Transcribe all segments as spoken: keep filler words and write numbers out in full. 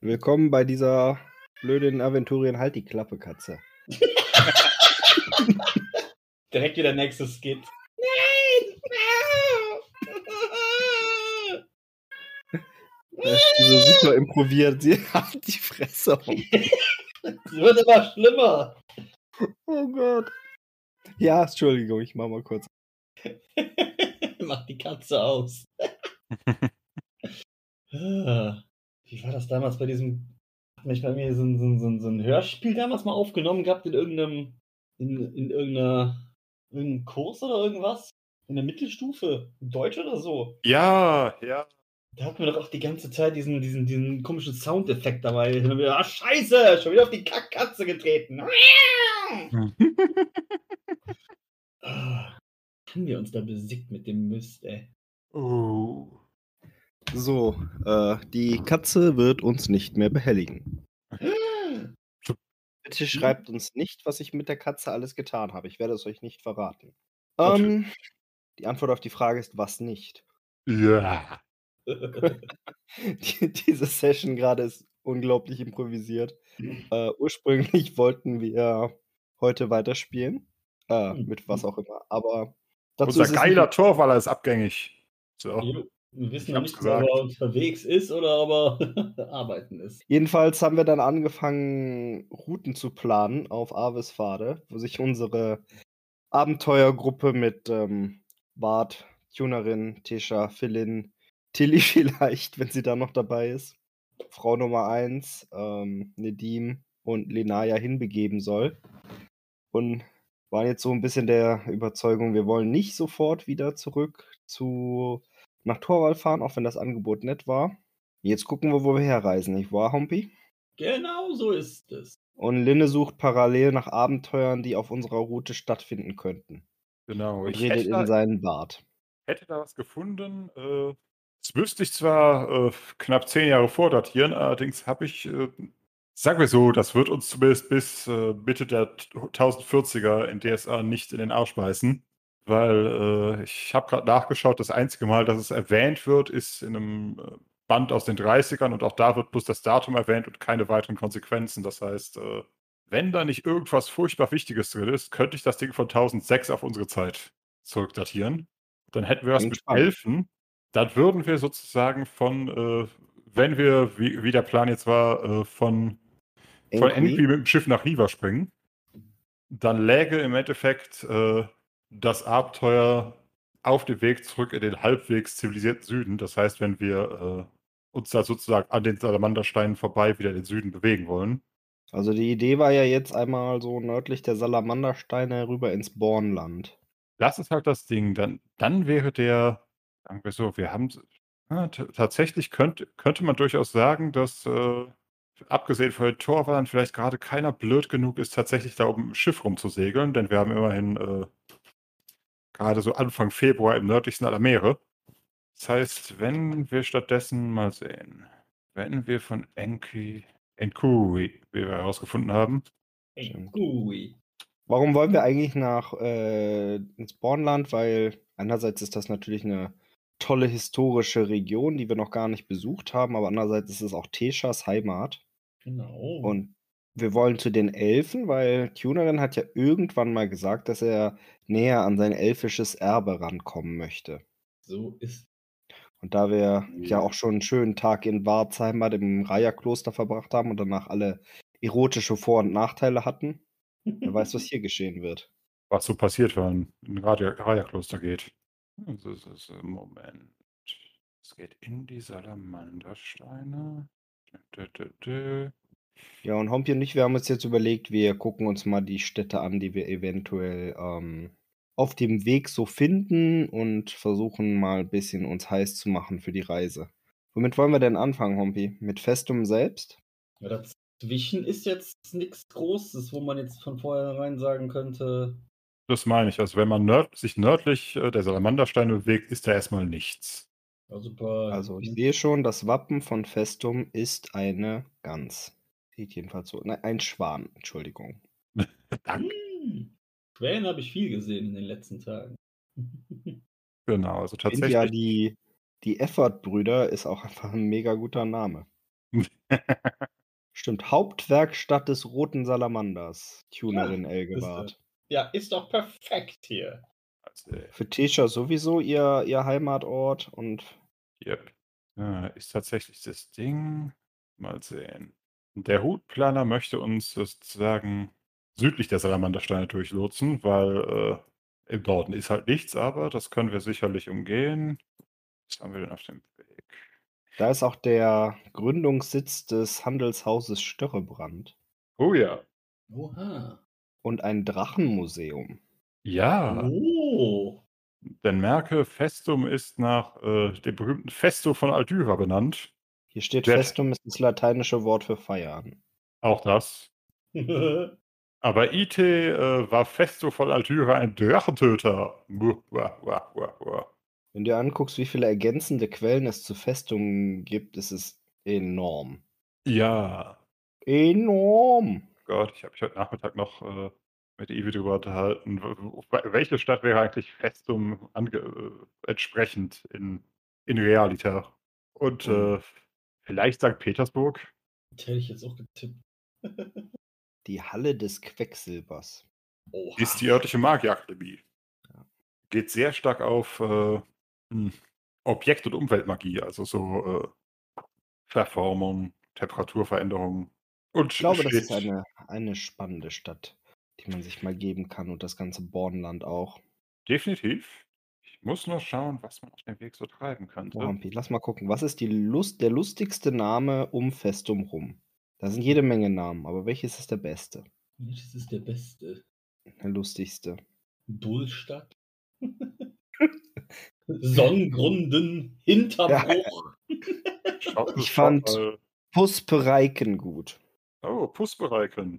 Willkommen bei dieser blöden Aventurien Halt die Klappe, Katze. Direkt wieder nächstes Skit. Das ist so super improviert. Sie hat die Fresse um. Sie wird immer schlimmer. Oh Gott. Ja, Entschuldigung, ich mach mal kurz. Mach die Katze aus. Wie war das damals bei diesem... Hat mich bei mir so ein, so ein, so ein, so ein Hörspiel damals mal aufgenommen gehabt in irgendeinem... In, in irgendeiner... Irgendeinem Kurs oder irgendwas? In der Mittelstufe? In Deutsch oder so? Ja, ja. Da hatten wir doch auch die ganze Zeit diesen, diesen, diesen komischen Soundeffekt dabei. Und dann wieder, ah, scheiße, schon wieder auf die Kackkatze getreten. Ah, haben wir uns da besiegt mit dem Mist, ey. Oh. So, äh, die Katze wird uns nicht mehr behelligen. Bitte schreibt uns nicht, was ich mit der Katze alles getan habe. Ich werde es euch nicht verraten. Ähm, die Antwort auf die Frage ist, was nicht. Ja. Die, diese Session gerade ist unglaublich improvisiert. Äh, ursprünglich wollten wir heute weiterspielen. Äh, mit was auch immer. Aber dazu Unser ist es geiler nicht- Torwaller ist abgängig. So. Jo, wir wissen Ich noch hab's nicht, gesagt. ob er unterwegs ist oder ob er arbeiten ist. Jedenfalls haben wir dann angefangen, Routen zu planen auf Avesfade, wo sich unsere Abenteuergruppe mit ähm, Bart, Tunerin, Tesha, Philin, Tilly vielleicht, wenn sie da noch dabei ist, Frau Nummer eins, ähm, Nedim und Lenaya hinbegeben soll. Und waren jetzt so ein bisschen der Überzeugung, wir wollen nicht sofort wieder zurück zu nach Torwall fahren, auch wenn das Angebot nett war. Jetzt gucken wir, wo wir herreisen, nicht wahr, Hompi? Genau so ist es. Und Linne sucht parallel nach Abenteuern, die auf unserer Route stattfinden könnten. Genau. Und Ich redet hätte in da, seinen Bart. hätte da was gefunden. Äh, das müsste ich zwar äh, knapp zehn Jahre vordatieren, allerdings habe ich, äh, sagen wir so, das wird uns zumindest bis äh, Mitte der tausendvierziger in D S A nicht in den Arsch beißen. Weil äh, ich habe gerade nachgeschaut, das einzige Mal, dass es erwähnt wird, ist in einem äh, Band aus den dreißigern und auch da wird bloß das Datum erwähnt und keine weiteren Konsequenzen. Das heißt, äh, wenn da nicht irgendwas furchtbar Wichtiges drin ist, könnte ich das Ding von tausendsechs auf unsere Zeit zurückdatieren. Dann hätten wir was Klingt mit spannend. Elfen. Dann würden wir sozusagen von, äh, wenn wir, wie, wie der Plan jetzt war, äh, von, von Enqui? Enqui mit dem Schiff nach Riva springen. Dann läge im Endeffekt äh, das Abenteuer auf dem Weg zurück in den halbwegs zivilisierten Süden. Das heißt, wenn wir äh, uns da sozusagen an den Salamandersteinen vorbei wieder in den Süden bewegen wollen. Also die Idee war ja jetzt einmal so nördlich der Salamandersteine rüber ins Bornland. Das ist halt das Ding. Dann, dann wäre der, sagen wir so, wir haben ja, t- tatsächlich könnte, könnte man durchaus sagen, dass äh, abgesehen von den Torwallern vielleicht gerade keiner blöd genug ist, tatsächlich da um ein Schiff rumzusegeln, denn wir haben immerhin äh, gerade so Anfang Februar im nördlichsten aller Meere. Das heißt, wenn wir stattdessen mal sehen, wenn wir von Enki, Enkui, wie wir herausgefunden haben, Ey, Gui. Warum wollen wir eigentlich nach äh, ins Bornland? Weil einerseits ist das natürlich eine tolle historische Region, die wir noch gar nicht besucht haben, aber andererseits ist es auch Teshas Heimat. Genau. Und wir wollen zu den Elfen, weil Tunerin hat ja irgendwann mal gesagt, dass er näher an sein elfisches Erbe rankommen möchte. So ist Und da wir ja auch schon einen schönen Tag in Warts Heimat im Raya-Kloster verbracht haben und danach alle erotische Vor- und Nachteile hatten, wer weiß, was hier geschehen wird. was so passiert, wenn ein Raya-Kloster geht. Das ist, das ist, Moment. Es geht in die Salamandersteine. Dö, dö, dö. Ja, und Hompi und ich, wir haben uns jetzt überlegt, wir gucken uns mal die Städte an, die wir eventuell ähm, auf dem Weg so finden und versuchen mal ein bisschen uns heiß zu machen für die Reise. Womit wollen wir denn anfangen, Hompi? Mit Festum selbst? Ja, dazwischen ist jetzt nichts Großes, wo man jetzt von vornherein sagen könnte. Das meine ich. Also wenn man nörd sich nördlich äh, der Salamandersteine bewegt, ist da erstmal nichts. Ja, super. Also ich sehe schon, das Wappen von Festum ist eine Gans. Sieht jedenfalls so. Nein, ein Schwan, Entschuldigung. Danke. Hm. Schwänen habe ich viel gesehen in den letzten Tagen. Genau, also Ich finde ja, tatsächlich. die, die Effort-Brüder ist auch einfach ein mega guter Name. Stimmt, Hauptwerkstatt des Roten Salamanders, Ja, Tunerin ist Elgebart. Ja, ist doch perfekt hier. Also, Für Tesha sowieso ihr, ihr Heimatort und yep. Äh, ist tatsächlich das Ding. Mal sehen. Der Hutplaner möchte uns sozusagen südlich der Salamandersteine durchlotsen, weil äh, im Norden ist halt nichts, aber das können wir sicherlich umgehen. Was haben wir denn auf dem Weg? da ist auch der Gründungssitz des Handelshauses Störrebrand Oh ja. Oha. und ein Drachenmuseum. Ja, Oh. denn merke, Festum ist nach äh, dem berühmten Festo von Aldyra benannt. Hier steht Wird Festum ist das lateinische Wort für feiern. auch das. Aber Ite äh, war Festo von Aldyra ein Drachentöter. Muah, muah, muah, muah, muah. Wenn du dir anguckst, wie viele ergänzende Quellen es zu Festungen gibt, ist es enorm. Ja. Enorm! Gott, ich habe mich heute Nachmittag noch äh, mit Ivi darüber unterhalten. w- w- Welche Stadt wäre eigentlich Festum ange äh, entsprechend in, in Realita? Und Hm. äh, vielleicht Sankt Petersburg? Das hätte ich jetzt auch getippt. Die Halle des Quecksilbers. Oha. Ist die örtliche Magierakademie. Ja. Geht sehr stark auf äh, hm, Objekt- und Umweltmagie, also so äh, Verformung, Temperaturveränderung. Und Ich glaube, das ist steht eine, eine spannende Stadt, die man sich mal geben kann und das ganze Bornland auch. definitiv. Ich muss nur schauen, was man auf dem Weg so treiben Oh, könnte. Hampi, lass mal gucken. Was ist die Lust, der lustigste Name um Festum rum? Da sind jede Menge Namen, aber welches ist der beste? Welches ist der beste? Der lustigste. Dullstadt? Sonnengrunden, Hinterbruch. Schaut, Ich schaut fand mal. Puspereiken gut. Oh, Pussbereiken.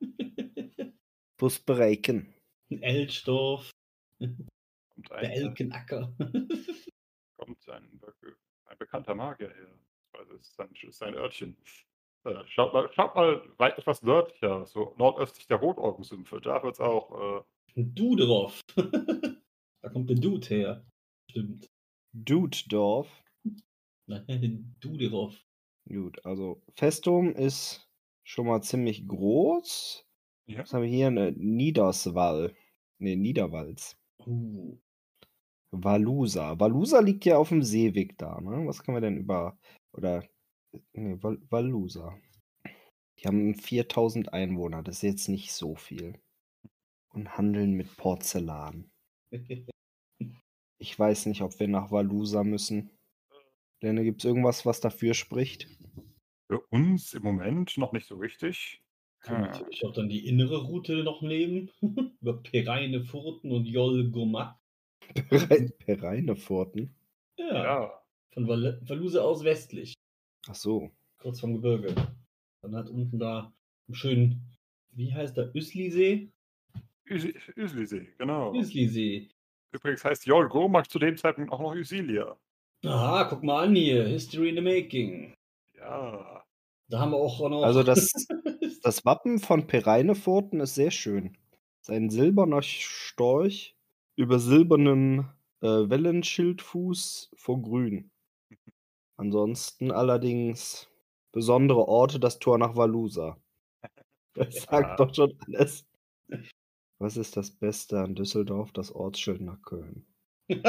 Puspereiken. Elsdorf. Kommt Der ein, äh, Elkenacker. kommt ein, be- ein bekannter Magier her. Also es ist ein, ist ein Örtchen. Äh, schaut mal, schaut mal weit etwas nördlicher, so nordöstlich der Rotorgensümpfe. Da wird es auch. Äh, Duderov. Da kommt der Dude her. Stimmt. Dudedorf. Nein, Duderov. Gut, also Festum ist schon mal ziemlich groß. ja. Was haben wir hier? Eine Niederswall. Ne, Niederwalz. Uh. Valusa. Valusa liegt ja auf dem Seeweg da, ne? Was können wir denn über. Oder. Ne, Val Valusa. Die haben viertausend Einwohner, das ist jetzt nicht so viel. Und handeln mit Porzellan. Ich weiß nicht, ob wir nach Valusa müssen. Lenne, gibt es irgendwas, was dafür spricht? Für uns im Moment noch nicht so richtig. Können Hm. natürlich auch dann die innere Route noch nehmen. Über Pereine, Furten und Jol Gomak. Pere- Pereinefurten? Ja. Ja. Von Val Valusa aus westlich. Ach so. Kurz vom Gebirge. Dann hat unten da einen schönen, wie heißt der, Üslisee? Üsi- Üslisee, genau. Üslisee. Übrigens heißt Jol Gomak zu dem Zeitpunkt auch noch Ysilia. Aha, guck mal an hier. History in the making. Ja. Da haben wir auch noch. Also das, das Wappen von Pereinefurten ist sehr schön. Es ist ein silberner Storch über silbernem äh, Wellenschildfuß vor Grün. Ansonsten allerdings besondere Orte, das Tor nach Valusa. Das Ja. sagt doch schon alles. Was ist das Beste an Düsseldorf? Das Ortsschild nach Köln. Ich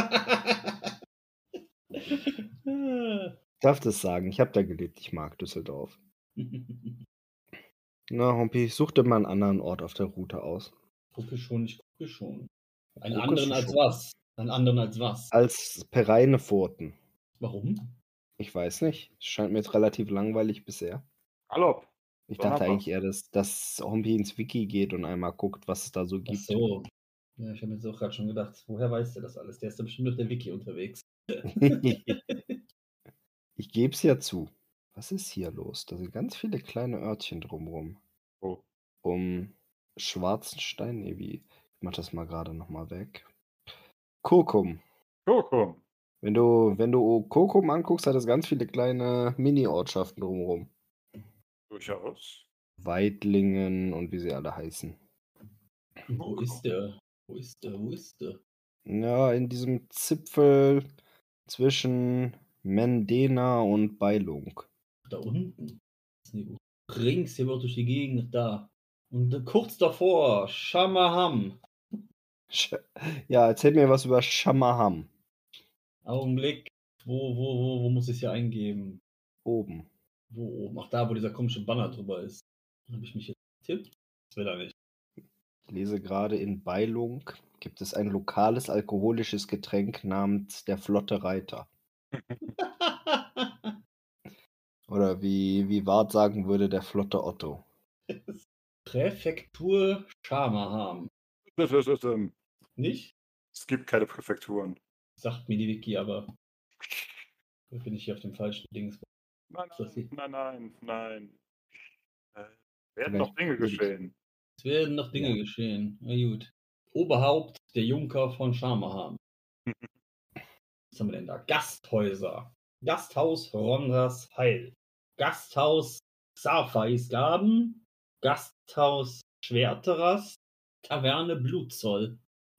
darf das sagen, ich habe da gelebt, ich mag Düsseldorf. Na, Hompi, such dir mal einen anderen Ort auf der Route aus. Gucke schon, ich gucke schon. Einen Guckest anderen du als schon? was? Einen anderen als was? Als Pereinefurten. Warum? Ich weiß nicht. Es scheint mir jetzt relativ langweilig bisher. Hallo. Ich Donnerpass. dachte eigentlich eher, dass, dass Hompi ins Wiki geht und einmal guckt, was es da so Ach gibt. so. Ja, ich habe jetzt auch gerade schon gedacht, woher weiß der das alles? Der ist da bestimmt auf der Wiki unterwegs. Ich gebe es ja zu. Was ist hier los? Da sind ganz viele kleine Örtchen drumrum. Oh. Um Schwarzenstein? Nee, wie? Ich mach das mal gerade nochmal weg. Kurkum. Kurkum. Wenn du, wenn du Kurkum anguckst, hat es ganz viele kleine Mini-Ortschaften drumherum. Durchaus. Weidlingen und wie sie alle heißen. Wo ist der? Wo ist der? Wo ist der? Ja, in diesem Zipfel zwischen Mendena und Beilung. Da unten. Du ringst hier durch die Gegend da. Und kurz davor, Shamaham. Ja, erzähl mir was über Shamaham. Augenblick. Wo, wo, wo, wo muss ich hier eingeben? Oben. Wo oben? Ach, da, wo dieser komische Banner drüber ist. Habe ich mich jetzt getippt? Das will er nicht. Ich lese gerade in Beilung, gibt es ein lokales alkoholisches Getränk namens der Flotte Reiter. Oder wie, wie Ward sagen würde, der Flotte Otto. Präfektur Shamaham. Nicht? Es gibt keine Präfekturen. Sagt mir die Wiki, aber bin ich hier auf dem falschen Dings. Nein, Ist das nein, die? nein, nein, nein. Äh, werden Vielleicht noch Dinge will ich- geschehen. Es werden noch Dinge Ja. geschehen. Na gut. Oberhaupt der Junker von Shamaham. Was haben wir denn da? Gasthäuser. Gasthaus Ronras Heil. Gasthaus Xarfais Gaben. Gasthaus Schwerteras. Taverne Blutzoll.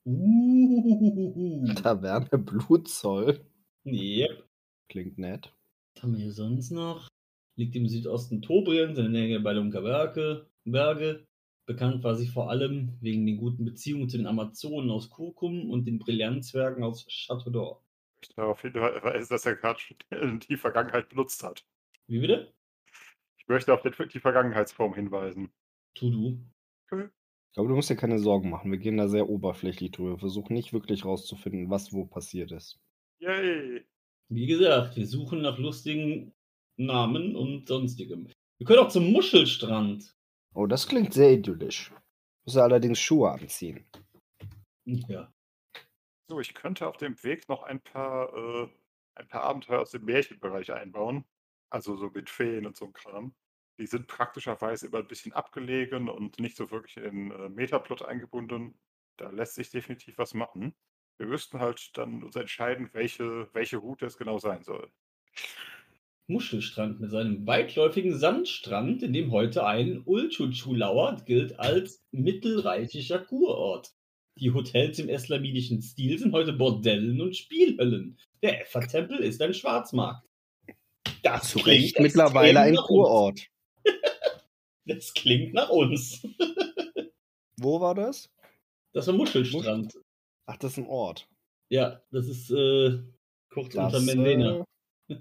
Uh. Taverne Blutzoll. Yep. Klingt nett. Was haben wir hier sonst noch? Liegt im Südosten Tobriens, in der Nähe bei Berge. Berge. Bekannt war sie vor allem wegen den guten Beziehungen zu den Amazonen aus Kurkum und den Brillanzwerken aus Chateau d'Or. Ich darauf hinweise, dass er gerade schon die Vergangenheit benutzt hat. Wie bitte? Ich möchte auf die Vergangenheitsform hinweisen. Tu du. Ich glaube, du musst dir keine Sorgen machen. Wir gehen da sehr oberflächlich drüber. Wir versuchen nicht wirklich rauszufinden, was wo passiert ist. Yay! Wie gesagt, wir suchen nach lustigen Namen und sonstigem. Wir können auch zum Muschelstrand. Oh, das klingt sehr idyllisch. Muss er allerdings Schuhe anziehen. Ja. So, ich könnte auf dem Weg noch ein paar, äh, ein paar Abenteuer aus dem Märchenbereich einbauen. Also so mit Feen und so ein Kram. Die sind praktischerweise immer ein bisschen abgelegen und nicht so wirklich in äh, Metaplot eingebunden. Da lässt sich definitiv was machen. Wir müssten halt dann uns entscheiden, welche, welche Route es genau sein soll. Muschelstrand mit seinem weitläufigen Sandstrand, in dem heute ein Ulchuchu lauert, gilt als mittelreichischer Kurort. Die Hotels im eslamidischen Stil sind heute Bordellen und Spielhöllen. Der Effa-Tempel ist ein Schwarzmarkt. Das Zu klingt Recht mittlerweile extrem ein nach uns. Kurort. Das klingt nach uns. Wo war das? Das war Muschelstrand. Ach, das ist ein Ort. Ja, das ist äh, kurz Das, unter Mendena. äh,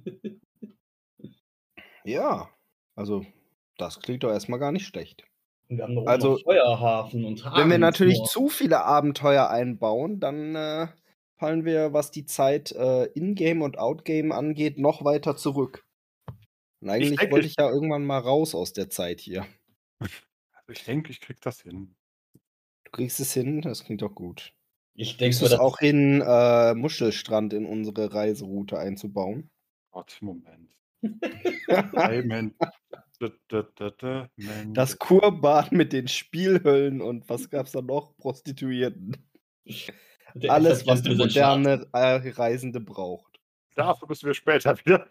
ja, also das klingt doch erstmal gar nicht schlecht. Und wir haben noch, also, noch Feuerhafen und Hafen. Wenn wir natürlich zu viele Abenteuer einbauen, dann äh, fallen wir, was die Zeit äh, in-game und out-game angeht, noch weiter zurück. Und eigentlich denke, wollte ich- ich ja irgendwann mal raus aus der Zeit hier. Also ich denke, ich krieg das hin. Du kriegst es hin, das klingt doch gut. Ich denke Kriegst du es auch hin, äh, Muschelstrand in unsere Reiseroute einzubauen? Gott, Moment. Moment. Da, da, da, da, Moment. Das Kurbad mit den Spielhöllen und was gab's da noch? Prostituierten. Der Alles, was Effa-Tempel der ist ein moderne äh, Reisende braucht. Dafür müssen wir später wieder.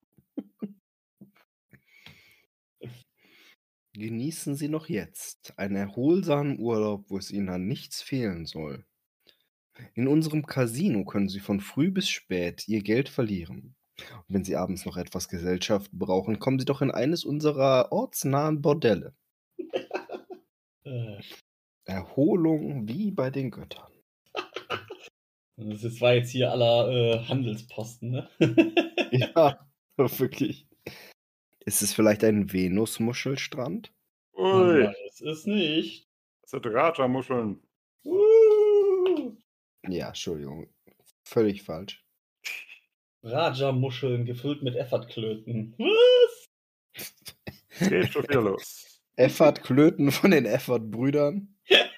Genießen Sie noch jetzt einen erholsamen Urlaub, wo es Ihnen an nichts fehlen soll. In unserem Casino können Sie von früh bis spät Ihr Geld verlieren. Und wenn Sie abends noch etwas Gesellschaft brauchen, kommen Sie doch in eines unserer ortsnahen Bordelle. Äh, Erholung wie bei den Göttern. Das ist- war jetzt hier aller äh, Handelsposten, ne? Ja, wirklich. Ist es vielleicht ein Venusmuschelstrand? Man Ui, weiß es nicht. das sind Raja-Muscheln. Uh, Ja, Entschuldigung. Völlig falsch. Raja-Muscheln gefüllt mit Effertklöten. Was? Geht schon wieder los. Effert Klöten von den Effert-Brüdern.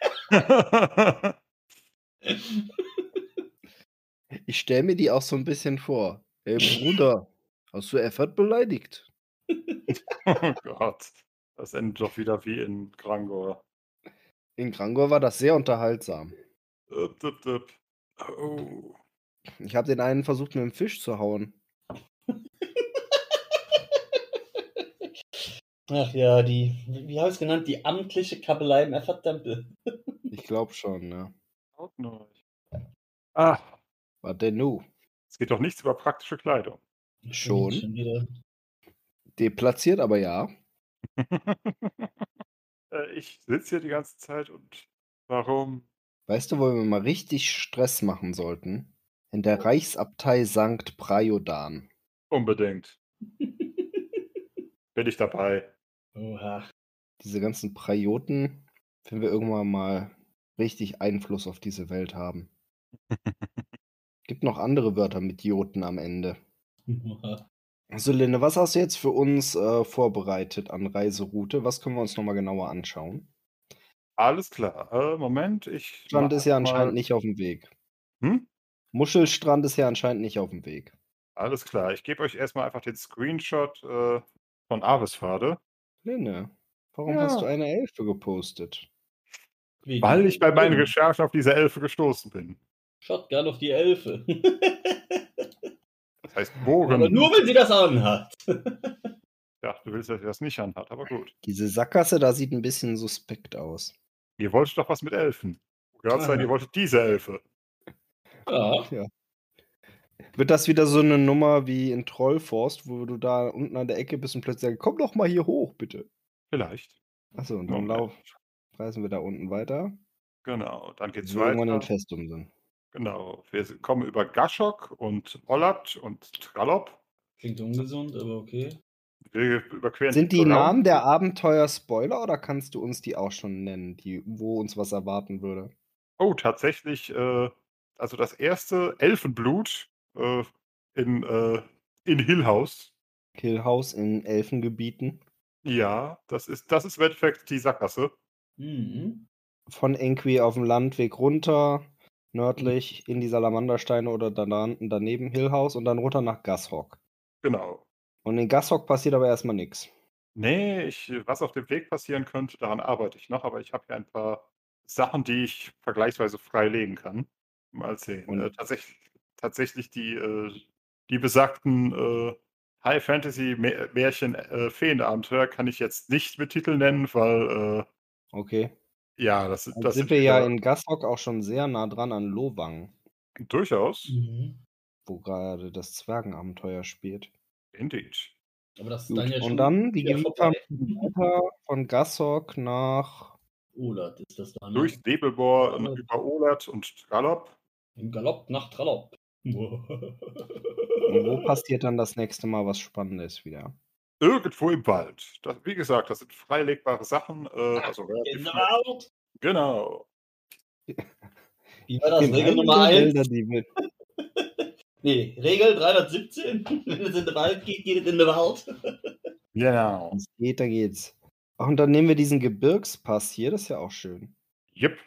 Ich stelle mir die auch so ein bisschen vor. Ey, Bruder, hast du Effert beleidigt? Oh Gott. Das endet doch wieder wie in Grangor. In Grangor war das sehr unterhaltsam. Upp, upp, upp. Oh. Ich habe den einen versucht, mit dem Fisch zu hauen. Ach ja, die, wie habe ich es genannt? Die amtliche Kabelei im Effertempel. Ich glaube schon, ne? Haut neu. Ah, Was denn nu? es geht doch nichts über praktische Kleidung. Schon? Schon wieder. Deplatziert, aber ja. Äh, ich sitze hier die ganze Zeit und warum? Weißt du, wo wir mal richtig Stress machen sollten? In der Reichsabtei Sankt Prajodan. Unbedingt. Bin ich dabei. Oha. Diese ganzen Prajoten, wenn wir irgendwann mal richtig Einfluss auf diese Welt haben. Gibt noch andere Wörter mit Joten am Ende. Oha. So, Linde, was hast du jetzt für uns äh, vorbereitet an Reiseroute? Was können wir uns nochmal genauer anschauen? Alles klar. Äh, Moment, ich Strand mach ist ja mal. anscheinend nicht auf dem Weg. Hm? Muschelstrand ist ja anscheinend nicht auf dem Weg. Alles klar. Ich gebe euch erstmal einfach den Screenshot äh, von Avesfade. Linde, warum Ja. hast du eine Elfe gepostet? Wie Weil die- ich bei meinen Stimmt. Recherchen auf diese Elfe gestoßen bin. Shotgun auf die Elfe. Das heißt Aber Bogen. nur, wenn sie das anhat. Ich dachte, du willst, dass sie das nicht anhat, aber gut. Diese Sackgasse da sieht ein bisschen suspekt aus. Ihr wolltet doch was mit Elfen. Gehört sein, ihr wolltet diese Elfe. Ja. Ja. Wird das wieder so eine Nummer wie in Trollforst, wo du da unten an der Ecke bist und plötzlich sagst, komm doch mal hier hoch, bitte. Vielleicht. Achso, und dann Moment. lauf, reisen wir da unten weiter, Genau, dann bis geht's wir irgendwann in weiter. Festum sind. Genau, wir sind- kommen über Gashok und Ollat und Trallop. Klingt ungesund, aber okay. Wir überqueren Sind die Braun- Namen der Abenteuer Spoiler oder kannst du uns die auch schon nennen, die, wo uns was erwarten würde? Oh, tatsächlich, äh, also das erste Elfenblut äh, in, äh, in Hill House. Killhouse in Elfengebieten. Ja, das ist, das ist im Endeffekt die Sackgasse. Mhm. Von Enqui auf dem Landweg runter, nördlich in die Salamandersteine oder dan daneben Hillhouse und dann runter nach Gashok. Genau. Und in Gashok passiert aber erstmal nichts. Nee, ich, was auf dem Weg passieren könnte, daran arbeite ich noch, aber ich habe hier ein paar Sachen, die ich vergleichsweise frei legen kann. Mal sehen. Und- Äh, tatsächlich, tatsächlich die, äh, die besagten äh, High-Fantasy-Märchen, äh, Feenabenteuer kann ich jetzt nicht mit Titel nennen, weil, äh, Okay. ja, das, Dann das sind sind wir ja wieder in Gashok auch schon sehr nah dran an Lowang, durchaus. Mhm. wo gerade das Zwergenabenteuer spielt. Indeed. Aber das ist Gut, dann ja schon und dann, wie wieder gewieft vorbei. weiter von Gashok nach Olat ist das da, ne? Durch Nebelbohr Ja. und über Olat und Trallop. Im Galopp nach Trallop. Und wo passiert dann das nächste Mal was Spannendes wieder? Irgendwo im Wald. Das, wie gesagt, das sind freilegbare Sachen. Äh, also In relativ der frei. Wald. Genau. Wie war das? In Regel einem Nummer der eins? Wälder, die wir Nee, Regel dreihundertsiebzehn. Wenn es in den Wald geht, geht es in den Wald. Genau. Wenn's geht, da geht's. Ach, und dann nehmen wir diesen Gebirgspass hier, das ist ja auch schön. Jep.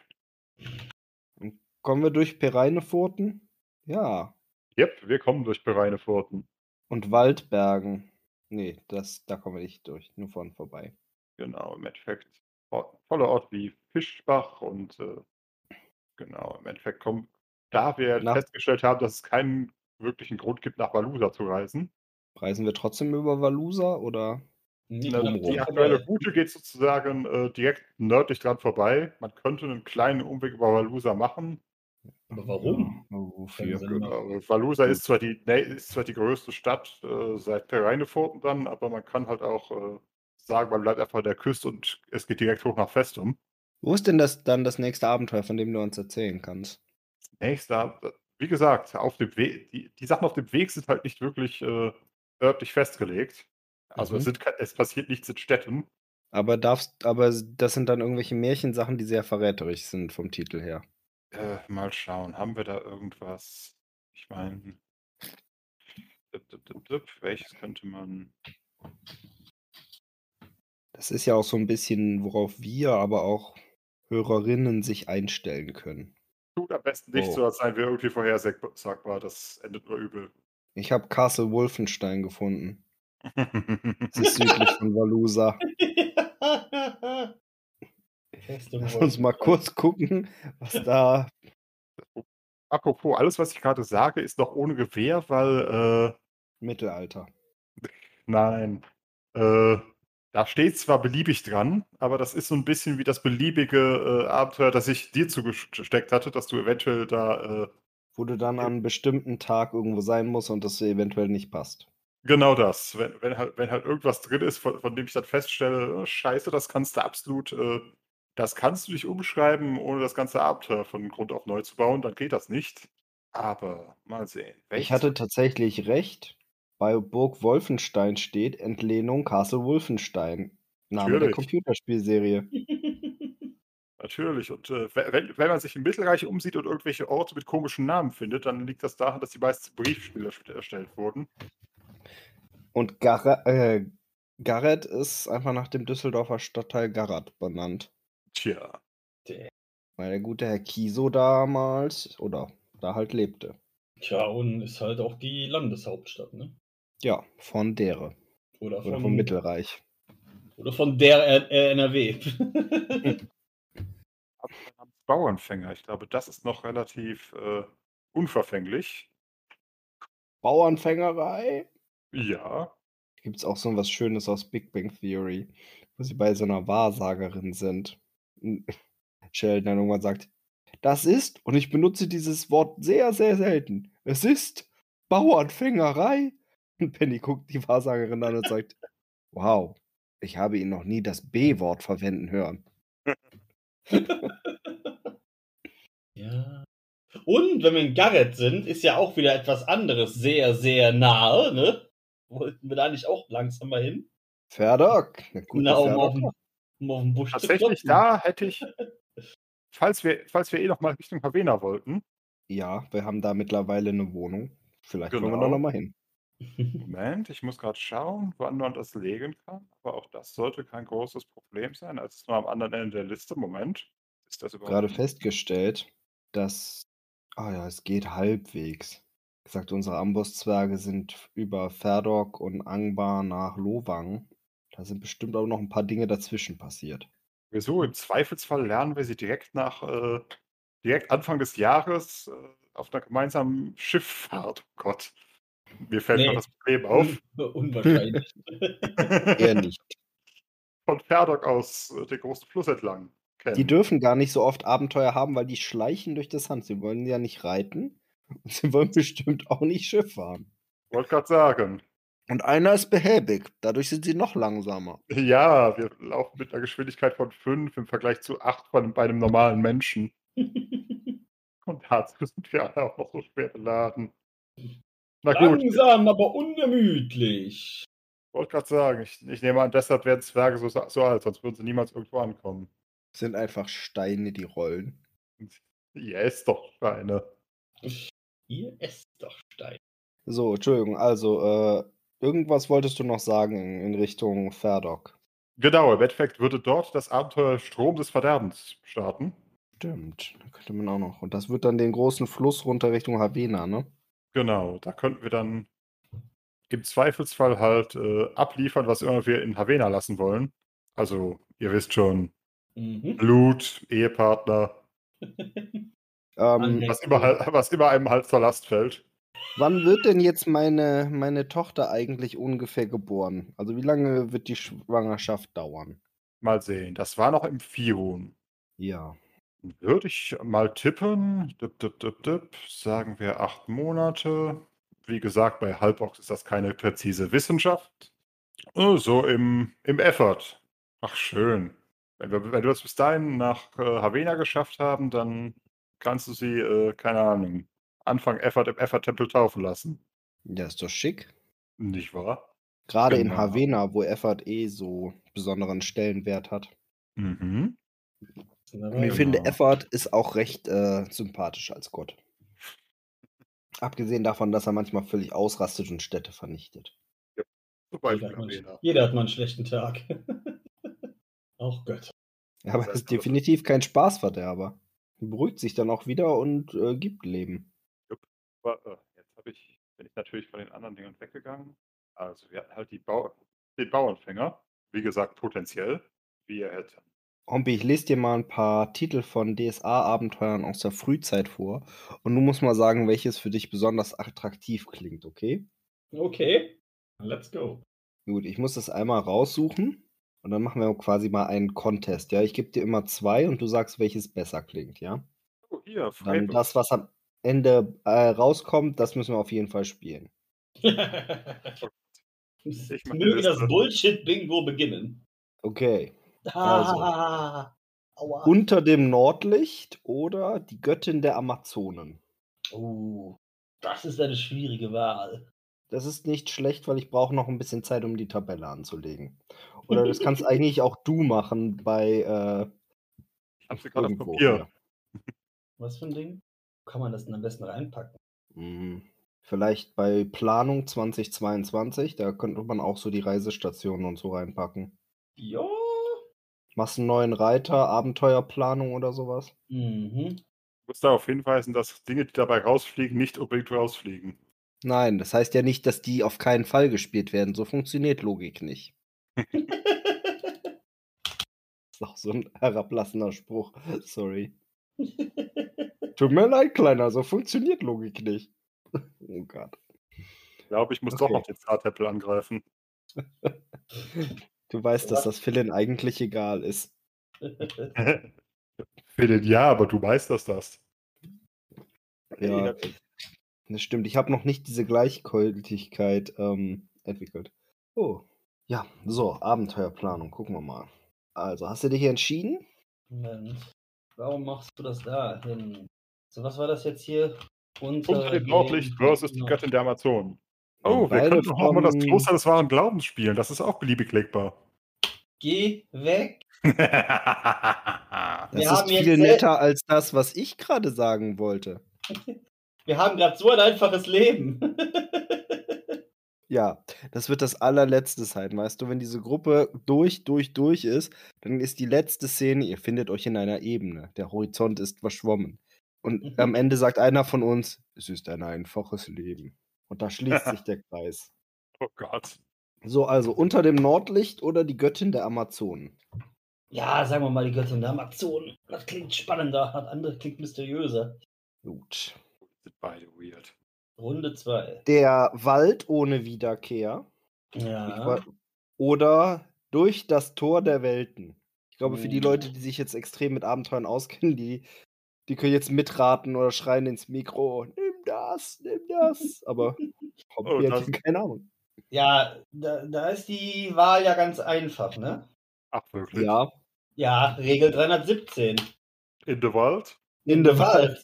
Und kommen wir durch Pereinefurten? Ja. Jep, wir kommen durch Pereinefurten. Und Waldbergen. Nee, das, da kommen wir nicht durch, nur von vorbei. Genau, im Endeffekt vo- voller Ort wie Fischbach und äh, genau, im Endeffekt kommen, da wir Nach- festgestellt haben, dass es keinen wirklichen Grund gibt, nach Valusa zu reisen. Reisen wir trotzdem über Valusa oder? Nee, Na, knapp die dran aktuelle vorbei. Route geht sozusagen äh, direkt nördlich dran vorbei. Man könnte einen kleinen Umweg über Valusa machen. Aber warum? Ja, wofür? Keinen Sinn. Genau. Valusa ist zwar die, nee, ist zwar die größte Stadt äh, seit Pereinefurten dann, aber man kann halt auch äh, sagen, man bleibt einfach an der Küste und es geht direkt hoch nach Festum. Wo ist denn das dann das nächste Abenteuer, von dem du uns erzählen kannst? Nächster, wie gesagt, auf dem Weg, die, die Sachen auf dem Weg sind halt nicht wirklich äh, örtlich festgelegt. Also Mhm. es, sind, ke- es passiert nichts in Städten. Aber darfst, aber das sind dann irgendwelche Märchensachen, die sehr verräterisch sind vom Titel her. Äh, mal schauen, haben wir da irgendwas? Ich meine, welches könnte man. Das ist ja auch so ein bisschen, worauf wir, aber auch Hörerinnen sich einstellen können. Tut am besten nicht Oh. so, als seien wir irgendwie vorhersagbar. Das endet nur übel. Ich habe Castle Wolfenstein gefunden. Das ist südlich von Valusa. Lass uns mal kurz gucken, was da. Apropos, alles, was ich gerade sage, ist noch ohne Gewehr, weil, äh, Mittelalter. nein, äh, da steht zwar beliebig dran, aber das ist so ein bisschen wie das beliebige äh, Abenteuer, das ich dir zugesteckt hatte, dass du eventuell da, äh, Wo du dann an einem bestimmten Tag irgendwo sein musst und das eventuell nicht passt. Genau das. Wenn, wenn, halt, wenn halt irgendwas drin ist, von, von dem ich dann feststelle, oh, scheiße, das kannst du absolut, äh, das kannst du nicht umschreiben, ohne das ganze Abenteuer von Grund auf neu zu bauen, dann geht das nicht. Aber mal sehen. Ich Welches hatte von- tatsächlich recht. Bei Burg Wolfenstein steht Entlehnung Castle Wolfenstein. Name der Natürlich, Computerspielserie. natürlich. Und äh, we- wenn, wenn man sich im Mittelreich umsieht und irgendwelche Orte mit komischen Namen findet, dann liegt das daran, dass die meisten Briefspiele erst- erstellt wurden. Und Gar äh, Garrett ist einfach nach dem Düsseldorfer Stadtteil Garrett benannt. Tja, Weil der gute Herr Kiso damals, oder da halt lebte. Tja, und ist halt auch die Landeshauptstadt, ne? Ja, von dere. Oder Oder vom, vom Mittelreich. Oder von der R äh, N R W. Abenteuer namens Bauernfänger. Ich glaube, das ist noch relativ äh, unverfänglich. Bauernfängerei? Ja, Gibt es auch so was Schönes aus Big Bang Theory, wo sie bei so einer Wahrsagerin sind. Und Sheldon dann irgendwann sagt, das ist, und ich benutze dieses Wort sehr, sehr selten, es ist Bauernfängerei. Und Penny guckt die Wahrsagerin an und sagt, wow, ich habe ihn noch nie das B-Wort verwenden hören. Ja. Und wenn wir in Garrett sind, ist ja auch wieder etwas anderes sehr, sehr nahe, ne? Wollten wir da nicht auch langsam mal hin? Ferdok, eine gute Na, um auf, Ferdok. den, um auf den Busch zu tatsächlich klopfen. da hätte ich, falls wir, falls wir eh noch mal Richtung Havena wollten, Ja, wir haben da mittlerweile eine Wohnung. Vielleicht wollen wir da genau. nochmal hin. Moment, ich muss gerade schauen, wann man das legen kann. Aber auch das sollte kein großes Problem sein. Es ist nur am anderen Ende der Liste. Moment. Ist das überhaupt? Gerade festgestellt, dass, ah ja, es geht halbwegs. Wie gesagt, unsere Ambosszwerge sind über Ferdok und Angbar nach Lowang. Da sind bestimmt auch noch ein paar Dinge dazwischen passiert. Wieso? Im Zweifelsfall lernen wir sie direkt nach, äh, direkt Anfang des Jahres äh, auf einer gemeinsamen Schifffahrt. Oh Gott. Mir fällt Nee. noch das Problem auf. Un unwahrscheinlich. Eher nicht. Von Ferdok aus äh, den großen Fluss entlang kennen. Die dürfen gar nicht so oft Abenteuer haben, weil die schleichen durch das Land. Sie wollen ja nicht reiten und sie wollen bestimmt auch nicht Schiff fahren. Wollte gerade sagen. Und einer ist behäbig, dadurch sind sie noch langsamer. Ja, wir laufen mit einer Geschwindigkeit von fünf im Vergleich zu acht von, bei einem normalen Menschen. Und dazu sind wir alle auch noch so schwer beladen. Na gut, Langsam, aber unermüdlich. wollte gerade sagen, ich, ich nehme an, deshalb werden Zwerge so, so alt, sonst würden sie niemals irgendwo ankommen. Sind einfach Steine, die rollen. Ihr esst doch Steine. Ihr esst doch Stein. So, Entschuldigung, also, äh, irgendwas wolltest du noch sagen in, in Richtung Ferdok. Genau, im Endeffekt würde dort das Abenteuer Strom des Verderbens starten. Stimmt, da könnte man auch noch. Und das wird dann den großen Fluss runter Richtung Havena, ne? Genau, da könnten wir dann im Zweifelsfall halt äh, abliefern, was immer wir in Havena lassen wollen. Also, ihr wisst schon, Mhm. Blut, Ehepartner, Ähm, was immer, halt, was immer einem halt zur Last fällt. wann wird denn jetzt meine, meine Tochter eigentlich ungefähr geboren? Also wie lange wird die Schwangerschaft dauern? Mal sehen, das war noch im Firun. Ja. Würde ich mal tippen, dip, dip, dip, dip, sagen wir acht Monate. Wie gesagt, bei Halbox ist das keine präzise Wissenschaft. Äh, So im, im Effort. Ach, schön. Wenn wir, wenn wir es bis dahin nach äh, Havena geschafft haben, dann kannst du sie, äh, keine Ahnung, Anfang Effort im Effort-Tempel taufen lassen. Ja, ist doch schick. Nicht wahr? Gerade in Genau. Havena, wo Effort eh so besonderen Stellenwert hat. Mhm. Und ich Genau. finde, Effort ist auch recht äh, sympathisch als Gott. Abgesehen davon, dass er manchmal völlig ausrastet und Städte vernichtet. Zum Jeder Beispiel hat, mal, Havena. jeder hat mal einen schlechten Tag. Auch Gott. Ja, aber Das er heißt ist also- definitiv kein Spaßverderber. Beruhigt sich dann auch wieder und äh, gibt Leben. Aber, äh, jetzt habe ich, bin ich natürlich von den anderen Dingen weggegangen. Also wir hatten halt die Bau den Bauernfänger. Wie gesagt, potenziell. Wir hätten. Hompi, ich lese dir mal ein paar Titel von D S A-Abenteuern aus der Frühzeit vor. Und du musst mal sagen, welches für dich besonders attraktiv klingt, okay? Okay, let's go. Gut, ich muss das einmal raussuchen. Und dann machen wir quasi mal einen Contest, ja? Ich gebe dir immer zwei und du sagst, welches besser klingt, ja? Oh, hier, Dann Freiburg. das, was am Ende äh, rauskommt, das müssen wir auf jeden Fall spielen. Ich mach die Möge das Liste. Bullshit-Bingo beginnen. Okay. Also. Ah, aua. Unter dem Nordlicht oder die Göttin der Amazonen? Oh, das ist eine schwierige Wahl. Das ist nicht schlecht, weil ich brauche noch ein bisschen Zeit, um die Tabelle anzulegen. Oder das kannst eigentlich auch du machen bei äh, Ich hab sie gerade auf irgendwo Papier. hier. Was für ein Ding? Wo kann man das denn am besten reinpacken? Hm, vielleicht bei Planung zweitausendzweiundzwanzig, da könnte man auch so die Reisestationen und so reinpacken. Ja. Machst einen neuen Reiter, Abenteuerplanung oder sowas? Mhm. Ich muss darauf hinweisen, dass Dinge, die dabei rausfliegen, nicht unbedingt rausfliegen. Nein, das heißt ja nicht, dass die auf keinen Fall gespielt werden. So funktioniert Logik nicht. Ist auch so ein herablassender Spruch. Sorry. Tut mir leid, Kleiner, so funktioniert Logik nicht. Oh Gott. Ich glaube, ich muss Okay. doch noch den Zartäppel angreifen. Du weißt, dass das Philin eigentlich egal ist. Philipp, ja, aber du meisterst das. Ja, Hey, das stimmt. Ich habe noch nicht diese Gleichgültigkeit ähm, entwickelt. Oh. Ja, so, Abenteuerplanung. Gucken wir mal. Also, hast du dich entschieden? Moment. Warum machst du das da hin? So, was war das jetzt hier? Unter dem Nordlicht versus die Göttin der Amazonen. Oh, wir Beide könnten auch mal das vom- Kloster des wahren Glaubens spielen. Das ist auch beliebig legbar. Geh weg. Das Wir ist haben jetzt viel sel- netter als das, was ich gerade sagen wollte. Wir haben gerade so ein einfaches Leben. Ja, das wird das allerletzte sein, weißt du, wenn diese Gruppe durch, durch, durch ist, dann ist die letzte Szene, ihr findet euch in einer Ebene, der Horizont ist verschwommen. Und Mhm. am Ende sagt einer von uns, es ist ein einfaches Leben. Und da schließt sich der Kreis. Oh Gott. So, also unter dem Nordlicht oder die Göttin der Amazonen? Ja, sagen wir mal die Göttin der Amazonen. Das klingt spannender, das andere klingt mysteriöser. Gut. Sind beide weird. Runde zwei. Der Wald ohne Wiederkehr Ja. oder durch das Tor der Welten. Ich glaube, für die Oh. Leute, die sich jetzt extrem mit Abenteuern auskennen, die, die können jetzt mitraten oder schreien ins Mikro, nimm das, nimm das. Aber Hobby Oh, hat das- ja keine Ahnung. Ja, da, da ist die Wahl ja ganz einfach, ne? Ach, wirklich? Ja, Ja, Regel dreihundertsiebzehn. In the Wild? in der Wald.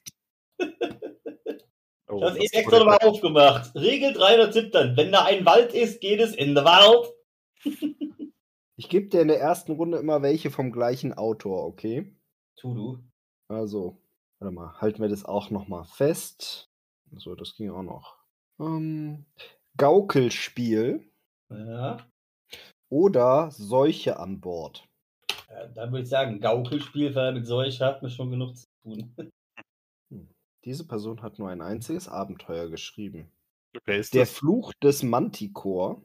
Oh, Das ist das- extra nochmal aufgemacht. Regel dreihundertsiebzehn. Wenn da ein Wald ist, geht es in den Wald. Ich gebe dir in der ersten Runde immer welche vom gleichen Autor, okay? Tu du. Also, warte mal, halten wir das auch nochmal fest. So, das ging auch noch. Ähm, Gaukelspiel Ja. oder Seuche an Bord. Ja, dann würde ich sagen, Gaukelspiel, weil mit Seuche hat mir schon genug zu tun. Diese Person hat nur ein einziges Abenteuer geschrieben. Okay, ist Der das? Fluch des Manticore.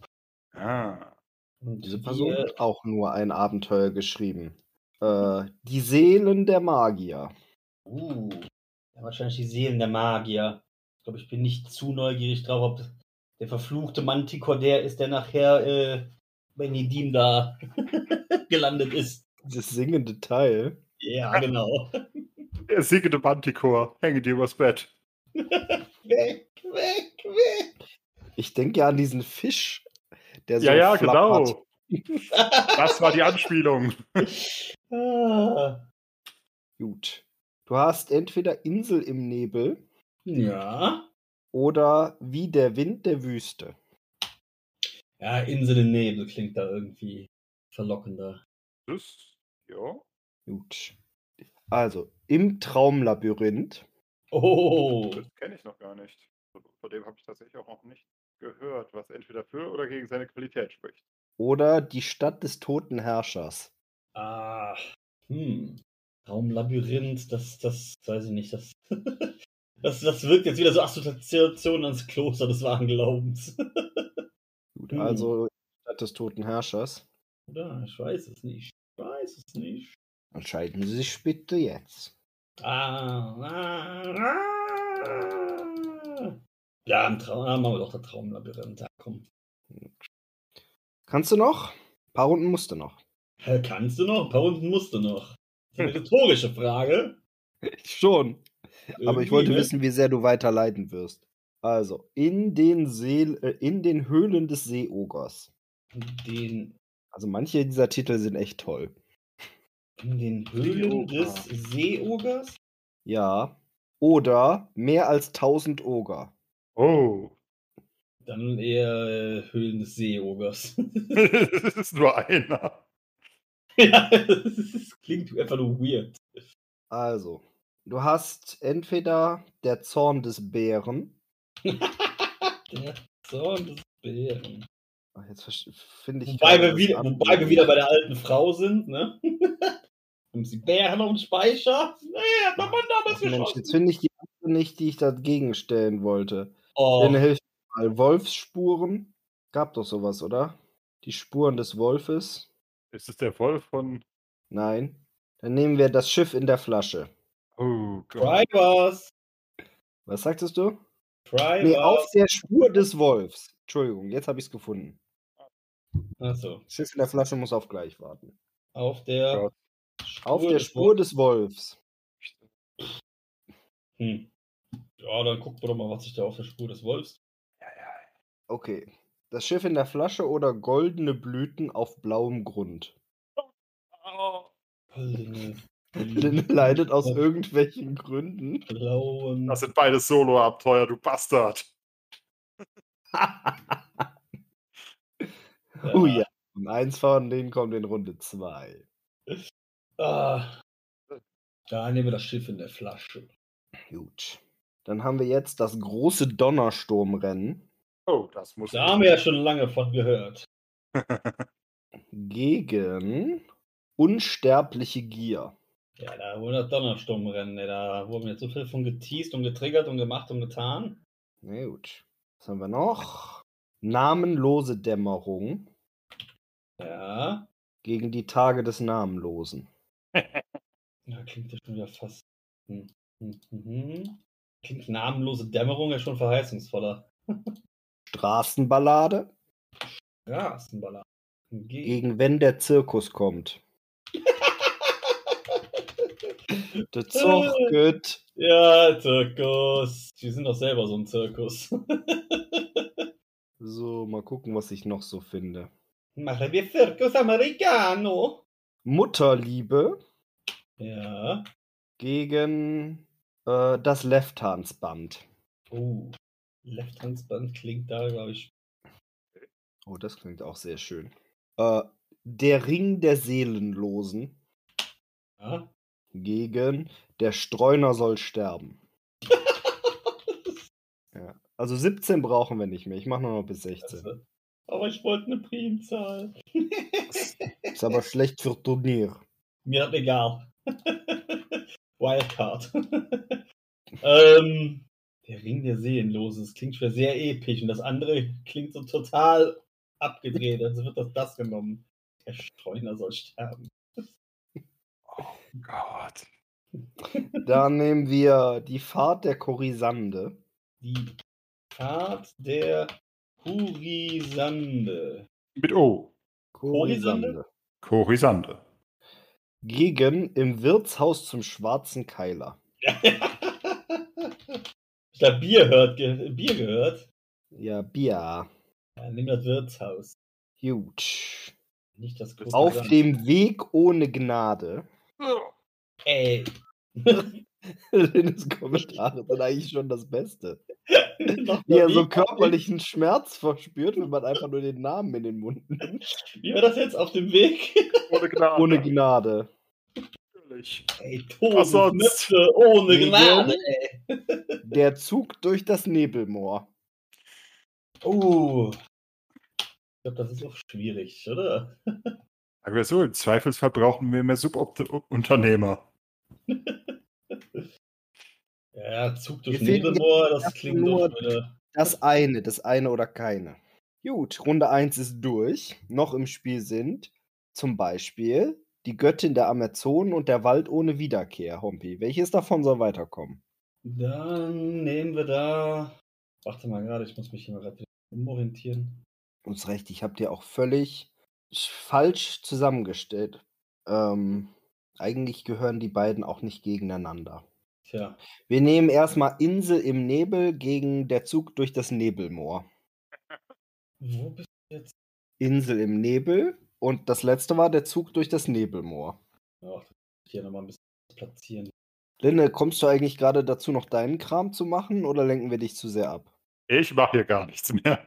Ah. Und Diese die, Person äh, hat auch nur ein Abenteuer geschrieben. Äh, die Seelen der Magier. Uh, ja, wahrscheinlich die Seelen der Magier. Ich glaube, ich bin nicht zu neugierig drauf, ob der verfluchte Manticore der ist, der nachher äh, bei Nedim da gelandet ist. Das singende Teil. Ja, genau. Der siegende Manticore. Hänge dir übers Bett. Weg, weg, weg. Ich denke ja an diesen Fisch, der so Ja, ja, flappert. genau. Das war die Anspielung. Ah, Gut. Du hast entweder Insel im Nebel ja. oder Wie der Wind der Wüste. Ja, Insel im Nebel klingt da irgendwie verlockender. Das, ja. Gut. Also, im Traumlabyrinth Oh, Das kenne ich noch gar nicht. Von dem habe ich tatsächlich auch noch nicht gehört, was entweder für oder gegen seine Qualität spricht. oder Die Stadt des toten Herrschers. ah, hm. Raumlabyrinth, das, das weiß ich nicht. Das, das, das wirkt jetzt wieder so Assoziation ans Kloster des wahren Glaubens. Gut, Hm. also Stadt des toten Herrschers. Oder? Ich weiß es nicht. Ich weiß es nicht. Entscheiden Sie sich bitte jetzt. Ah, ah, ah. Ja, im Traum, ah, machen wir doch das Traumlabyrinth. Ja, komm. Kannst du noch? Ein paar Runden musst du noch. Hä, kannst du noch? Ein paar Runden musst du noch. Das ist eine rhetorische Frage. Schon. Aber ich Irgendwie, wollte ne? wissen, wie sehr du weiter leiden wirst. Also, in den Seel äh, in den Höhlen des Seeogers. Den, Also, manche dieser Titel sind echt toll. in den Höhlen des Seeogers? Ja. Oder mehr als tausend Oger. Oh. Dann eher äh, Höhlen des Seeogers. Das ist nur einer. Ja, das klingt einfach nur weird. Also, du hast entweder der Zorn des Bären. Der Zorn des Bären. Ach, jetzt versch- finde ich Wobei gerade wir, das wieder, andere wobei wir wieder nicht. bei der alten Frau sind, ne? Haben sie Bären auf dem Speicher? Nee, hat mein Mann damals Ach Mensch, geschossen. jetzt finde ich die andere nicht, die ich dagegen stellen wollte. Oh, Dann hilft mir mal. Wolfsspuren. Gab doch sowas, oder? Die Spuren des Wolfes. Ist es der Wolf von. Nein. Dann nehmen wir das Schiff in der Flasche. Oh Gott. try was. Was sagtest du? Try Nee, auf was. der Spur des Wolfs. Entschuldigung, jetzt habe ich es gefunden. Achso. Schiff in der Flasche muss auf gleich warten. Auf der Gott. Spur Auf der des Spur des Wolfs. Hm. Ja, dann gucken wir doch mal, was sich da auf der Spur des Wolfs. Ja, ja. Okay. Das Schiff in der Flasche oder goldene Blüten auf blauem Grund. Oh. Goldene, Lynn leidet aus irgendwelchen Gründen. blauen. Das sind beide Solo-Abenteuer, du Bastard. Oh ja. Und eins von denen kommt in Runde zwei. Ah. Da nehmen wir das Schiff in der Flasche. Gut. Dann haben wir jetzt das große Donnersturmrennen Oh, das muss Da haben wir ja schon lange von gehört. gegen unsterbliche Gier. Ja, da wurde das Donnersturmrennen. ey, Da wurden jetzt so viel von geteased und getriggert und gemacht und getan. Na gut. Was haben wir noch? Namenlose Dämmerung Ja. gegen die Tage des Namenlosen. Ja, klingt ja schon wieder fast. Hm. Hm, hm, hm. Klingt namenlose Dämmerung ja schon verheißungsvoller. Straßenballade Rasenballer. Ge gegen Wenn der Zirkus kommt. Der Zirkus. Ja, Zirkus. Wir sind doch selber so ein Zirkus. So, mal gucken, was ich noch so finde. Machen wir Circus Americano. Mutterliebe Ja. gegen äh, das Left-Hands-Band. Oh. Left-Hands-Band klingt da, glaube ich. Oh, das klingt auch sehr schön. Äh, der Ring der Seelenlosen Ja. gegen Der Streuner soll sterben. Ja. Also siebzehn brauchen wir nicht mehr. Ich mache nur noch bis sechzehn. Also, aber ich wollte eine Primzahl. Ist aber schlecht für Turnier. Mir ist egal. Wildcard. ähm, der Ring der Seelenlosen. Das klingt schon sehr episch. Und das andere klingt so total abgedreht. Also wird das das genommen. Der Streuner soll sterben. Oh Gott. Dann nehmen wir die Fahrt der Korisande. Die Fahrt der Kurisande. Mit O. Korisande. Korisande. Gegen Im Wirtshaus zum schwarzen Keiler. Ich glaube, Bier, hört, ge Bier gehört. Ja, Bia. Ja, nimm das Wirtshaus. Gut. Nicht das Auf Kurisande. dem Weg ohne Gnade. Ey. Linnes Kommentare sind eigentlich schon das Beste. Noch Wie er mal so wie- körperlichen Schmerz verspürt, wenn man einfach nur den Namen in den Mund nimmt. Wie war das jetzt auf dem Weg? Ohne Gnade. Ohne Gnade. Natürlich. Ey, Was sonst? Todesnüsse ohne Gegen- Gnade, ey. Der Zug durch das Nebelmoor. Uh. Ich glaube, das ist auch schwierig, oder? Sagen wir so, im Zweifelsfall brauchen wir mehr Subunternehmer. Ja, Zug durch Wir finden Nebelmoor, jetzt das klingt nur- doch wieder. Das eine, das eine oder keine. Gut, Runde eins ist durch. Noch im Spiel sind zum Beispiel die Göttin der Amazonen und der Wald ohne Wiederkehr, Hompi. Welches davon soll weiterkommen? Dann nehmen wir da. Warte mal gerade, ich muss mich hier mal gerade umorientieren. Du hast recht, ich habe dir auch völlig falsch zusammengestellt. Ähm, eigentlich gehören die beiden auch nicht gegeneinander. Tja. Wir nehmen erstmal Insel im Nebel gegen der Zug durch das Nebelmoor. Wo bist du jetzt? Insel im Nebel und das letzte war der Zug durch das Nebelmoor. Ach, hier nochmal ein bisschen platzieren. Linne, kommst du eigentlich gerade dazu, noch deinen Kram zu machen oder lenken wir dich zu sehr ab? Ich mache hier gar nichts mehr.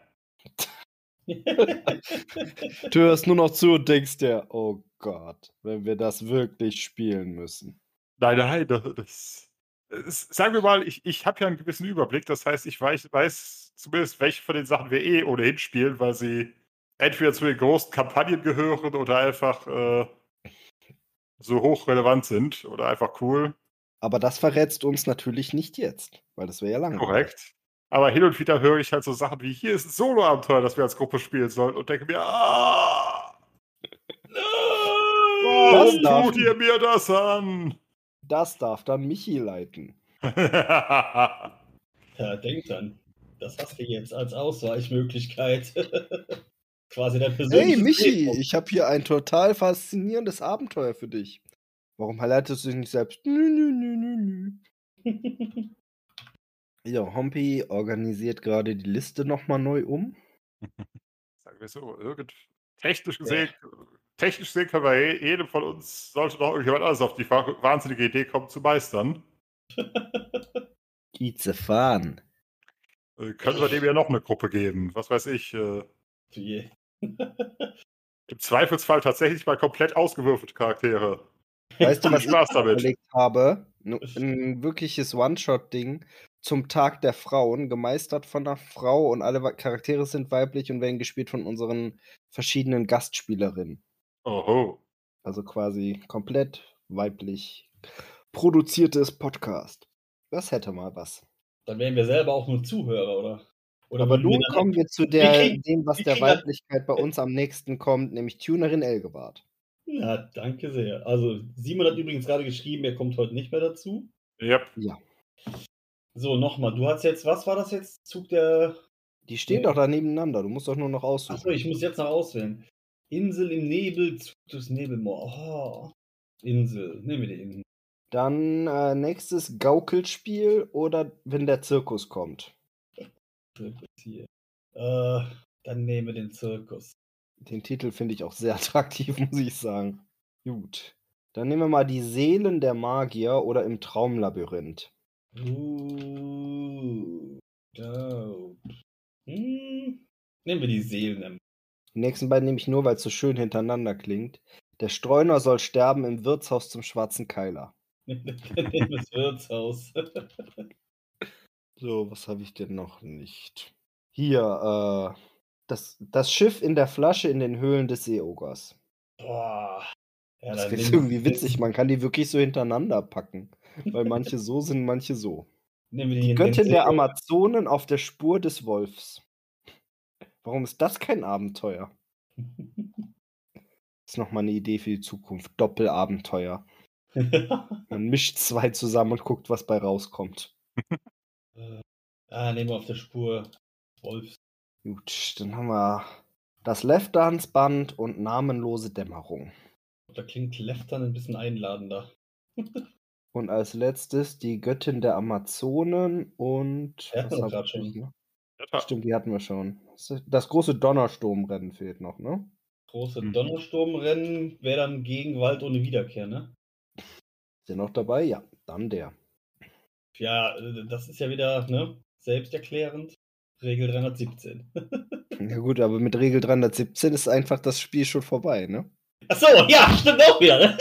Du hörst nur noch zu und denkst dir, oh Gott, wenn wir das wirklich spielen müssen. Nein, nein, das, das, das sagen wir mal, ich, ich habe ja einen gewissen Überblick. Das heißt, ich weiß, weiß zumindest, welche von den Sachen wir eh ohnehin spielen, weil sie entweder zu den großen Kampagnen gehören oder einfach äh, so hochrelevant sind oder einfach cool. Aber das verrätst du uns natürlich nicht jetzt, weil das wäre ja langweilig. Korrekt. Aber hin und wieder höre ich halt so Sachen wie, hier ist ein Solo-Abenteuer, das wir als Gruppe spielen sollen und denke mir, ah, warum darf- tut ihr mir das an? Das darf dann Michi leiten. Ja, denk dran. Das hast du jetzt als Ausweichmöglichkeit. Quasi dein Hey persönliches Michi, Leben. ich habe hier ein total faszinierendes Abenteuer für dich. Warum leitest du dich nicht selbst? Nü, nü, nü, nü, nü. Ja, Hompi organisiert gerade die Liste nochmal neu um. Sagen wir so, irgend technisch gesehen, technisch gesehen können wir je- jedem von uns, sollte noch irgendjemand anderes auf die wa- wahnsinnige Idee kommen, zu meistern. It's a fun. Äh, können wir dem ja noch eine Gruppe geben. Was weiß ich. Äh, Je. Im Zweifelsfall tatsächlich mal komplett ausgewürfelte Charaktere. Weißt du, was Viel Spaß ich damit. überlegt habe? N- Ein wirkliches One-Shot-Ding zum Tag der Frauen, gemeistert von einer Frau und alle Wa- Charaktere sind weiblich und werden gespielt von unseren verschiedenen Gastspielerinnen. Oho. Also quasi komplett weiblich produziertes Podcast. Das hätte mal was. Dann wären wir selber auch nur Zuhörer, oder? Oder Aber würden wir nun dann- kommen wir zu der, kriegen- dem, was wir der kriegen dann- Weiblichkeit bei uns am nächsten kommt, nämlich Tunerin Elgebart. Ja, danke sehr. Also, Simon hat übrigens gerade geschrieben, er kommt heute nicht mehr dazu. Yep. Ja. So, nochmal. Du hast jetzt, was war das jetzt? Zug der. Die stehen Ja. doch da nebeneinander. Du musst doch nur noch aussuchen. Achso, ich muss jetzt noch auswählen. Insel im Nebel, Zug des Nebelmoor. Oh. Insel. Nehmen wir die Insel. Dann äh, nächstes Gaukelspiel oder wenn der Zirkus kommt. Zirkus hier. Äh, dann nehmen wir den Zirkus. Den Titel finde ich auch sehr attraktiv, muss ich sagen. Gut. Dann nehmen wir mal die Seelen der Magier oder im Traumlabyrinth. Uh, dope. Hm. Nehmen wir die Seelen. Die nächsten beiden nehme ich nur, weil es so schön hintereinander klingt. Der Streuner soll sterben im Wirtshaus zum Schwarzen Keiler. Nehmen wir das Wirtshaus. So, was habe ich denn noch nicht? Hier, äh, das, das Schiff in der Flasche in den Höhlen des Seeogers. Boah. Ja, Das dann finde ich nehmen wir- irgendwie witzig. Man kann die wirklich so hintereinander packen. Weil manche so sind, manche so. Nehmen wir Die den Göttin der Seeoger. Amazonen auf der Spur des Wolfs. Warum ist das kein Abenteuer? Das ist nochmal eine Idee für die Zukunft. Doppelabenteuer. Man mischt zwei zusammen und guckt, was bei rauskommt. Ah, nehmen wir auf der Spur Wolfs. Gut, dann haben wir das Left Dance Band und namenlose Dämmerung. Da klingt Leftern ein bisschen einladender. Und als letztes die Göttin der Amazonen und. Ja, was doch hab grad ich schon. noch? Ja, Stimmt, die hatten wir schon. Das große Donnersturmrennen fehlt noch, ne? Große Mhm. Donnersturmrennen wäre dann gegen Wald ohne Wiederkehr, ne? Ist der noch dabei? Ja, dann der. Ja, äh, das ist ja wieder, ne? Selbsterklärend. Regel dreihundertsiebzehn. Ja gut, aber mit Regel dreihundertsiebzehn ist einfach das Spiel schon vorbei, ne? Achso, ja, stimmt auch wieder, ne?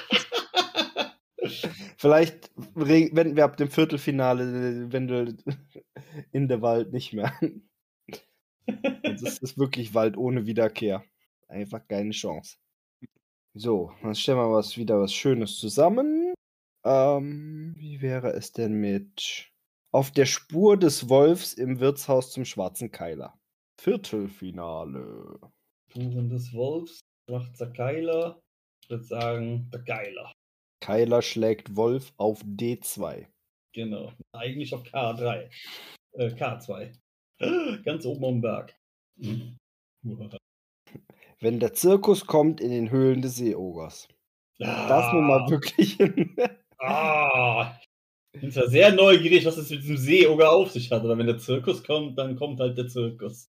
Vielleicht re- wenden wir ab dem Viertelfinale Wendel in der Wald nicht mehr an. Sonst ist es wirklich Wald ohne Wiederkehr. Einfach keine Chance. So, dann stellen wir was wieder was Schönes zusammen. Ähm, wie wäre es denn mit Auf der Spur des Wolfs im Wirtshaus zum Schwarzen Keiler? Viertelfinale. Spuren des Wolfs, schwarzer Keiler. Ich würde sagen, der Geiler. Keiler schlägt Wolf auf D zwei. Genau. Eigentlich auf K drei. Äh, K zwei. Ganz oben am Berg. Uah. Wenn der Zirkus kommt in den Höhlen des Seeogers. Das nun mal wirklich. Ah, Ich bin zwar sehr neugierig, was es mit diesem Seeoger auf sich hat, aber wenn der Zirkus kommt, dann kommt halt der Zirkus.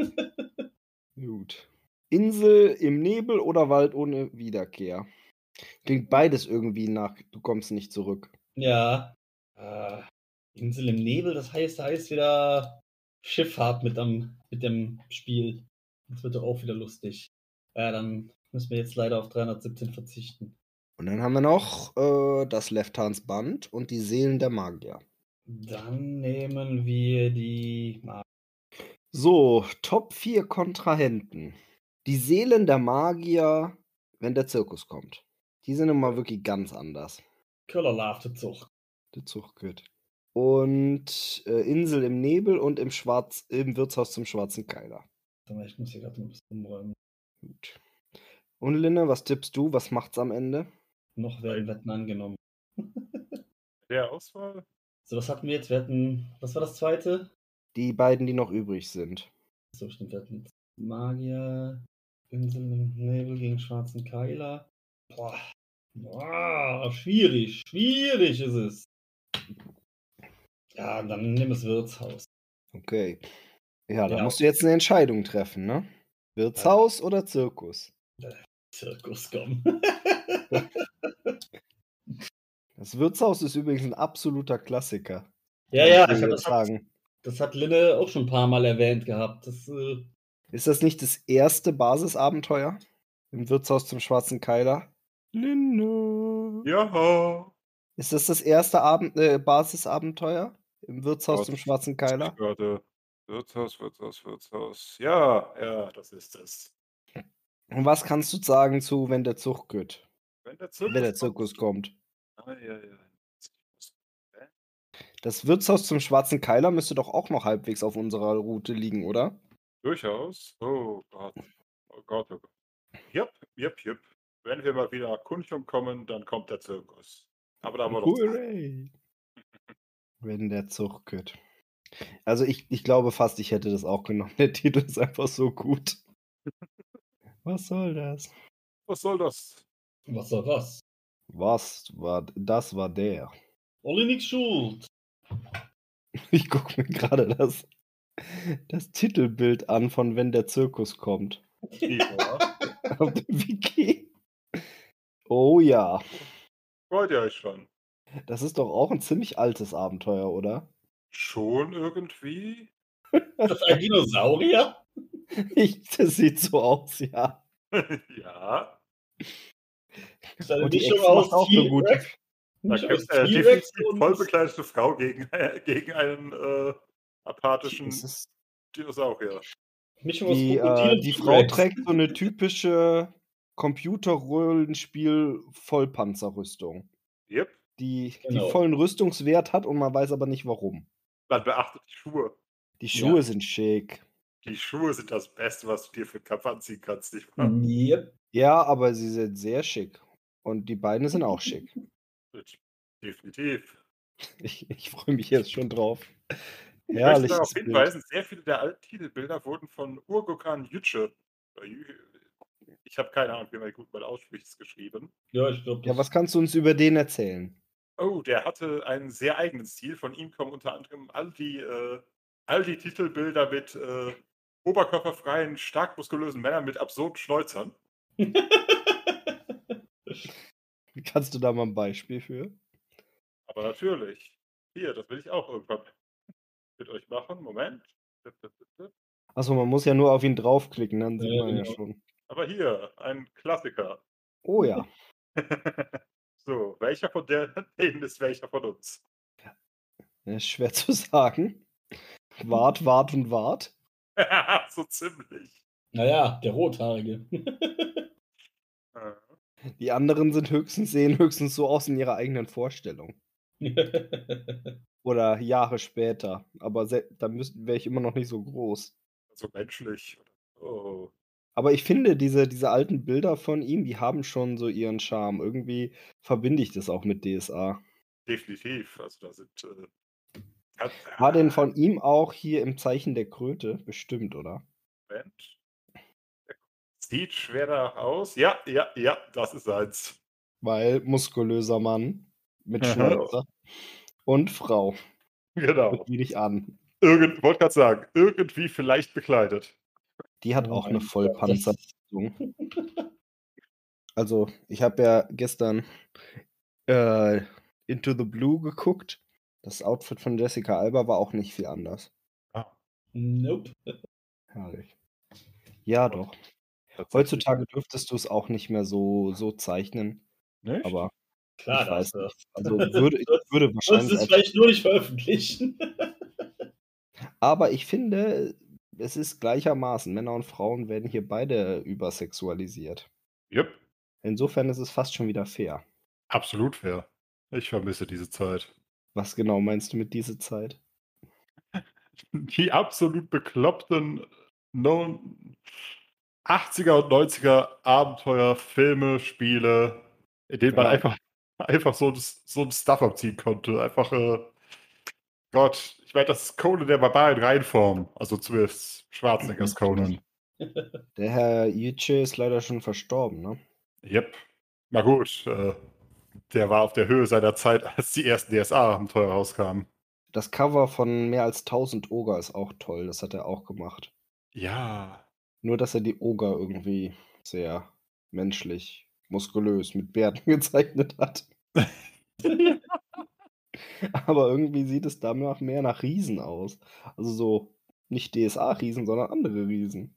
Gut. Insel im Nebel oder Wald ohne Wiederkehr? Klingt beides irgendwie nach, du kommst nicht zurück. Ja. Äh, Insel im Nebel, das heißt, da heißt wieder Schifffahrt mit, am, mit dem Spiel. Das wird doch auch wieder lustig. Ja, dann müssen wir jetzt leider auf dreihundertsiebzehn verzichten. Und dann haben wir noch äh, das Lefthands Band und die Seelen der Magier. Dann nehmen wir die. Mag- So, Top vier Kontrahenten. Die Seelen der Magier, wenn der Zirkus kommt. Die sind immer wirklich ganz anders. Köller Lafte Zug. Der Zuchtgott. Und äh, Insel im Nebel und im, Schwarz, im Wirtshaus zum Schwarzen Keiler. Ich muss hier gerade ein bisschen umräumen. Gut. Und Linne, was tippst du? Was macht's am Ende? Noch werden Wetten angenommen. Der Auswahl? So, was hatten wir jetzt? Wir hatten. Was war das zweite? Die beiden, die noch übrig sind. So, stimmt, wir hatten Magier, Insel im Nebel gegen Schwarzen Keiler. Boah. Boah, schwierig, schwierig ist es. Ja, dann nimm das Wirtshaus. Okay. Ja, da Ja. musst du jetzt eine Entscheidung treffen, ne? Wirtshaus oder Zirkus? Zirkus, komm. Das Wirtshaus ist übrigens ein absoluter Klassiker. Ja, ja, Kann ich ich hab, jetzt das, hat, sagen. das hat Linne auch schon ein paar Mal erwähnt gehabt. Das, äh, Ist das nicht das erste Basisabenteuer im Wirtshaus zum Schwarzen Keiler? Linne. Ja. Ist das das erste Abend, äh, Basisabenteuer im Wirtshaus Gott. zum Schwarzen Keiler? Warte. Wirtshaus, Wirtshaus, Wirtshaus. Ja, ja, das ist es. Und was kannst du sagen zu, wenn der Zug geht? Wenn der Zirkus, Wenn der Zirkus kommt. Ah, ja, ja. Das Wirtshaus zum Schwarzen Keiler müsste doch auch noch halbwegs auf unserer Route liegen, oder? Durchaus. Oh Gott. Oh Gott, oh Gott. Jupp, jupp, jupp. Wenn wir mal wieder nach Kunchum kommen, dann kommt der Zirkus. Aber da haben wir doch Zeit. Hooray. Wenn der Zug geht. Also ich, ich glaube fast, ich hätte das auch genommen. Der Titel ist einfach so gut. Was soll das? Was soll das? was soll was? Was war, das war der. Olli nix schuld. Ich gucke mir gerade das, das Titelbild an von Wenn der Zirkus kommt. Ja. Auf dem Wiki. Oh ja. Freut ihr euch schon? Das ist doch auch ein ziemlich altes Abenteuer, oder? Schon irgendwie? Ist das ein Dinosaurier? Ich, das sieht so aus, ja. Ja. Ist eine Und die Mischung Ex macht aus auch eine gute. T-Rex? Da Mischung gibt aus es äh, T-Rex definitiv und- voll bekleidete Frau gegen, äh, gegen einen äh, apathischen Es ist, Dinosaurier. Mischung aus die, Krokodil äh, und die Frau T-Rex. trägt so eine typische Computerrollenspiel-Vollpanzerrüstung, Yep. die, die Genau. vollen Rüstungswert hat und man weiß aber nicht warum. Man beachtet die Schuhe. Die Schuhe Ja. sind schick. Die Schuhe sind das Beste, was du dir für den Kampf anziehen kannst, nicht wahr? Yep. Ja, aber sie sind sehr schick. Und die Beine sind auch schick. Definitiv. Ich, ich freue mich jetzt schon drauf. Ich möchte Herrliches darauf Bild. hinweisen, sehr viele der alten Titelbilder wurden von Urgokan Yüce. Ich habe keine Ahnung, wie man gut mal ausspricht, es geschrieben. Ja, ich glaube, Ja, was kannst du uns über den erzählen? Oh, der hatte einen sehr eigenen Stil. Von ihm kommen unter anderem all die, äh, all die Titelbilder mit äh, oberkörperfreien, stark muskulösen Männern mit absurden Schnäuzern. Kannst du da mal ein Beispiel für? Aber natürlich. Hier, das will ich auch irgendwann mit euch machen. Moment. Achso, man muss ja nur auf ihn draufklicken, dann sieht Ja, man ja genau. schon. Aber hier, ein Klassiker. Oh ja. So, welcher von der- denen ist welcher von uns? Ja, ist schwer zu sagen. Wart, wart und wart. So ziemlich. Naja, der Rothaarige. Äh, Die anderen sind höchstens, sehen höchstens so aus in ihrer eigenen Vorstellung. Oder Jahre später. Aber se- da wäre ich immer noch nicht so groß. So menschlich. Oh. Aber ich finde, diese, diese alten Bilder von ihm, die haben schon so ihren Charme. Irgendwie verbinde ich das auch mit D S A. Definitiv. Also da sind. Äh, hat, War denn von ihm auch hier im Zeichen der Kröte? Bestimmt, oder? Moment. Sieht schwer danach aus. Ja, ja, ja, das ist eins. Weil muskulöser Mann mit Aha. Schnäuzer. Und Frau. Genau. Die nicht an. Irgend, wollte gerade sagen, irgendwie vielleicht bekleidet. Die hat Oh auch eine mein Gott, Vollpanzerrüstung. Also, ich habe ja gestern äh, Into the Blue geguckt. Das Outfit von Jessica Alba war auch nicht viel anders. Ah, Nope. Herrlich. Ja, doch. tatsächlich. Heutzutage dürftest du es auch nicht mehr so, so zeichnen. Nicht? Aber Klar, ich weiß darfst du. nicht. Also würde, ich Sollst- würde Sollst wahrscheinlich es einfach. vielleicht nur nicht veröffentlichen. Aber ich finde, es ist gleichermaßen. Männer und Frauen werden hier beide übersexualisiert. Yep, Insofern ist es fast schon wieder fair. absolut fair. Ich vermisse diese Zeit. Was genau meinst du mit dieser Zeit? Die absolut bekloppten no- achtziger und neunziger Abenteuer, Filme, Spiele, in denen man Ja. einfach, einfach so, das- so ein Stuff abziehen konnte. Einfach, äh, Gott, ich meine, das ist Conan der Barbar in Reinform. Also zumindest Schwarzeneggers Conan. Der Herr Yuche ist leider schon verstorben, ne? Yep. Na gut, äh, der war auf der Höhe seiner Zeit, als die ersten D S A-Abenteuer rauskamen. Das Cover von mehr als tausend Oger ist auch toll. Das hat er auch gemacht. Ja. Nur, dass er die Oger irgendwie sehr menschlich, muskulös mit Bärten gezeichnet hat. Aber irgendwie sieht es danach mehr nach Riesen aus. Also so nicht D S A-Riesen, sondern andere Riesen.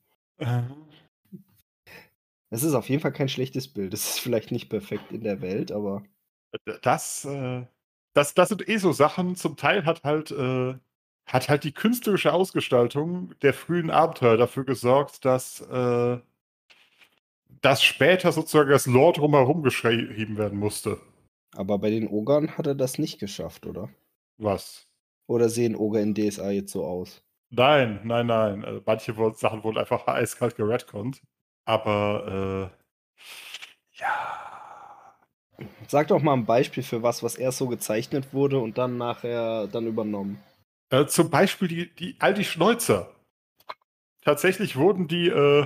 Es ist auf jeden Fall kein schlechtes Bild. Es ist vielleicht nicht perfekt in der Welt, aber Das, äh, das, das sind eh so Sachen. Zum Teil hat halt, äh, hat halt die künstlerische Ausgestaltung der frühen Abenteuer dafür gesorgt, dass, äh, dass später sozusagen das Lore drumherum geschrieben werden musste. aber bei den Ogern hat er das nicht geschafft, oder? Was? Oder sehen Oger in D S A jetzt so aus? Nein, nein, nein. Äh, manche wurden- Sachen wurden einfach eiskalt geredconnt. Aber, äh, ja. Sag doch mal ein Beispiel für was, was erst so gezeichnet wurde und dann nachher dann übernommen. Äh, zum Beispiel die, die, all die Schnäuzer. Tatsächlich wurden die, äh,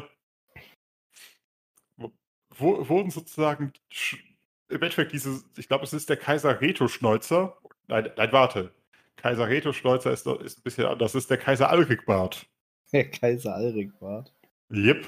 wo, wurden sozusagen sch- im Endeffekt diese, ich glaube, es ist der Kaiser Reto-Schnäuzer. Nein, nein, warte. Kaiser Reto-Schnäuzer ist, noch- ist ein bisschen anders. Das ist der Kaiser Alrik-Bart. Der Kaiser Alrik-Bart. Yep.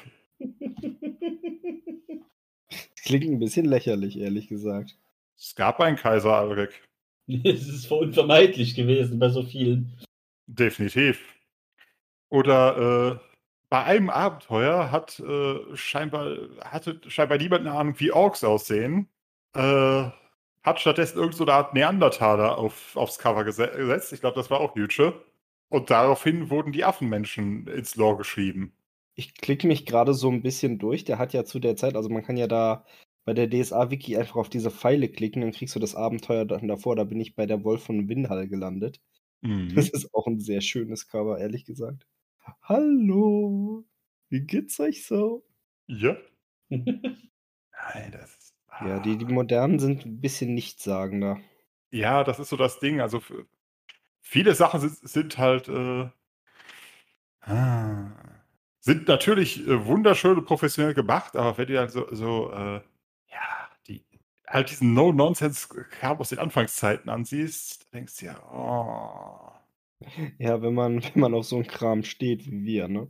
Klingt ein bisschen lächerlich, ehrlich gesagt. Es gab einen Kaiser Alrik. Es ist unvermeidlich gewesen bei so vielen. Definitiv. Oder äh, bei einem Abenteuer hat äh, scheinbar hatte scheinbar niemand eine Ahnung, wie Orks aussehen. Äh, hat stattdessen irgend so eine Art Neandertaler auf, aufs Cover gese gesetzt. Ich glaube, das war auch Jütsche. Und daraufhin wurden die Affenmenschen ins Lore geschrieben. Ich klicke mich gerade so ein bisschen durch. Der hat ja zu der Zeit, also man kann ja da bei der D S A-Wiki einfach auf diese Pfeile klicken, dann kriegst du das Abenteuer dann davor. Da bin ich bei der Wolf von Windhall gelandet. Mhm. Das ist auch ein sehr schönes Cover, ehrlich gesagt. Hallo, wie geht's euch so? Ja. Nein, das ist. Ja, die, die modernen sind ein bisschen nichtssagender. Ja, das ist so das Ding. Also für, viele Sachen sind, sind halt äh, ah, sind natürlich äh, wunderschön und professionell gemacht, aber wenn du halt so, so äh, ja, die halt diesen No-Nonsense-Kram aus den Anfangszeiten ansiehst, denkst du ja, oh. Ja, wenn man, wenn man auf so einen Kram steht wie wir, ne?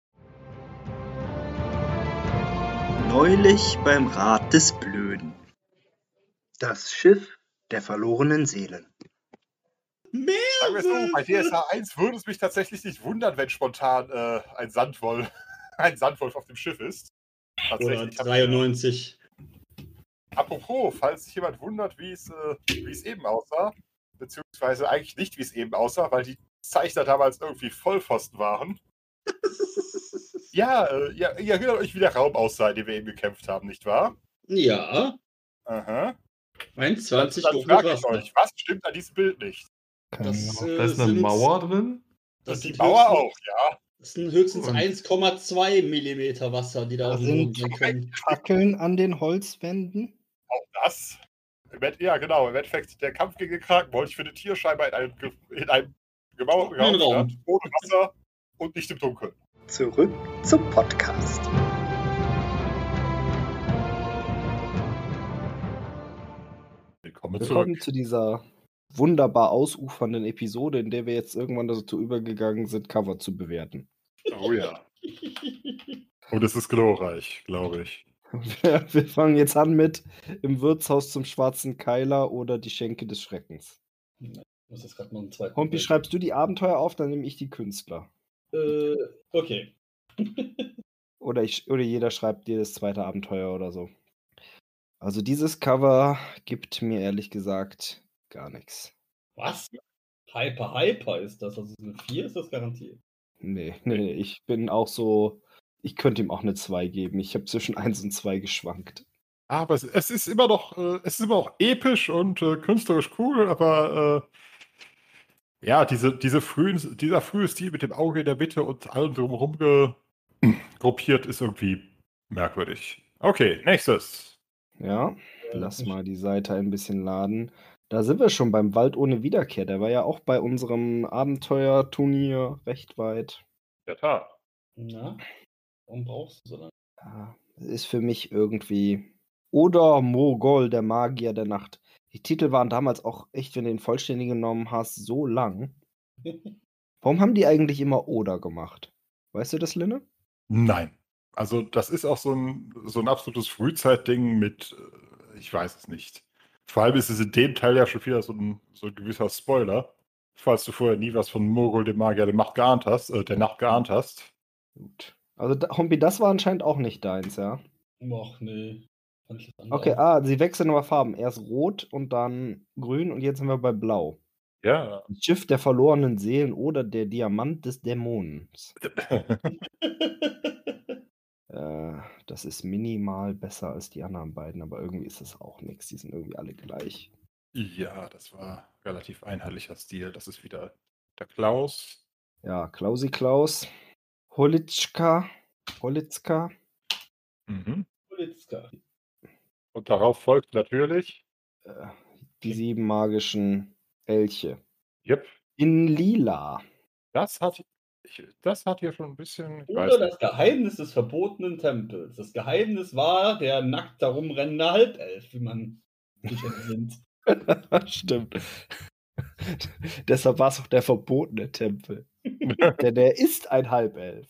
Neulich beim Rat des Blöden. Das Schiff der verlorenen Seelen. Sagen wir es so, bei D S A eins würde es mich tatsächlich nicht wundern, wenn spontan äh, ein Sandwolf, ein Sandwolf auf dem Schiff ist. Oder Tatsächlich. hab ich- dreiundneunzig. Apropos, falls sich jemand wundert, wie es, äh, wie es eben aussah, beziehungsweise eigentlich nicht, wie es eben aussah, weil die Zeichner damals irgendwie Vollpfosten waren. Ja, äh, ja, ihr erinnert euch, wie der Raum aussah, in dem wir eben gekämpft haben, nicht wahr? Ja, Aha. einundzwanzig Dann hoch frage mit ich Wasser. euch, was stimmt an diesem Bild nicht? Das, Da äh, ist eine sind- Mauer drin. Das Und die sind Mauer höchstens- auch, ja. Das sind höchstens Und- eins Komma zwei Millimeter Wasser, die da Da auf dem Boden sind sein können. Fackeln an den Holzwänden. Auch das. Im End- Ja, genau. Im Endeffekt, der Kampf gegen den Kraken wollte ich für eine Tierscheibe in einem, ge- in einem gemauerten Offenen Raum Raum. statt, ohne Wasser und nicht im Dunkeln. Zurück zum Podcast. Willkommen zurück. Willkommen zu dieser wunderbar ausufernden Episode, in der wir jetzt irgendwann dazu übergegangen sind, Cover zu bewerten. Oh ja. Und es ist glorreich, glaube ich. Wir, wir fangen jetzt an mit Im Wirtshaus zum schwarzen Keiler oder Die Schenke des Schreckens. Ich muss jetzt gerade mal einen zweiten. Hompi, schreibst du die Abenteuer auf, dann nehme ich die Künstler. Äh, okay. Oder, ich, oder jeder schreibt dir das zweite Abenteuer oder so. Also dieses Cover gibt mir ehrlich gesagt gar nichts. Was? Hyper, Hyper ist das. Also eine vier ist das garantiert. Nee, nee, nee, ich bin auch so, ich könnte ihm auch eine zwei geben. Ich habe zwischen eins und zwei geschwankt. Aber es, es ist immer noch, äh, es ist immer noch episch und äh, künstlerisch cool, aber äh, ja, diese, diese frühen, dieser frühe Stil mit dem Auge in der Mitte und allem drumherum ge gruppiert ist irgendwie merkwürdig. Okay, nächstes. Ja, Ja, lass ich- mal die Seite ein bisschen laden. Da sind wir schon beim Wald ohne Wiederkehr. Der war ja auch bei unserem Abenteuerturnier recht weit. Ja, Tat. Na? Warum brauchst du so lange? Ja, das ist für mich irgendwie. Oder Mogol, der Magier der Nacht. Die Titel waren damals auch echt, wenn du den vollständig genommen hast, so lang. Warum haben die eigentlich immer Oder gemacht? Weißt du das, Linne? Nein. Also das ist auch so ein, so ein absolutes Frühzeitding mit, äh, ich weiß es nicht. Vor allem ist es in dem Teil ja schon wieder so ein, so ein gewisser Spoiler, falls du vorher nie was von Mogul, dem Magier der Nacht geahnt hast, äh, der Nacht geahnt hast. Gut. Also, da, Hompi, das war anscheinend auch nicht deins, ja? Och, nee. Fand ich das andere Okay, auch. ah, sie wechseln aber Farben. Erst rot und dann grün und jetzt sind wir bei blau. Ja. Das Schiff der verlorenen Seelen oder der Diamant des Dämonens. Äh, das ist minimal besser als die anderen beiden, aber irgendwie ist das auch nichts. Die sind irgendwie alle gleich. Ja, das war relativ einheitlicher Stil. Das ist wieder der Klaus. Ja, Klausi Klaus. Holitschka. Holitzka. Mhm. Politzka. Und darauf folgt natürlich, Äh, die sieben magischen Elche. yep, In lila. das hat, ich, das hat hier schon ein bisschen, ich Oder weiß das Geheimnis des verbotenen Tempels. Das Geheimnis war der nackt herumrennende Halbelf, wie man sich entsinnt. Stimmt. Deshalb war es auch der verbotene Tempel. nicht. Denn er ist ein Halbelf.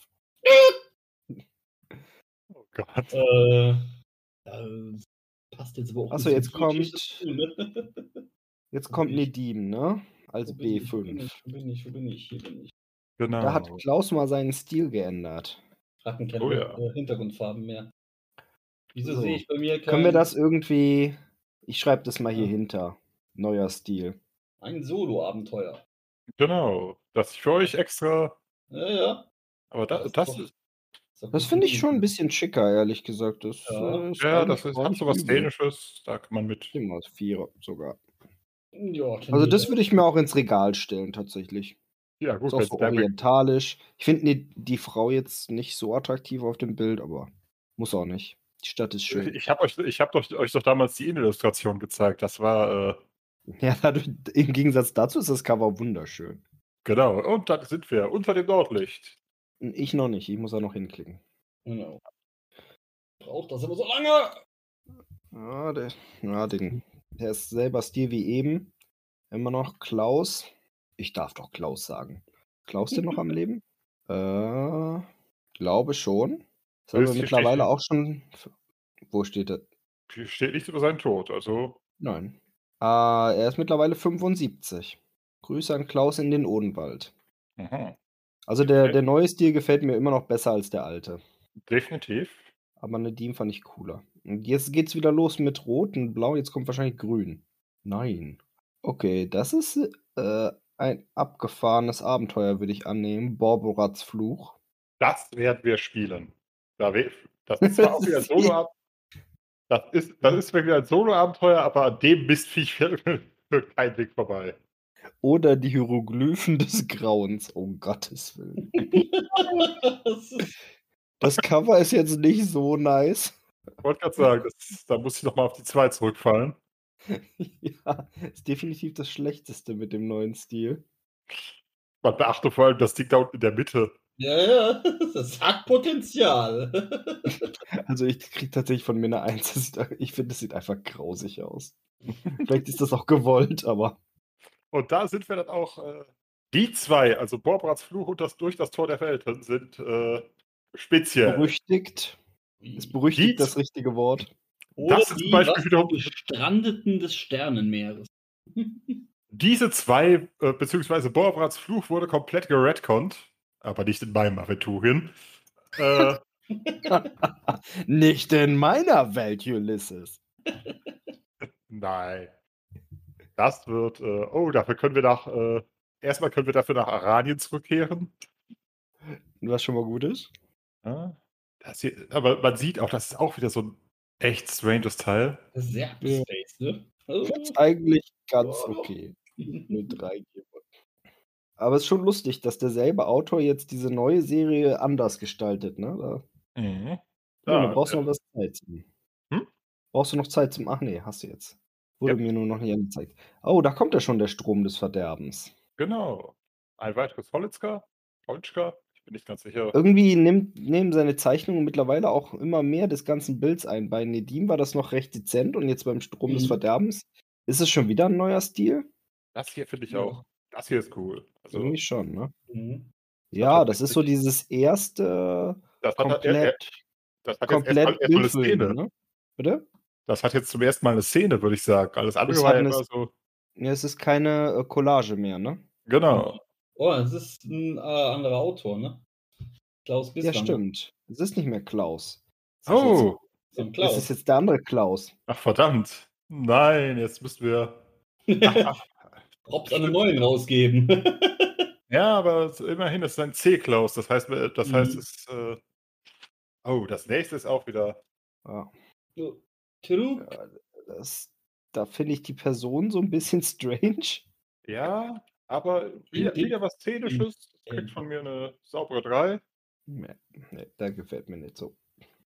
Oh Gott. Äh, das passt jetzt aber auch Achso, nicht jetzt so wirklich kommt- dazu, ne? Jetzt Wo kommt bin ich? Nedim, ne? Als Wo bin ich? Wo bin B fünf. ich? Wo bin ich? Wo bin ich? Hier bin ich. Genau. Da hat Klaus mal seinen Stil geändert. Hatten keine Oh ja. äh, Hintergrundfarben mehr. Wieso So. sehe ich bei mir kein... Können wir das irgendwie. Ich schreibe das mal hier Ja. hinter. Neuer Stil. Ein Solo-Abenteuer. Genau. Das ich für euch extra. Ja, ja. Aber da, Das ist das doch- ist. ist doch Das gut finde ich genug. schon ein bisschen schicker, ehrlich gesagt. Das, Ja. äh, ist Ja, eigentlich das ist, gar hat nicht so was übel. Dänisches. Da kann man mit. Stimmt, aus vier sogar. Ja, Also das würde ich mir auch ins Regal stellen, tatsächlich. Ja, gut, Ist auch wenn so der Be- orientalisch. Ich finde die, die Frau jetzt nicht so attraktiv auf dem Bild, aber muss auch nicht. Die Stadt ist schön. Ich habe euch, ich hab doch, euch doch damals die Innenillustration gezeigt. Das war, äh, Ja, dadurch, im Gegensatz dazu ist das Cover wunderschön. genau. Und dann sind wir unter dem Nordlicht. Ich noch nicht, ich muss da noch hinklicken. Genau. Braucht das immer so lange? Ja, der, ja den, der ist selber Stil wie eben. Immer noch Klaus. Ich darf doch Klaus sagen. Klaus denn noch am Leben? Äh, glaube schon. Das haben wir Höchst mittlerweile steht- auch schon. Wo steht er? Hier steht nichts über seinen Tod. Also, Nein. Äh, er ist mittlerweile fünfundsiebzig. Grüße an Klaus in den Odenwald. aha. Also der, Okay. der neue Stil gefällt mir immer noch besser als der alte. Definitiv. Aber Nedim fand ich cooler. Und jetzt geht's wieder los mit Rot und Blau. Jetzt kommt wahrscheinlich Grün. Nein. Okay, das ist äh, ein abgefahrenes Abenteuer, würde ich annehmen. Borborats Fluch. Das werden wir spielen. Da we- Das ist zwar auch wieder ein Solo Das ist, das ist wirklich ein Solo-Abenteuer, aber an dem Mistviech führt kein Weg vorbei. Oder die Hieroglyphen des Grauens. Um Gottes Willen. Das ist- Das Cover ist jetzt nicht so nice. Ich wollte gerade sagen, das, da muss ich nochmal auf die zwei zurückfallen. Ja, ist definitiv das Schlechteste mit dem neuen Stil. Man beachte vor allem das Ding da unten in der Mitte. ja, ja, das hat Potenzial. Also ich kriege tatsächlich von mir eine eins. Das sieht, ich finde, das sieht einfach grausig aus. Vielleicht ist das auch gewollt, aber Und da sind wir dann auch, äh, die zwei, also Borbrats Fluch und das durch das Tor der Welten sind äh, speziell. Berüchtigt. Ist Wie? berüchtigt Die das richtige Wort. Oder Das ist zum die Beispiel was wiederum. die Gestrandeten des Sternenmeeres. Diese zwei, äh, beziehungsweise Borbrats Fluch wurde komplett geredconnt, aber nicht in meinem Aventurien. Äh, Nicht in meiner Welt, Ulysses. nein. Das wird, äh, oh, dafür können wir nach, äh, erstmal können wir dafür nach Aranien zurückkehren. Was schon mal gut ist. Ja, das hier, aber man sieht auch, das ist auch wieder so ein echt stranges Teil. Das ist sehr Ja. abgespaced, ne? Ich find's eigentlich ganz okay. Nur drei gebe. Aber es ist schon lustig, dass derselbe Autor jetzt diese neue Serie anders gestaltet, ne? Da, Mhm. ja, da Ja, brauchst du ja. noch was Zeit zum. Hm? Brauchst du noch Zeit zum. Ach nee, hast du jetzt. Wurde Yep. mir nur noch nicht angezeigt. Oh, da kommt ja schon der Strom des Verderbens. Genau. Ein weiteres Holitzka? Holitschka? Ich bin nicht ganz sicher. Irgendwie nimmt, nehmen seine Zeichnungen mittlerweile auch immer mehr des ganzen Bilds ein. Bei Nedim war das noch recht dezent und jetzt beim Strom des Mhm. Verderbens ist es schon wieder ein neuer Stil? Das hier finde ich Ja. auch. Das hier ist cool. Also, Irgendwie schon, ne? Mhm. Ja, hat das ist so tatsächlich- dieses erste das hat, er, er, komplett, das hat jetzt komplett erstmal erst mal eine Bildfüllen, Szene. ne? Bitte? Das hat jetzt zum ersten Mal eine Szene, würde ich sagen. Alles andere Es war hat ja eine- immer so. Ja, es ist keine äh, Collage mehr, ne? Genau. Oh, das ist ein äh, anderer Autor, ne? Klaus Ja, Biswanger. stimmt. Es ist nicht mehr Klaus. Es ist Oh, So ein jetzt, es Klaus. ist jetzt der andere Klaus. ach verdammt. Nein, jetzt müssen wir. Ach, ach. Props an den neuen rausgeben. Ja, aber es- immerhin ist es ein C-Klaus. Das heißt, äh, das heißt, Mhm. es. Äh, oh, das nächste ist auch wieder. Ja, So, Trug. ja, das, da finde ich die Person so ein bisschen strange. Ja, aber wieder, Den- wieder was Szenisches. Das kriegt von mir eine saubere drei. Nee, nee, der gefällt mir nicht so.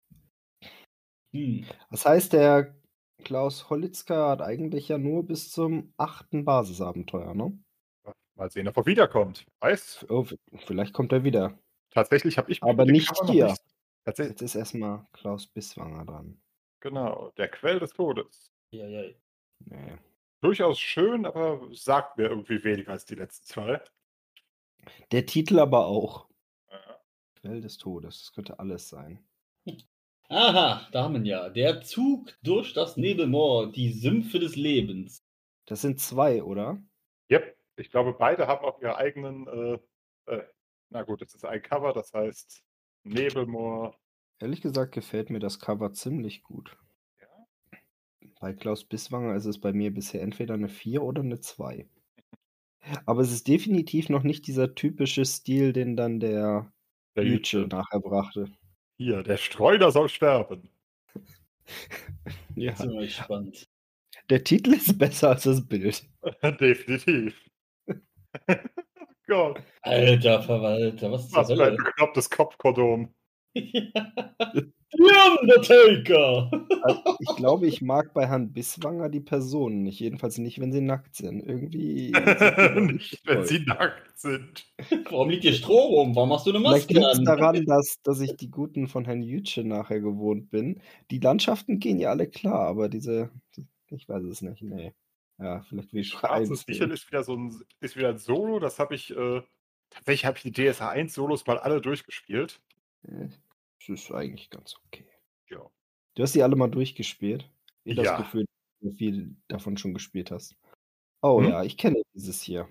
Hm. Das heißt, der Klaus Holitzka hat eigentlich ja nur bis zum achten Basisabenteuer, ne? Mal sehen, ob er wiederkommt. Weiß. Oh, v- vielleicht kommt er wieder. Tatsächlich habe ich mich Aber mit dem nicht Cover noch hier. nicht. Tatsächlich, Jetzt ist erstmal Klaus Biswanger dran. genau, der Quell des Todes. Ja, ja. Nee. Durchaus schön, aber sagt mir irgendwie weniger als die letzten zwei. Der Titel aber auch. Ja. Quell des Todes. Das könnte alles sein. Aha, da haben wir ihn ja. Der Zug durch das Nebelmoor, die Sümpfe des Lebens. Das sind zwei, oder? Yep, ich glaube, beide haben auch ihre eigenen. Äh, äh, na gut, es ist ein Cover, das heißt Nebelmoor. Ehrlich gesagt gefällt mir das Cover ziemlich gut. Ja. Bei Klaus Biswanger ist es bei mir bisher entweder eine vier oder eine zwei. Aber es ist definitiv noch nicht dieser typische Stil, den dann der Der Jütsche Jütsche. nachher brachte. Hier, der Streuner soll sterben. Ja. Jetzt sind wir gespannt. Der Titel ist besser als das Bild. Definitiv. Gott, Alter Verwalter, was zur was für ein Hölle? beklopptes Kopfkondom. The Undertaker! Also, ich glaube, ich mag bei Herrn Biswanger die Personen nicht. Jedenfalls nicht, wenn sie nackt sind. Irgendwie. sind die noch Nicht, wenn toll. sie nackt sind. Warum liegt hier Strom rum? Warum machst du eine Vielleicht Maske liegt es an? daran, dass, dass ich die guten von Herrn Jütsche nachher gewohnt bin. Die Landschaften gehen ja alle klar, aber diese. Ich weiß es nicht, nee. Ja, vielleicht will ich Schwarzes Sichel ist wieder so ein, ist wieder ein Solo, das habe ich, äh, tatsächlich habe ich die D S H eins Solos mal alle durchgespielt. Das ist eigentlich ganz okay. Ja. Du hast die alle mal durchgespielt? Ich habe Ja. das Gefühl, dass du viel davon schon gespielt hast. Oh Hm? ja, ich kenne dieses hier.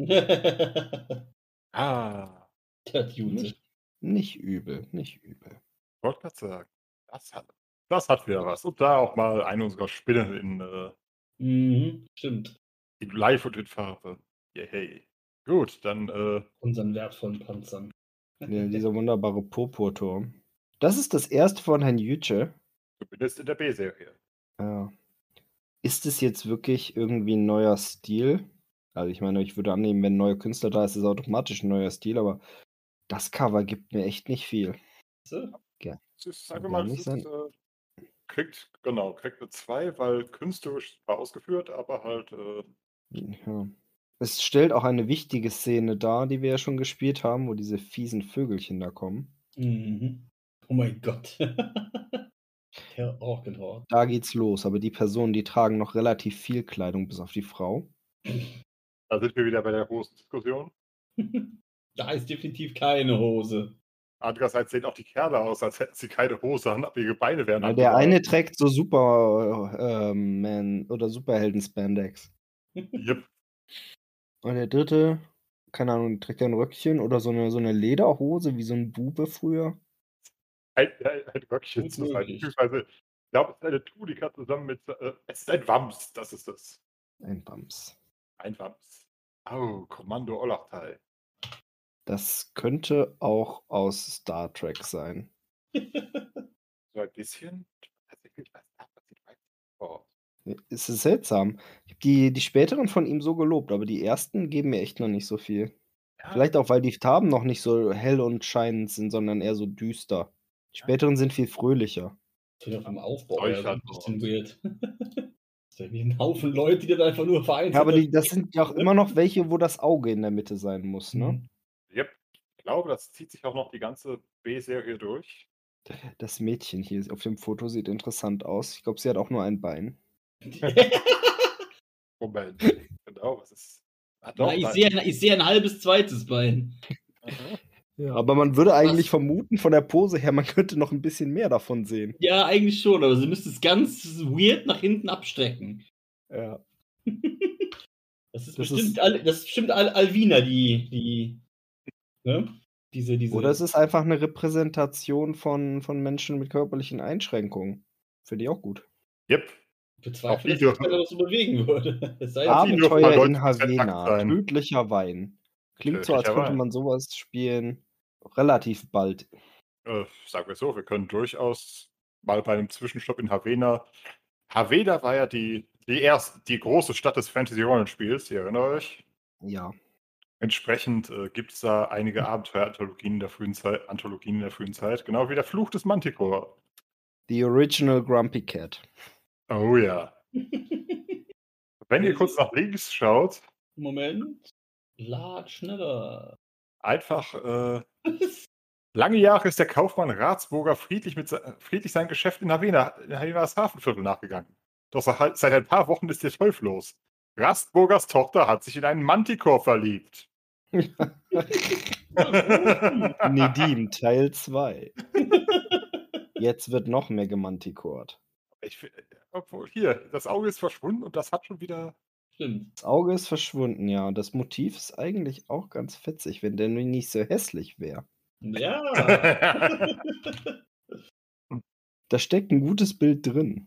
Ah, Der Jute. Nicht, nicht übel, nicht übel. wollte gerade sagen. Das hat, das hat wieder was. Und da auch mal eine unserer Spinnen in, äh, Mhm, stimmt. in Live und in Farbe. Yay. Gut, dann, äh, Unseren wertvollen Panzern. Ja, dieser wunderbare Purpurturm. Das ist das erste von Herrn Jütsche. zumindest in der B-Serie. Ja. Ist es jetzt wirklich irgendwie ein neuer Stil? Also ich meine, ich würde annehmen, wenn ein neuer Künstler da ist, ist es automatisch ein neuer Stil, aber das Cover gibt mir echt nicht viel. So. Es ist Soll einfach gar mal, nicht es ist, äh, kriegt, genau, kriegt eine zwei, weil künstlerisch zwar ausgeführt, aber halt, äh, Ja. Es stellt auch eine wichtige Szene dar, die wir ja schon gespielt haben, wo diese fiesen Vögelchen da kommen. Mhm. Oh mein Gott. Herr Orkenhort. Da geht's los, aber die Personen, die tragen noch relativ viel Kleidung, bis auf die Frau. Da sind wir wieder bei der Hosendiskussion. Da ist definitiv keine Hose. Andererseits sehen auch die Kerle aus, als hätten sie keine Hose an, aber ihre Beine wären Ja, der angemalt. eine trägt so Superman oder Superhelden-Spandex. Yep. Und der dritte, keine Ahnung, trägt er ein Röckchen oder so eine, so eine Lederhose, wie so ein Bube früher. Ein, ein, ein Röckchen Gut zu sein. möglich. Beziehungsweise, ich glaube, es ist eine Tunika zusammen mit. Äh, es ist ein Wams, das ist es. Ein Bams. Ein Wams. Oh, Kommando Olachtal. Das könnte auch aus Star Trek sein. So ein bisschen. Tatsächlich, was da passiert, weiß ich nicht. Oh. Es ist seltsam. Ich habe die, die späteren von ihm so gelobt, aber die ersten geben mir echt noch nicht so viel. Ja, Vielleicht auch, weil die Farben noch nicht so hell und scheinend sind, sondern eher so düster. Die späteren sind viel fröhlicher. Ich finde vom Aufbau Zeug her so ein hat bisschen dort. weird. Das ist ja wie ein Haufen Leute, die dann einfach nur vereinzelt. Ja, aber die, das sind ja auch immer noch welche, wo das Auge in der Mitte sein muss, ne? Mhm. Yep. Ich glaube, das zieht sich auch noch die ganze B-Serie durch. Das Mädchen hier auf dem Foto sieht interessant aus. Ich glaube, sie hat auch nur ein Bein. Moment. Genau, was ist. Ah, doch, Na, ich da- sehe ein, ich sehe ein halbes zweites Bein. Mhm. Ja, aber man würde eigentlich Was? vermuten, von der Pose her, man könnte noch ein bisschen mehr davon sehen. Ja, eigentlich schon, aber sie müsste es ganz weird nach hinten abstrecken. Ja. Das ist Das bestimmt, ist- Al, das ist bestimmt Al, Alvina, die, die, ne? Diese, diese. Oder es ist einfach eine Repräsentation von, von Menschen mit körperlichen Einschränkungen. Finde ich auch gut. Yep. Ich bezweifle, Auf die dass sich dürfen- keiner das so bewegen würde. Es sei denn, Ab- die dürfen mal Abenteuer Leute in komplett nackt Havena. sein. Tödlicher Wein. Klingt so, als Tödlicher könnte Wein. man sowas spielen relativ bald. Äh, sagen wir so, wir können durchaus mal bei einem Zwischenstopp in Havena. Havena war ja die, die erste, die große Stadt des Fantasy-Rollenspiels, ihr erinnert euch? Ja. Entsprechend äh, gibt es da einige Abenteuer-Anthologien in der frühen Zeit, Anthologien in der frühen Zeit, genau wie der Fluch des Manticore. The Original Grumpy Cat. Oh ja. Wenn ihr kurz nach links schaut, Moment. Lad schneller. einfach äh, lange Jahre ist der Kaufmann Ratsburger friedlich, mit se friedlich sein Geschäft in Havena, in Havenas Hafenviertel nachgegangen. Doch seit seit ein paar Wochen ist der Teufel los. Rastburgers Tochter hat sich in einen Manticore verliebt. Nedim, Teil zwei. Jetzt wird noch mehr gemantikort. Ich, fi- obwohl, hier, das Auge ist verschwunden und das hat schon wieder. Stimmt. Das Auge ist verschwunden, ja. Und das Motiv ist eigentlich auch ganz fetzig, wenn der nur nicht so hässlich wäre. Ja. Da steckt ein gutes Bild drin.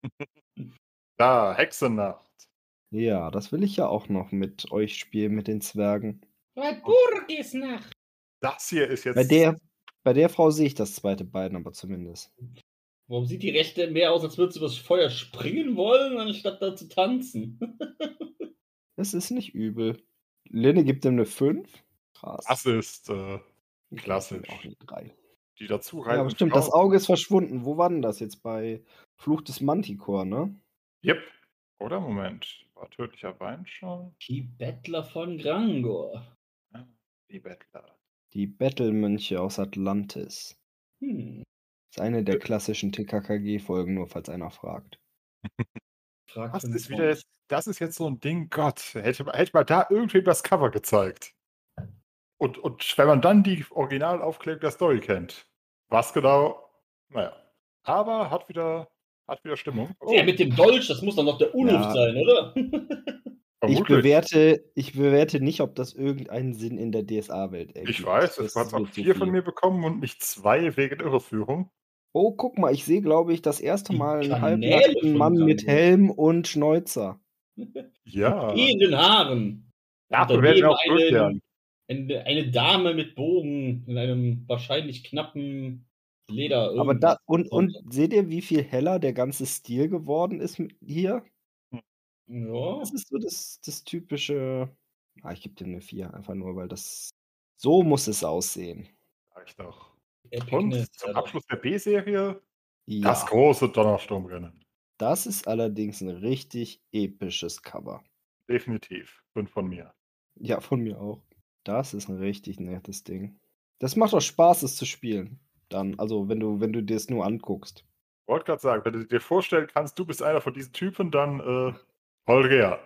Da, Hexennacht. Ja, das will ich ja auch noch mit euch spielen, mit den Zwergen. Walpurgisnacht. Das hier ist jetzt. Bei der, bei der Frau sehe ich das zweite Bein aber zumindest. Warum sieht die Rechte mehr aus, als würde sie übers Feuer springen wollen, anstatt da zu tanzen? Das ist nicht übel. Lenne gibt ihm eine fünf. Krass. Das ist äh, Ich klassisch. geb ihm auch eine drei. die dazu Ja, reisen. aber stimmt, das Auge ist verschwunden. Wo war denn das jetzt? Bei Fluch des Manticore, ne? Yep. Oder? Moment. War tödlicher Wein schon? Die Bettler von Grangor. Ja, die Bettler. Die Bettelmönche aus Atlantis. Hm. Das ist eine der klassischen T K K G-Folgen, nur falls einer fragt. Frag Das für ist mich wieder jetzt, das ist jetzt so ein Ding, Gott, hätte, man- hätte mal da irgendwem das Cover gezeigt. Und, und wenn man dann die Originalaufklärung der Story kennt. Was genau? Naja. Aber hat wieder, hat wieder Stimmung. Oh, Der mit dem Dolch, das muss doch noch der Ulf Ja. sein, oder? Ich vermutlich. bewerte, ich bewerte nicht, ob das irgendeinen Sinn in der D S A-Welt ergibt. Ich weiß, Das du hast auch wird zu vier von viel. mir bekommen und nicht zwei wegen Irreführung. Oh, guck mal, ich sehe, glaube ich, das erste Die Mal einen Kanäle halbnackten von Mann mit Grangor. Helm und Schnäuzer. Ja. In den Haaren. Dafür Und werden wir daneben auch zurückkehren. Eine, eine Dame mit Bogen in einem wahrscheinlich knappen Leder. Aber da, und, irgendwas. und seht ihr, wie viel heller der ganze Stil geworden ist mit- hier? Ja. Das ist so das, das typische. Ah, ich gebe dem eine vier, einfach nur, weil das. So muss es aussehen. Reicht doch. Epicness, Und zum Alter. Abschluss der B-Serie Ja, das große Donnersturmrennen. das ist allerdings ein richtig episches Cover. Definitiv. Fünf von mir. Ja, von mir auch. Das ist ein richtig nettes Ding. Das macht auch Spaß, es zu spielen. Dann, also wenn du, wenn du dir es nur anguckst. Ich wollte gerade sagen, wenn du dir vorstellen kannst, du bist einer von diesen Typen, dann äh, Holger.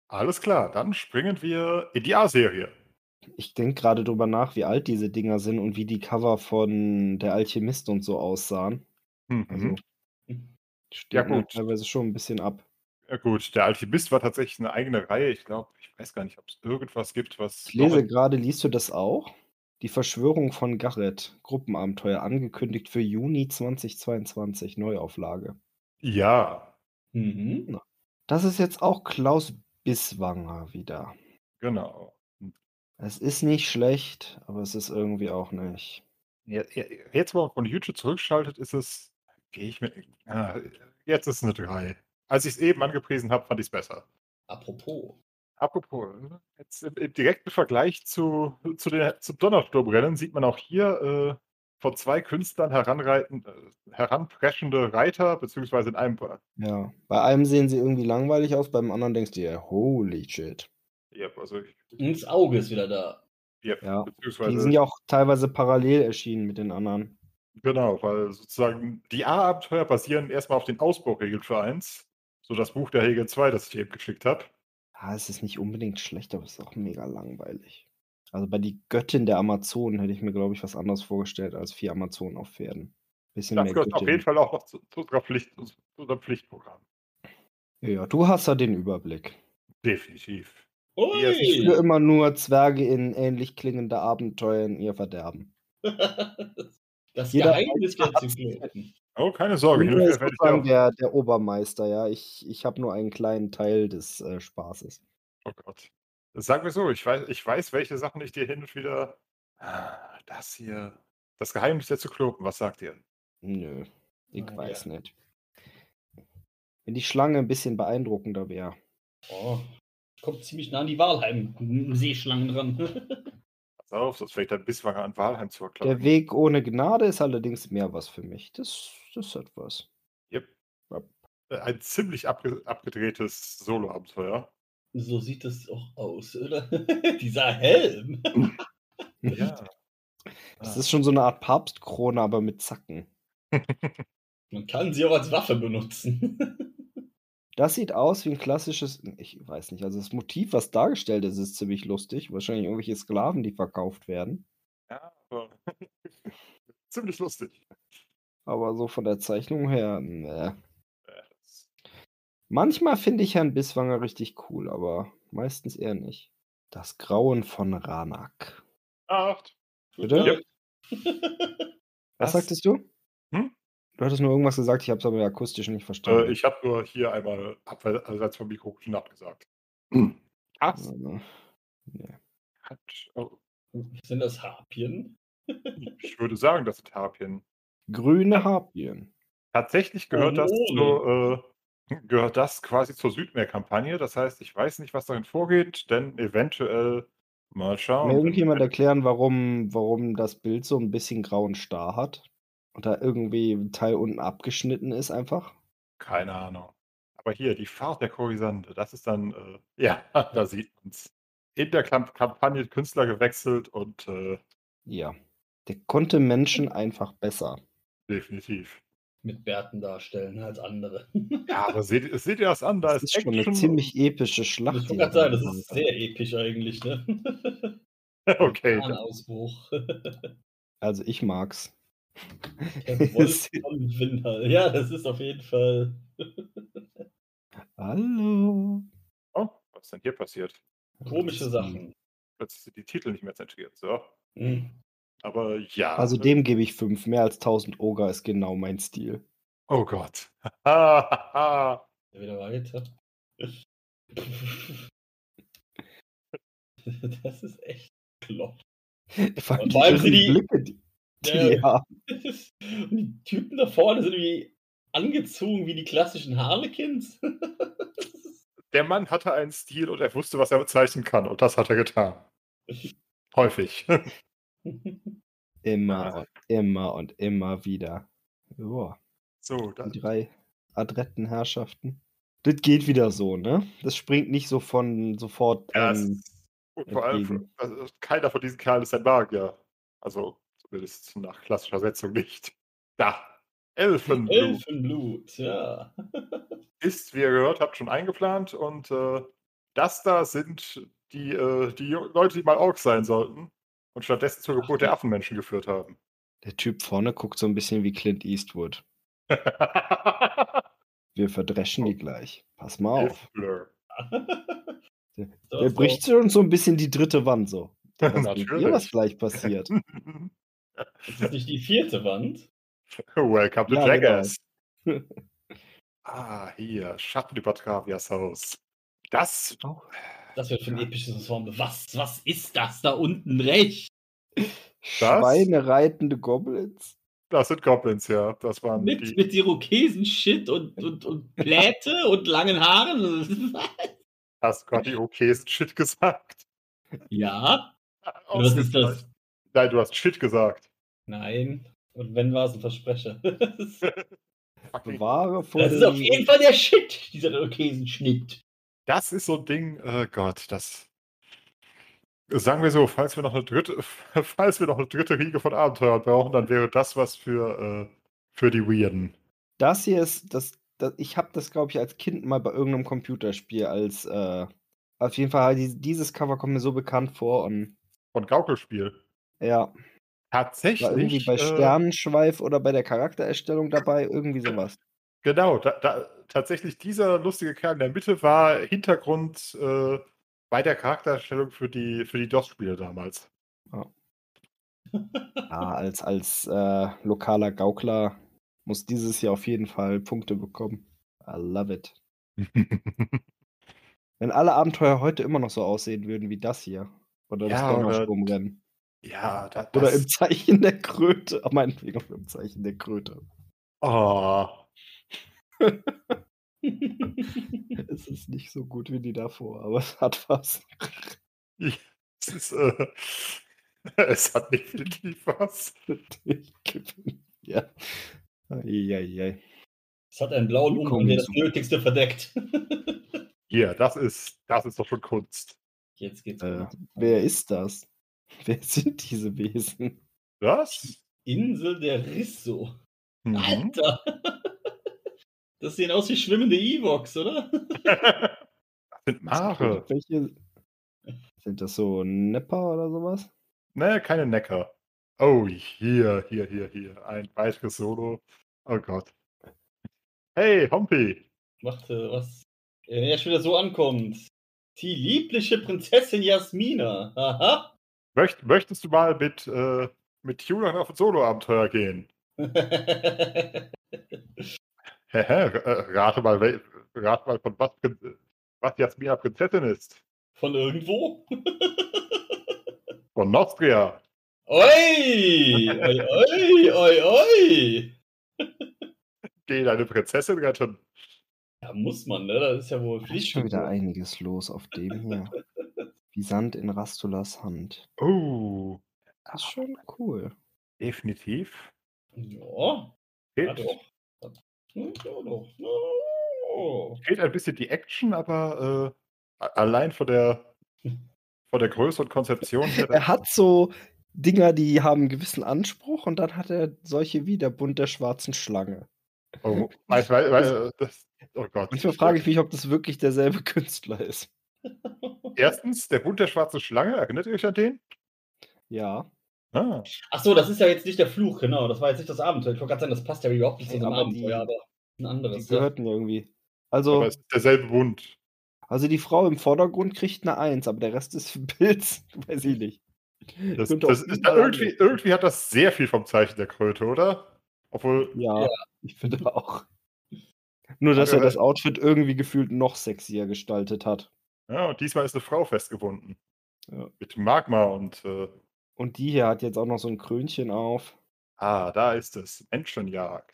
Alles klar, dann springen wir in die A-Serie. Ich denke gerade drüber nach, wie alt diese Dinger sind und wie die Cover von Der Alchemist und so aussahen. Mhm. Also, Ja steht mir gut. teilweise schon ein bisschen ab. Ja gut, der Alchemist war tatsächlich eine eigene Reihe. Ich glaube, ich weiß gar nicht, ob es irgendwas gibt, was Ich noch lese in gerade, liest du das auch? Die Verschwörung von Garrett, Gruppenabenteuer, angekündigt für Juni zweitausendzweiundzwanzig, Neuauflage. Ja, Mhm. Na, das ist jetzt auch Klaus Bisswanger wieder. genau. Es ist nicht schlecht, aber es ist irgendwie auch nicht. Ja, ja, jetzt, wo man von YouTube zurückschaltet, ist es gehe ich mit ah, jetzt ist es 'ne drei. Als ich's eben angepriesen habe, fand ich's besser. Apropos. Apropos, ne, jetzt im im direkten Vergleich zu zu der zum Donnersturmrennen sieht man auch hier, äh, von zwei Künstlern heranreiten äh, heranpreschende Reiter, beziehungsweise in einem Pa Ja, bei einem sehen sie irgendwie langweilig aus, beim anderen denkst du dir: „Holy shit." Yep, also ich Ins Auge ist wieder da. Yep, Ja, die beziehungsweise sind ja auch teilweise parallel erschienen mit den anderen. genau, weil sozusagen die A-Abenteuer basieren erst mal auf den Ausbauregeln für eins, so das Buch der Regeln zwei, das ich dir eben geschickt habe. Ja, es ist nicht unbedingt schlecht, aber es ist auch mega langweilig. Also, bei Die Göttin der Amazonen hätte ich mir, glaube ich, was anderes vorgestellt als vier Amazonen auf Pferden. Bisschen Das mehr gehört auf jeden Göttin. Fall auch noch zu zu unserer Pflicht zu unserem Pflichtprogramm. Ja, du hast ja den Überblick. Definitiv. Hier ist Ich führe Ui! immer nur Zwerge in ähnlich klingende Abenteuer in ihr Verderben. Das Jeder Geheimnis der Meister hat's Zyklopen. Oh, keine Sorge, hin und Jeder wieder ist werde ich dir sozusagen auch der der Obermeister, ja. Ich ich habe nur einen kleinen Teil des, äh, Spaßes. oh Gott. Sagen wir so, ich weiß ich weiß, welche Sachen ich dir hin und wieder ah, das hier das Geheimnis der Zyklopen, was sagt ihr? Nö, ich Ah, weiß ja. nicht. Wenn die Schlange 'n bisschen beeindruckender wäre. Oh, kommt ziemlich nah an die Walheim M Seeschlangen dran. Pass auf, sonst fängt dein Bisswanger an, Walheim zu Der verklagen. Weg ohne Gnade ist allerdings mehr was für mich. Das das hat was. Jep. Ja. Äh, ein ziemlich abge abgedrehtes Soloabenteuer. So sieht das auch aus, oder? Dieser Helm. Ja. Das Ah. ist schon so 'ne Art Papstkrone, aber mit Zacken. Man kann sie auch als Waffe benutzen. Das sieht aus wie 'n klassisches ich weiß nicht, also das Motiv, was dargestellt ist, ist ziemlich lustig. Wahrscheinlich irgendwelche Sklaven, die verkauft werden. Ja, aber ziemlich lustig. Aber so von der Zeichnung her, ne. Ja, das Manchmal finde ich Herrn Bisswanger richtig cool, aber meistens eher nicht. Das Grauen von Ranak. acht. Bitte? Jep. Was Was? sagtest du? Hm? Du hattest nur irgendwas gesagt, ich habe es aber akustisch nicht Äh, verstanden. ich habe nur hier einmal abwei abseits vom Mikro knapp gesagt. acht. Also, ne. Hat oh, Sind das Harpien? ich würde sagen, das sind Harpien. Grüne Harpien. Tatsächlich gehört das Hormone. zu, äh gehört das quasi zur Südmeer-Kampagne. Das heißt, ich weiß nicht, was darin vorgeht, denn eventuell mal Kann mir schauen, wenn irgendjemand wenn erklären, warum warum das Bild so 'n bisschen grauen Star hat und da irgendwie 'n Teil unten abgeschnitten ist einfach? Keine Ahnung. Aber hier, die Fahrt der Korisande, das ist dann, äh ja, da sieht man's. In der Kamp Kampagne Künstler gewechselt und, äh Ja. Der konnte Menschen einfach besser. definitiv. Mit Bärten darstellen als andere. Ja, aber seht seht ihr das an? Da Das ist ist schon 'ne Action und ziemlich epische Ich Schlacht, wollte die er grad da sagen, das gebaut ist hat. sehr episch eigentlich, ne? Okay, dann Vulkanausbruch. Also, ich mag's. Der Wolf von Windhall. Ja, das ist auf jeden Fall Hallo. Oh, was ist denn hier passiert? komische Sachen. Plötzlich sind die Titel nicht mehr zentriert, so. Mhm. Aber ja. Also, dem gebe ich fünf. Mehr als tausend Ogre ist genau mein Stil. Oh Gott. Wieder weiter. Das ist echt bekloppt. Vor allem Und die vor allem sind irren die Blicke, die die ja, die haben. und die Typen da vorne sind irgendwie angezogen wie die klassischen Harlequins. Der Mann hatte einen Stil und er wusste, was er bezeichnen kann und das hat er getan. Häufig. Immer Ah. und immer und immer wieder. Joa. So, dann Die drei adretten Herrschaften. Das geht wieder so, ne? Das springt nicht so von sofort Ja, es einem ist und vor allem entgegen. also, keiner von diesen Kerlen ist ein Magier. Also, zumindest nach klassischer Setzung nicht. Da, Elfenblut Elfenblut, ja. ist, wie ihr gehört habt, schon eingeplant und, äh, das da sind die, äh, die Leute, die mal Orks sein sollten und stattdessen zur Geburt der Affenmenschen geführt haben. Der Typ vorne guckt so ein bisschen wie Clint Eastwood. Wir verdreschen die gleich. Pass mal auf. Blur. Der, So, der so. bricht schon so ein bisschen die dritte Wand so. Was denkt ihr, Natürlich. was gleich passiert? Das ist nicht die vierte Wand. Welcome to Ja, Jackass. Ah, hier, Schatten über Travias Haus. Das, Das wird für ein episches Ensemble. Was, was ist das da unten rechts? Schweine reitende Goblins. das sind Goblins, ja. Das waren Mit, die. mit Irokesen-Shit und, und, und Pläte und langen Haaren. Hast du gerade die okaysten Shit gesagt? Ja. Was ist das? Ausgezeichnet. Nein, du hast Shit gesagt. Nein. Und wenn war es ein Versprecher. Das Bewahre vor ist auf den- jeden Fall der Shit, dieser Irokesenschnitt. Das ist so ein Ding, oh Gott, das. Sagen wir so, falls wir noch eine dritte, falls wir noch eine dritte Riege von Abenteuern brauchen, dann wäre das was für, äh, für die Weirden. Das hier ist, das, das ich habe das, glaube ich, als Kind mal bei irgendeinem Computerspiel als, äh, auf jeden Fall, die- dieses Cover kommt mir so bekannt vor und Von Gaukelspiel. ja, Tatsächlich. war irgendwie bei äh, Sternenschweif oder bei der Charaktererstellung dabei, irgendwie sowas. Genau, da, da, tatsächlich dieser lustige Kerl in der Mitte war Hintergrund äh, bei der Charaktererstellung für die, für die DOS-Spiele damals. Ja, als, als äh, lokaler Gaukler muss dieses hier auf jeden Fall Punkte bekommen. I love it. Wenn alle Abenteuer heute immer noch so aussehen würden wie das hier. Oder das Ja, oder- Donnersturmrennen. ja, da, Oder das, im Zeichen der Kröte. Oh, meinetwegen auch im Zeichen der Kröte. oh, Es ist nicht so gut wie die davor, aber es hat was. ich, es, ist, äh, es hat definitiv was. Ich gewinne. Ja. Eieiei. Es hat einen blauen Umhang, der das Nötigste verdeckt. Hier, das ist, das ist doch schon Kunst. Jetzt geht's Äh, weiter. wer ist das? Wer sind diese Wesen? Was? Insel der Risso. Mhm. Alter! Das sehen aus wie schwimmende Evox, oder? Das sind Mare. Welche? Sind das so Nepper oder sowas? Ne, keine Neckar. Oh, hier, hier, hier, hier. Ein weiteres Solo. Oh Gott. Hey, Hompi. Macht äh, was. Wenn er schon wieder so ankommt. Die liebliche Prinzessin Jasmina. Aha. Möcht, möchtest du mal mit, äh, mit Julian auf ein Solo-Abenteuer gehen? Hä, hä, äh, rate mal, wel- rate mal von was, Prin- was Jasmina Prinzessin ist. Von irgendwo? Von Nostria. Oi! Oi, oi, oi, oi! Geh deine Prinzessin retten. Ja, muss man, ne? Das ist ja wohl Da ist Pflicht. schon wieder einiges los auf dem hier. Wie Sand in Rastulas Hand. Oh, Das ist schon cool. definitiv. Ja, ja Fehlt, doch. Ja, doch. Ja. fehlt ein bisschen die Action, aber äh, allein von der, von der Größe und Konzeption her. Er hat so Dinger, die haben einen gewissen Anspruch und dann hat er solche wie der Bund der schwarzen Schlange. Oh, weil, weil, weil, das, oh Gott. Manchmal frage ich mich, ob das wirklich derselbe Künstler ist. Erstens, der Bund der schwarzen Schlange, erinnert ihr euch an den? Ja. Ah, Ach so, das ist ja jetzt nicht der Fluch, genau. Das war jetzt nicht das Abenteuer. Ich wollte gerade sagen, das passt ja überhaupt nicht zu Hey, unserem aber die- Abenteuer, aber ein Die anderes. Ja. gehörten ja irgendwie. Also, aber es ist derselbe Bund. also die Frau im Vordergrund kriegt eine Eins, aber der Rest ist für Pilz. Weiß ich nicht. Das, Könnte das auch ist, überall irgendwie, irgendwie hat das sehr viel vom Zeichen der Kröte, oder? Obwohl, Ja, Ja. ich finde auch. Nur, dass er Aber- das Outfit irgendwie gefühlt noch sexier gestaltet hat. ja, und diesmal ist eine Frau festgebunden. Ja. Mit Magma und, äh, Und die hier hat jetzt auch noch so ein Krönchen auf. ah, da ist es. Menschenjagd.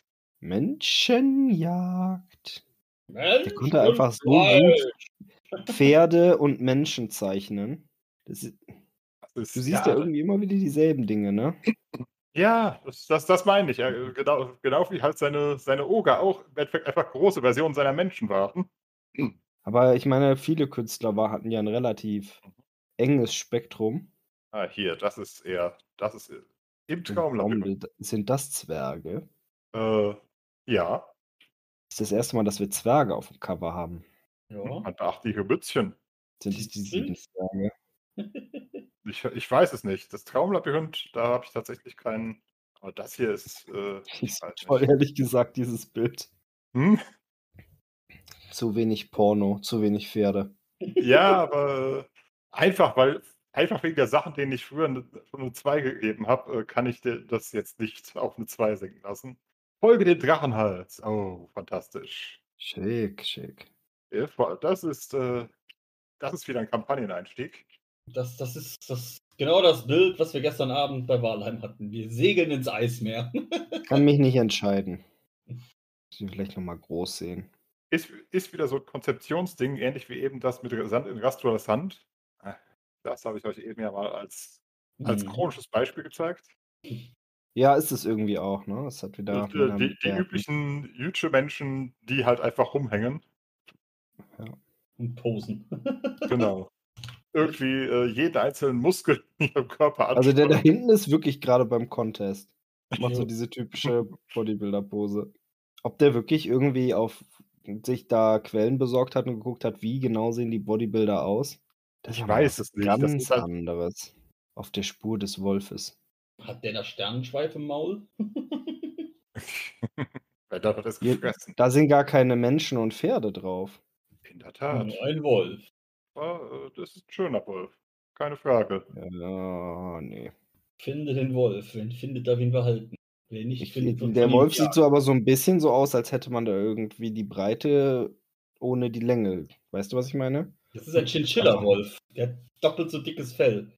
Menschenjagd. Mensch, Der konnte einfach so Fleisch. gut Pferde und Menschen zeichnen. Das ist, Das ist, du siehst ja, ja irgendwie immer wieder dieselben Dinge, ne? ja das, das, das meine ich. Ja, genau, genau wie halt seine, seine Oger auch im Endeffekt einfach große Versionen seiner Menschen waren. Aber ich meine, viele Künstler war, hatten ja ein relativ enges Spektrum. Ah, hier, das ist eher, das ist im Und Traumlabyrinth. warum sind das Zwerge? Äh, ja, Das ist das erste Mal, dass wir Zwerge auf dem Cover haben. Ja. man beachte ihre Mützchen. Sind es die sieben Zwerge? Ich, ich weiß es nicht. Das Traumlabyrinth, da habe ich tatsächlich keinen. Aber das hier ist. Äh, ich Ist weiß toll, nicht. ehrlich gesagt, dieses Bild. Hm? Zu wenig Porno, zu wenig Pferde. Ja, aber äh, einfach, weil. Einfach wegen der Sachen, denen ich früher eine, eine zwei gegeben habe, äh, kann ich dir das jetzt nicht auf eine zwei senken lassen. Folge den Drachenhals. Oh, fantastisch. Schick, schick. Ja, vor- Das ist, äh, das ist wieder ein Kampagneneinstieg. Das, das ist das, genau das Bild, was wir gestern Abend bei Walheim hatten. Wir segeln ins Eismeer. Kann mich nicht entscheiden. Muss ich vielleicht nochmal groß sehen. Ist, ist wieder so ein Konzeptionsding, ähnlich wie eben das mit Sand in Rastulas Hand. Äh, Das habe ich euch eben ja mal als, als Mhm. chronisches Beispiel gezeigt. Ja, ist es irgendwie auch, ne? Es hat wieder. Und, äh, Männer die mit die Bärten. üblichen Jütsche-Menschen, die halt einfach rumhängen. Und posen. Genau. Irgendwie äh, jeden einzelnen Muskel in ihrem Körper Also der da anspannen. hinten ist wirklich gerade beim Contest. Macht so Jo. diese typische Bodybuilder-Pose. Ob der wirklich irgendwie auf sich da Quellen besorgt hat und geguckt hat, wie genau sehen die Bodybuilder aus? Das ist Ich ja mal weiß was es nicht. Das ganz ist halt. anderes. Auf der Spur des Wolfes. Hat der da Sternenschweif im Maul? Wer darf das Hier, gefressen? da sind gar keine Menschen und Pferde drauf. In der Tat. Nur ein Wolf. Aber, äh, das ist ein schöner Wolf. Keine Frage. Ja, nee. Finde den Wolf. Wen findet, darf ihn behalten. Wer nicht Ich, findet, wird der von ihm Wolf sieht gejagt. so aber so ein bisschen so aus, als hätte man da irgendwie die Breite ohne die Länge. Weißt du, was ich meine? Das ist ein Chinchilla-Wolf. Der hat doppelt so dickes Fell.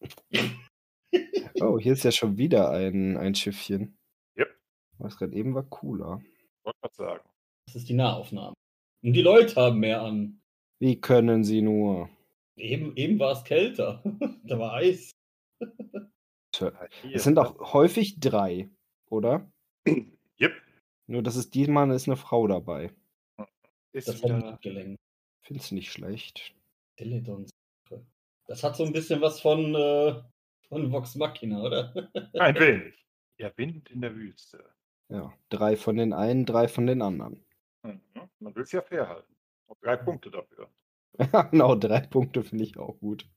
Oh, hier ist ja schon wieder ein, ein Schiffchen. Yep. Was gerade eben war cooler. Wollte mal sagen. Das ist die Nahaufnahme. Und die Leute haben mehr an. Wie können sie nur? Eben, eben war es kälter. Da war Eis. Tja, Ah, hier, Es sind das- auch häufig drei, oder? Yep. Nur, dass es diesmal ist eine Frau dabei. Ist Das wieder. Handgelenk. Find's nicht schlecht. Teledons. Das hat so ein bisschen was von, äh, von Vox Machina, oder? Ein wenig. Der Wind in der Wüste. Ja, drei von den einen, drei von den anderen. Mhm. Man will es ja fair halten. Und drei Punkte dafür. Ja, genau, drei Punkte finde ich auch gut.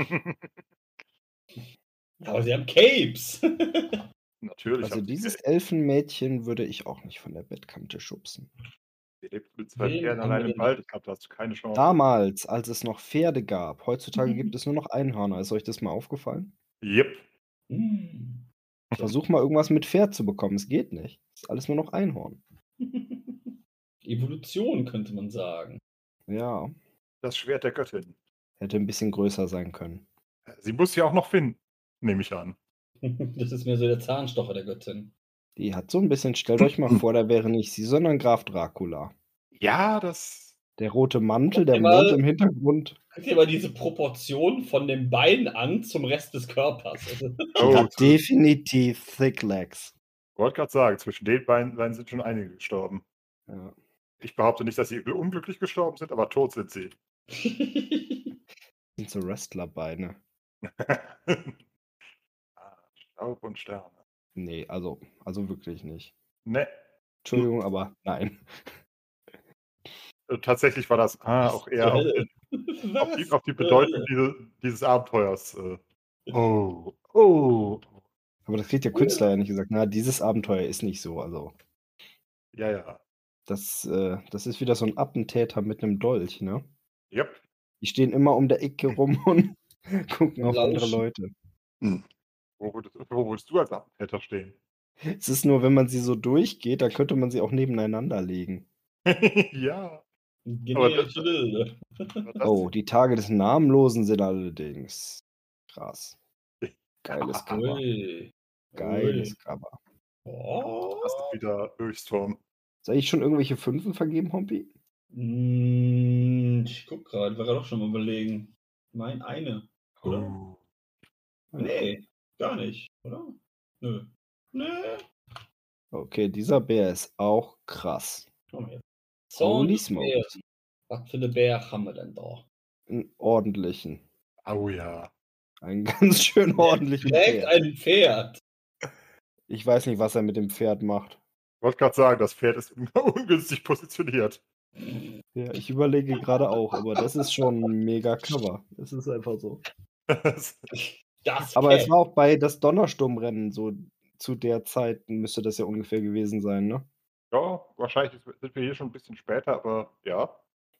Aber sie haben Capes. Natürlich. Also haben sie dieses Geld. Elfenmädchen würde ich auch nicht von der Bettkante schubsen. Sie lebt mit zwei Wen Pferden haben allein wir im denn Wald. Ich glaube, da hast du keine Chance. Damals, als es noch Pferde gab, heutzutage gibt es nur noch Einhörner. Ist euch das mal aufgefallen? Yep. Hm. Versuch mal irgendwas mit Pferd zu bekommen. Es geht nicht. Es ist alles nur noch Einhorn. Evolution könnte man sagen. Ja, Das Schwert der Göttin. hätte ein bisschen größer sein können. Sie muss sie auch noch finden. Nehme ich an. Das ist mehr so der Zahnstocher der Göttin. Die hat so ein bisschen, stellt euch mal vor, da wäre nicht sie, sondern Graf Dracula. Ja, das. Der rote Mantel, der Mal- Mond im Hintergrund. Guck dir mal diese Proportion von dem Bein an zum Rest des Körpers. Also, Die Oh, hat definitiv Thick Legs. Ich wollte gerade sagen, zwischen den beiden, beiden sind schon einige gestorben. Ja. Ich behaupte nicht, dass sie unglücklich gestorben sind, aber tot sind sie. Sind so Wrestlerbeine. Ah, Staub und Sterne. Nee, also, also wirklich nicht. Ne, Entschuldigung, aber nein. äh, tatsächlich war das ah, auch eher auf, den, auf, die, auf die Bedeutung diese, dieses Abenteuers. Äh. Oh, oh. Aber das kriegt der Künstler ja nicht gesagt. Na, dieses Abenteuer ist nicht so. Also, Ja, ja. das, äh, das ist wieder so ein Attentäter mit einem Dolch, ne? Yep. Die stehen immer um der Ecke rum und gucken auf andere Lauschen. Leute. Wo würdest, wo würdest du als Attentäter stehen? Es ist nur, wenn man sie so durchgeht, dann könnte man sie auch nebeneinander legen. Ja. Generische Bilder. aber das- Oh, die Tage des Namenlosen sind allerdings krass. Geiles Cover. Ui. Geiles Cover. Oh. Das ist wieder Höchstform. Soll ich schon irgendwelche Fünfen vergeben, Hompi? Hm, ich guck gerade, war gerade auch schon mal überlegen. Mein eine. Oder? Oh. Nee, gar nicht, oder? Nö. Nee. Okay, dieser Bär ist auch krass. Schau mal jetzt. Holy des smokes. Bären. Was für eine Bär haben wir denn da? Einen ordentlichen. Oh ja. Einen ganz schön ordentlichen Trägt Bär. ein Pferd. Ich weiß nicht, was er mit dem Pferd macht. Ich wollte gerade sagen, das Pferd ist ungünstig positioniert. Ja, ich überlege gerade auch, aber das ist schon 'n mega Cover. Das ist einfach so. Das Aber es Cap. war auch bei das Donnersturmrennen so zu der Zeit müsste das ja ungefähr gewesen sein, ne? Ja, wahrscheinlich ist sind wir hier schon 'n bisschen später, aber ja.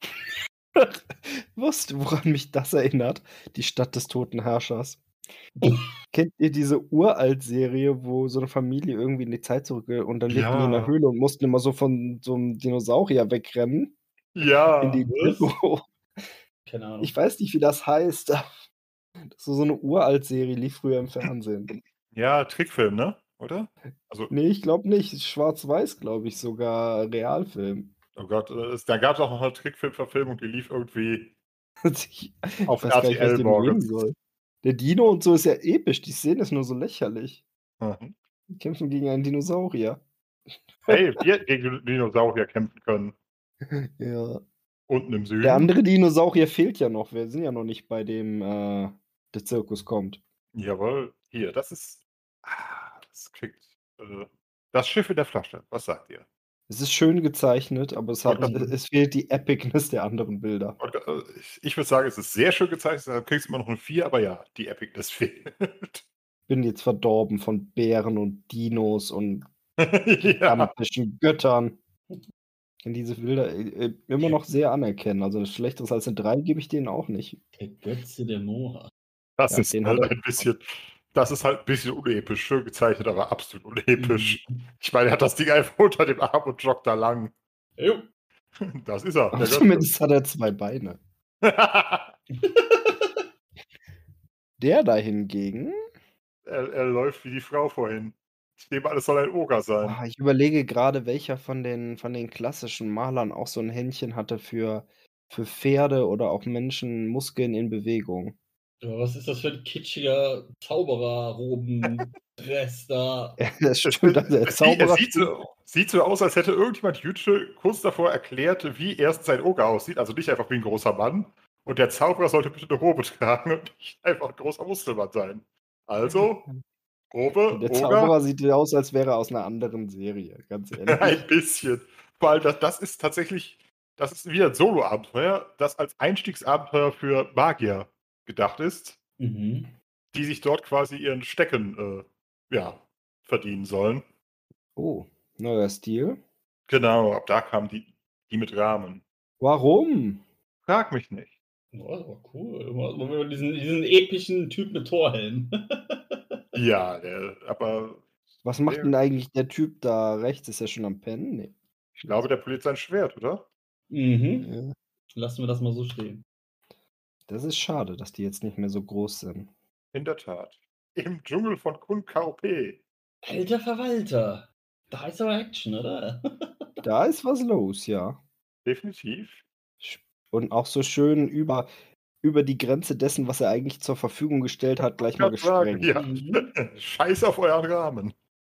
Weißt du, woran mich das erinnert? Die Stadt des toten Herrschers. Kennt ihr diese Uralt-Serie, wo so 'ne Familie irgendwie in die Zeit zurück will und dann lebten die in 'ner Ja. Höhle und mussten immer so von so 'm Dinosaurier wegrennen in Ja. die Was? Dino. Keine Ahnung. Ich weiß nicht, wie das heißt. Das war so 'ne Uralt-Serie, lief früher im Fernsehen. Ja, Trickfilm, ne? Oder? Also Ne, ich glaube nicht. Schwarz-weiß, glaube ich sogar, Realfilm. Oh Gott, äh, es da gab's auch noch 'ne Trickfilmverfilmung, die lief irgendwie Ich auf weiß gar nicht, was ich R T L dir nehmen morgens. soll. Der Dino und so ist ja episch. Die Szene ist nur so lächerlich. Mhm. Die kämpfen gegen einen Dinosaurier. Hey, wir gegen Dinosaurier kämpfen können. Ja. Unten im Der Süden. andere Dinosaurier fehlt ja noch. Wir sind ja noch nicht bei dem, äh, der Zirkus kommt. Jawohl, hier, das ist ah, das kriegt äh, das Schiff in der Flasche. Was sagt ihr? Es ist schön gezeichnet, aber es hat Und e das es fehlt die Epicness der anderen Bilder. Und, äh, ich ich würde sagen, es ist sehr schön gezeichnet, deshalb kriegt's immer noch 'ne vier, aber ja, die Epicness fehlt. Bin jetzt verdorben von Bären und Dinos und Ja. gigantischen Göttern. Kann diese Bilder, äh, äh, immer noch sehr anerkennen. Also, Schlechteres als 'ne drei gebe ich denen auch nicht. Der Götze der Moha. Das Ja, ist den hat halt er ein bisschen das ist halt 'n bisschen unepisch. Schön gezeichnet, aber absolut unepisch. Mhm. Ich meine, er hat das Ding einfach unter dem Arm und joggt da lang. Jo. Das ist er, Aber der Götze. zumindest hat er zwei Beine. Der da hingegen Er er läuft wie die Frau vorhin. Ich nehme an, es soll ein Oger sein. Ah, ich überlege grade, welcher von den von den klassischen Malern auch so 'n Händchen hatte für für Pferde oder auch Menschen Muskeln in Bewegung. Ja, was ist das für 'n kitschiger Zaubererroben-Dress da? Ja, das Es stimmt, also der es sieht es Zauberer sieht so sieht so aus, als hätte irgendjemand Jütschel kurz davor erklärt, wie erstens ein Oger aussieht, also nicht einfach wie 'n großer Mann. Und der Zauberer sollte bitte 'ne Robe tragen und nicht einfach 'n großer Muskelmann sein. Also, Robe, Der Oger Zauberer sieht ja aus, als wäre er aus 'ner anderen Serie, ganz Ein ehrlich. bisschen. Vor allem, das das ist tatsächlich das ist wieder 'n Soloabenteuer, das als Einstiegsabenteuer für Magier gedacht ist Mhm. die sich dort quasi ihren Stecken, äh, ja, verdienen sollen. Oh, neuer Stil? Genau, ab da kamen die die mit Rahmen. Warum? Frag mich nicht. Oh, aber cool. Immer immer diesen diesen epischen Typ mit Thor-Helm. Ja, der aber Was macht der denn eigentlich der Typ da rechts? Ist er schon am Pennen? Ne. Ich glaube, der poliert sein Schwert, oder? Mhm. Ja. Lassen wir das mal so stehen. Das ist schade, dass die jetzt nicht mehr so groß sind. In der Tat. Im Dschungel von Kun Kaopé. Alter Verwalter. Da ist aber Action, oder? Da ist was los, ja. Definitiv. Sch und auch so schön über über die Grenze dessen, was er eigentlich zur Verfügung gestellt hat, gleich mal Wollte grad sagen, gesprengt. ja. Mhm. Scheiß auf euren Rahmen.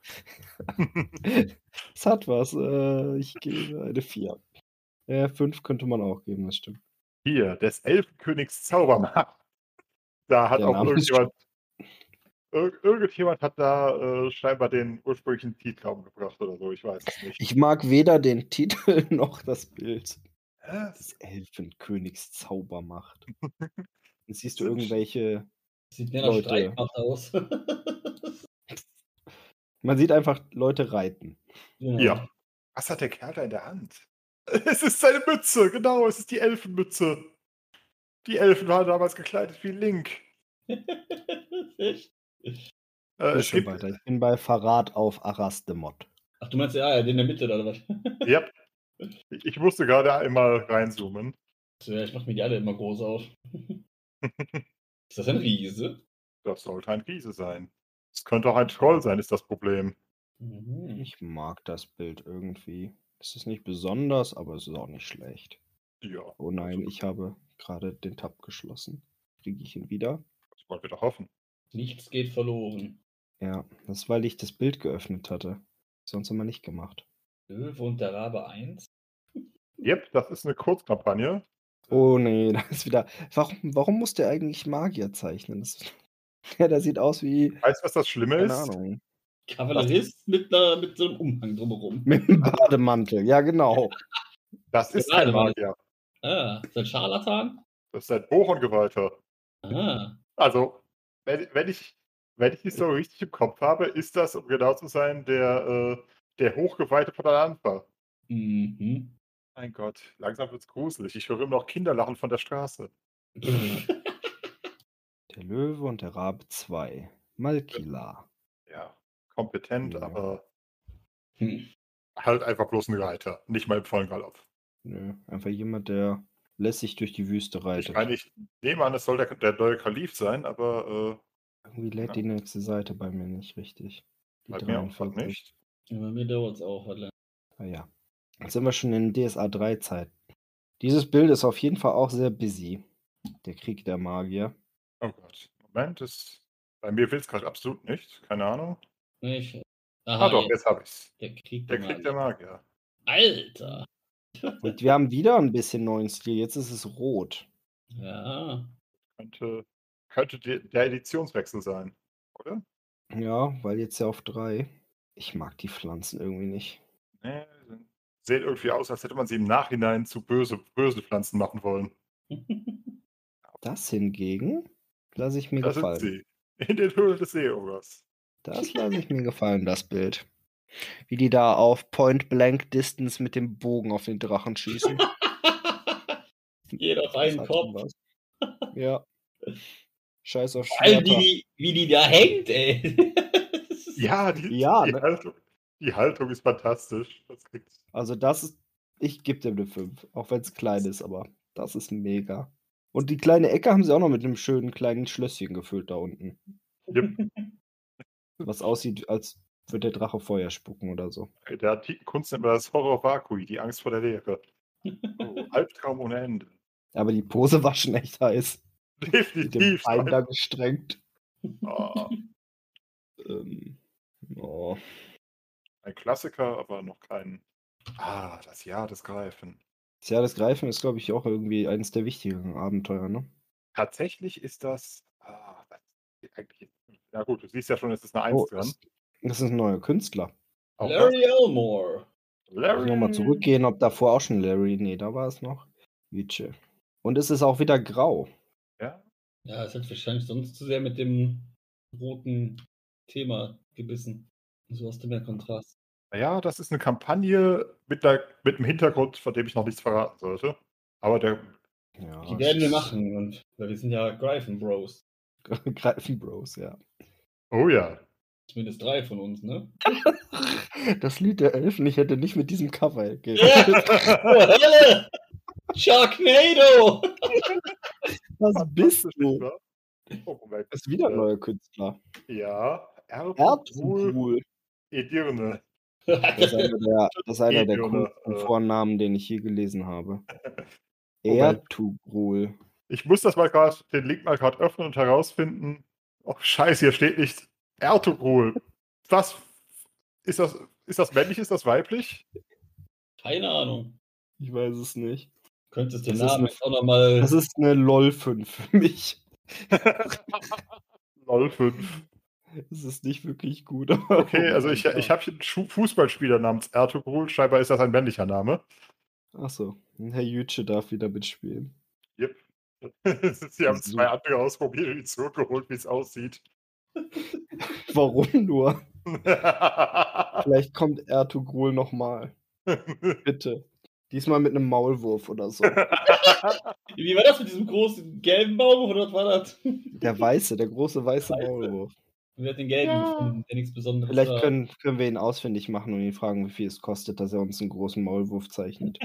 Es hat was. Äh, ich gebe eine vier. Ja, fünf könnte man auch geben, das stimmt. Hier, des Elfenkönigs Zaubermacht. Da hat Der auch Name ist schon irgendjemand Irg irgendjemand hat da, äh, scheinbar den ursprünglichen Titel gebracht oder so, ich weiß es nicht. Ich mag weder den Titel noch das Bild. Hä? Des Elfenkönigs Zaubermacht. Jetzt siehst du Sind irgendwelche Sieht mehr nach Leute. Streitmacht aus. Man sieht einfach Leute reiten. Genau. Ja. Was hat der Kerl da in der Hand? Es ist seine Mütze, genau, es ist die Elfenmütze. Die Elfen waren damals gekleidet wie Link. Echt? Äh, Lies es schon gibt weiter. Ich bin bei Verrat auf Arastemod. Ach, du meinst ja, den in der Mitte da oder was? Jap. Ich ich musste gerade einmal reinzoomen. Ja, ich mache mir die alle immer groß auf. Ist das ein Riese? Das sollte ein Riese sein. Es könnte auch ein Troll sein, ist das Problem. Mhm. Ich mag das Bild irgendwie. Es ist nicht besonders, aber es ist auch nicht schlecht. Ja. Oh nein, Also ich habe gerade den Tab geschlossen. Kriege ich ihn wieder? Das wollen wir doch hoffen. Nichts geht verloren. Ja, das ist, weil ich das Bild geöffnet hatte. Sonst immer nicht gemacht. Löwe und der Rabe eins? Jep, das ist 'ne Kurzkampagne. Oh ne, da ist wieder warum warum muss der eigentlich Magier zeichnen? Das ja, der sieht aus wie Weißt du, was das Schlimme keine ist? Ahnung. Kavallerist mit 'ner mit so 'nem Umhang drumherum. Mit 'nem Bademantel, ja genau. Das ist kein Magier. Ah, ist das Scharlatan? Das ist ein Boron-Geweihter. Ah. Also, wenn, wenn ich wenn ich die Story richtig im Kopf habe, ist das, um genau zu sein, der, äh, der Hochgeweihte von Alanfa. Mhm. Mein Gott, langsam wird's gruselig. Ich höre immer noch Kinderlachen von der Straße. Der Löwe und der Rabe zwei. Malkila. Ja, kompetent, Ja. aber Hm. halt einfach bloß ein Reiter, nicht mal im vollen Galopp. Nö, einfach jemand, der lässig durch die Wüste Ich reitet. meine, ich nehme an, es soll der, der neue Kalif sein, aber Irgendwie lädt Ja. die nächste Seite bei mir nicht richtig. Die äh, bei mir auch grad dreiundvierzig. nicht. Ja, bei mir dauert es auch. Warte. Ah ja. Jetzt sind wir schon in D S A drei Zeit. Dieses Bild ist auf jeden Fall auch sehr busy. Der Krieg der Magier. Oh Gott, Moment, ist, bei mir will es gerade absolut nicht. Keine Ahnung. Ich, Ah aha, doch, jetzt, jetzt habe ich's. der Krieg Der der Krieg der Magier. Magier. Alter! Und wir haben wieder ein bisschen neuen Stil. Jetzt ist es rot. Ja. Könnte, könnte de- der Editionswechsel sein, oder? Ja, weil jetzt ja auf drei. Ich mag die Pflanzen irgendwie nicht. Nee, sind- sehen irgendwie aus, als hätte man sie im Nachhinein zu böse, böse Pflanzen machen wollen. Das hingegen lasse ich mir Da sind gefallen. sie. In den Höhlen des Seeogers. Das lasse ich mir gefallen, das Bild. Wie die da auf Point Blank Distance mit dem Bogen auf den Drachen schießen. Jeder auf Das einen hat schon Kopf. was. Ja. Scheiß auf Vor allem, wie Schwerter. die, wie die da hängt, ey. Ja, die, Ja, die, ne? Haltung, die Haltung ist fantastisch. Das kriegt's. Also das ist, ich gebe dem eine fünf, auch wenn es klein ist, aber das ist mega. Und die kleine Ecke haben sie auch noch mit einem schönen kleinen Schlösschen gefüllt da unten. Yep. Was aussieht, als würde der Drache Feuer spucken oder so. In der antiken Kunst nennt man das Horror Vacui, die Angst vor der Leere. Oh, Albtraum ohne Ende. Aber die Pose war schon echt heiß. Mit dem Definitiv. Bein da gestrengt. Oh, Ähm, oh. ein Klassiker, aber noch kein. Ah, das Jahr des Greifen. Das Jahr des Greifen ist, glaube ich, auch irgendwie eines der wichtigeren Abenteuer, ne? Tatsächlich ist das. Ah, das ist eigentlich. Ja, gut, du siehst ja schon, es ist eine Eins Oh, dran. das, das ist ein neuer Künstler. Auch das. Larry Elmore. Muss ich Larry. nochmal zurückgehen, ob davor auch schon Larry. Nee, da war es noch. Jütsche. Und es ist auch wieder grau. Ja, Ja, es hat wahrscheinlich sonst zu sehr mit dem roten Thema gebissen. So hast du mehr Kontrast. naja, das ist eine Kampagne mit, der, mit einem Hintergrund, von dem ich noch nichts verraten sollte. Aber der. Ja, Die werden wir es- machen, und weil wir sind ja Greifen Bros. Greifen Bros, ja. Oh ja. Zumindest drei von uns, ne? Das Lied der Elfen, ich hätte nicht mit diesem Cover Ja! gerechnet. Oh, Hölle! Sharknado! Was bist Fantastisch, du? nicht wahr? Oh, Moment. Das ist wieder ein Äh, neuer Künstler. Ja, Ertugrul Ertugrul. Edirne. Das ist einer der, das ist einer der Edirne, coolsten äh. Vornamen, den ich je gelesen habe. Moment. Ertugrul. Ich muss das mal gerade, den Link mal gerade öffnen und herausfinden. Oh, scheiße, hier steht nicht Ertugrul. Was? Ist das, ist das männlich, ist das weiblich? Keine Ahnung. Ich weiß es nicht. Könntest den Das ist Namen eine- jetzt auch nochmal. Das ist eine LOL fünf für mich. LOL fünf. Das ist nicht wirklich gut. Okay, also ich, Oh mein ich habe hier einen Schu- Fußballspieler namens Ertugrul. Scheinbar ist das ein männlicher Name. Achso, Herr Jütsche darf wieder mitspielen. Yep. Sie haben zwei andere ausprobiert und ihn zurückgeholt, wie es aussieht. Warum nur? Vielleicht kommt Ertugrul nochmal. Bitte. Diesmal mit einem Maulwurf oder so. Wie war das mit diesem großen gelben Baum, oder was war das? Der weiße, der große weiße Weiße. Maulwurf. Wer hat den gelben Ja. gefunden, der nichts Besonderes Vielleicht war? können, können wir ihn ausfindig machen und ihn fragen, wie viel es kostet, dass er uns einen großen Maulwurf zeichnet.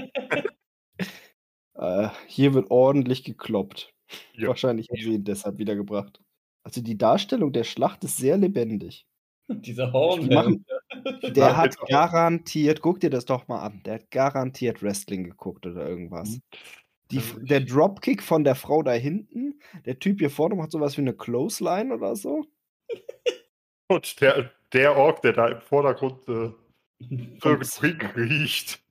äh, hier wird ordentlich gekloppt. Ja. Wahrscheinlich haben sie ihn deshalb wiedergebracht. Also die Darstellung der Schlacht ist sehr lebendig. Dieser Horn. Die machen- Der Ja, hat genau. garantiert, guck dir das doch mal an, der hat garantiert Wrestling geguckt oder irgendwas. Mhm. Die, Also der Dropkick von der Frau da hinten, der Typ hier vorne macht sowas wie eine Clothesline oder so. Und der, der Ork, der da im Vordergrund äh, Kommt's. irgendwie riecht.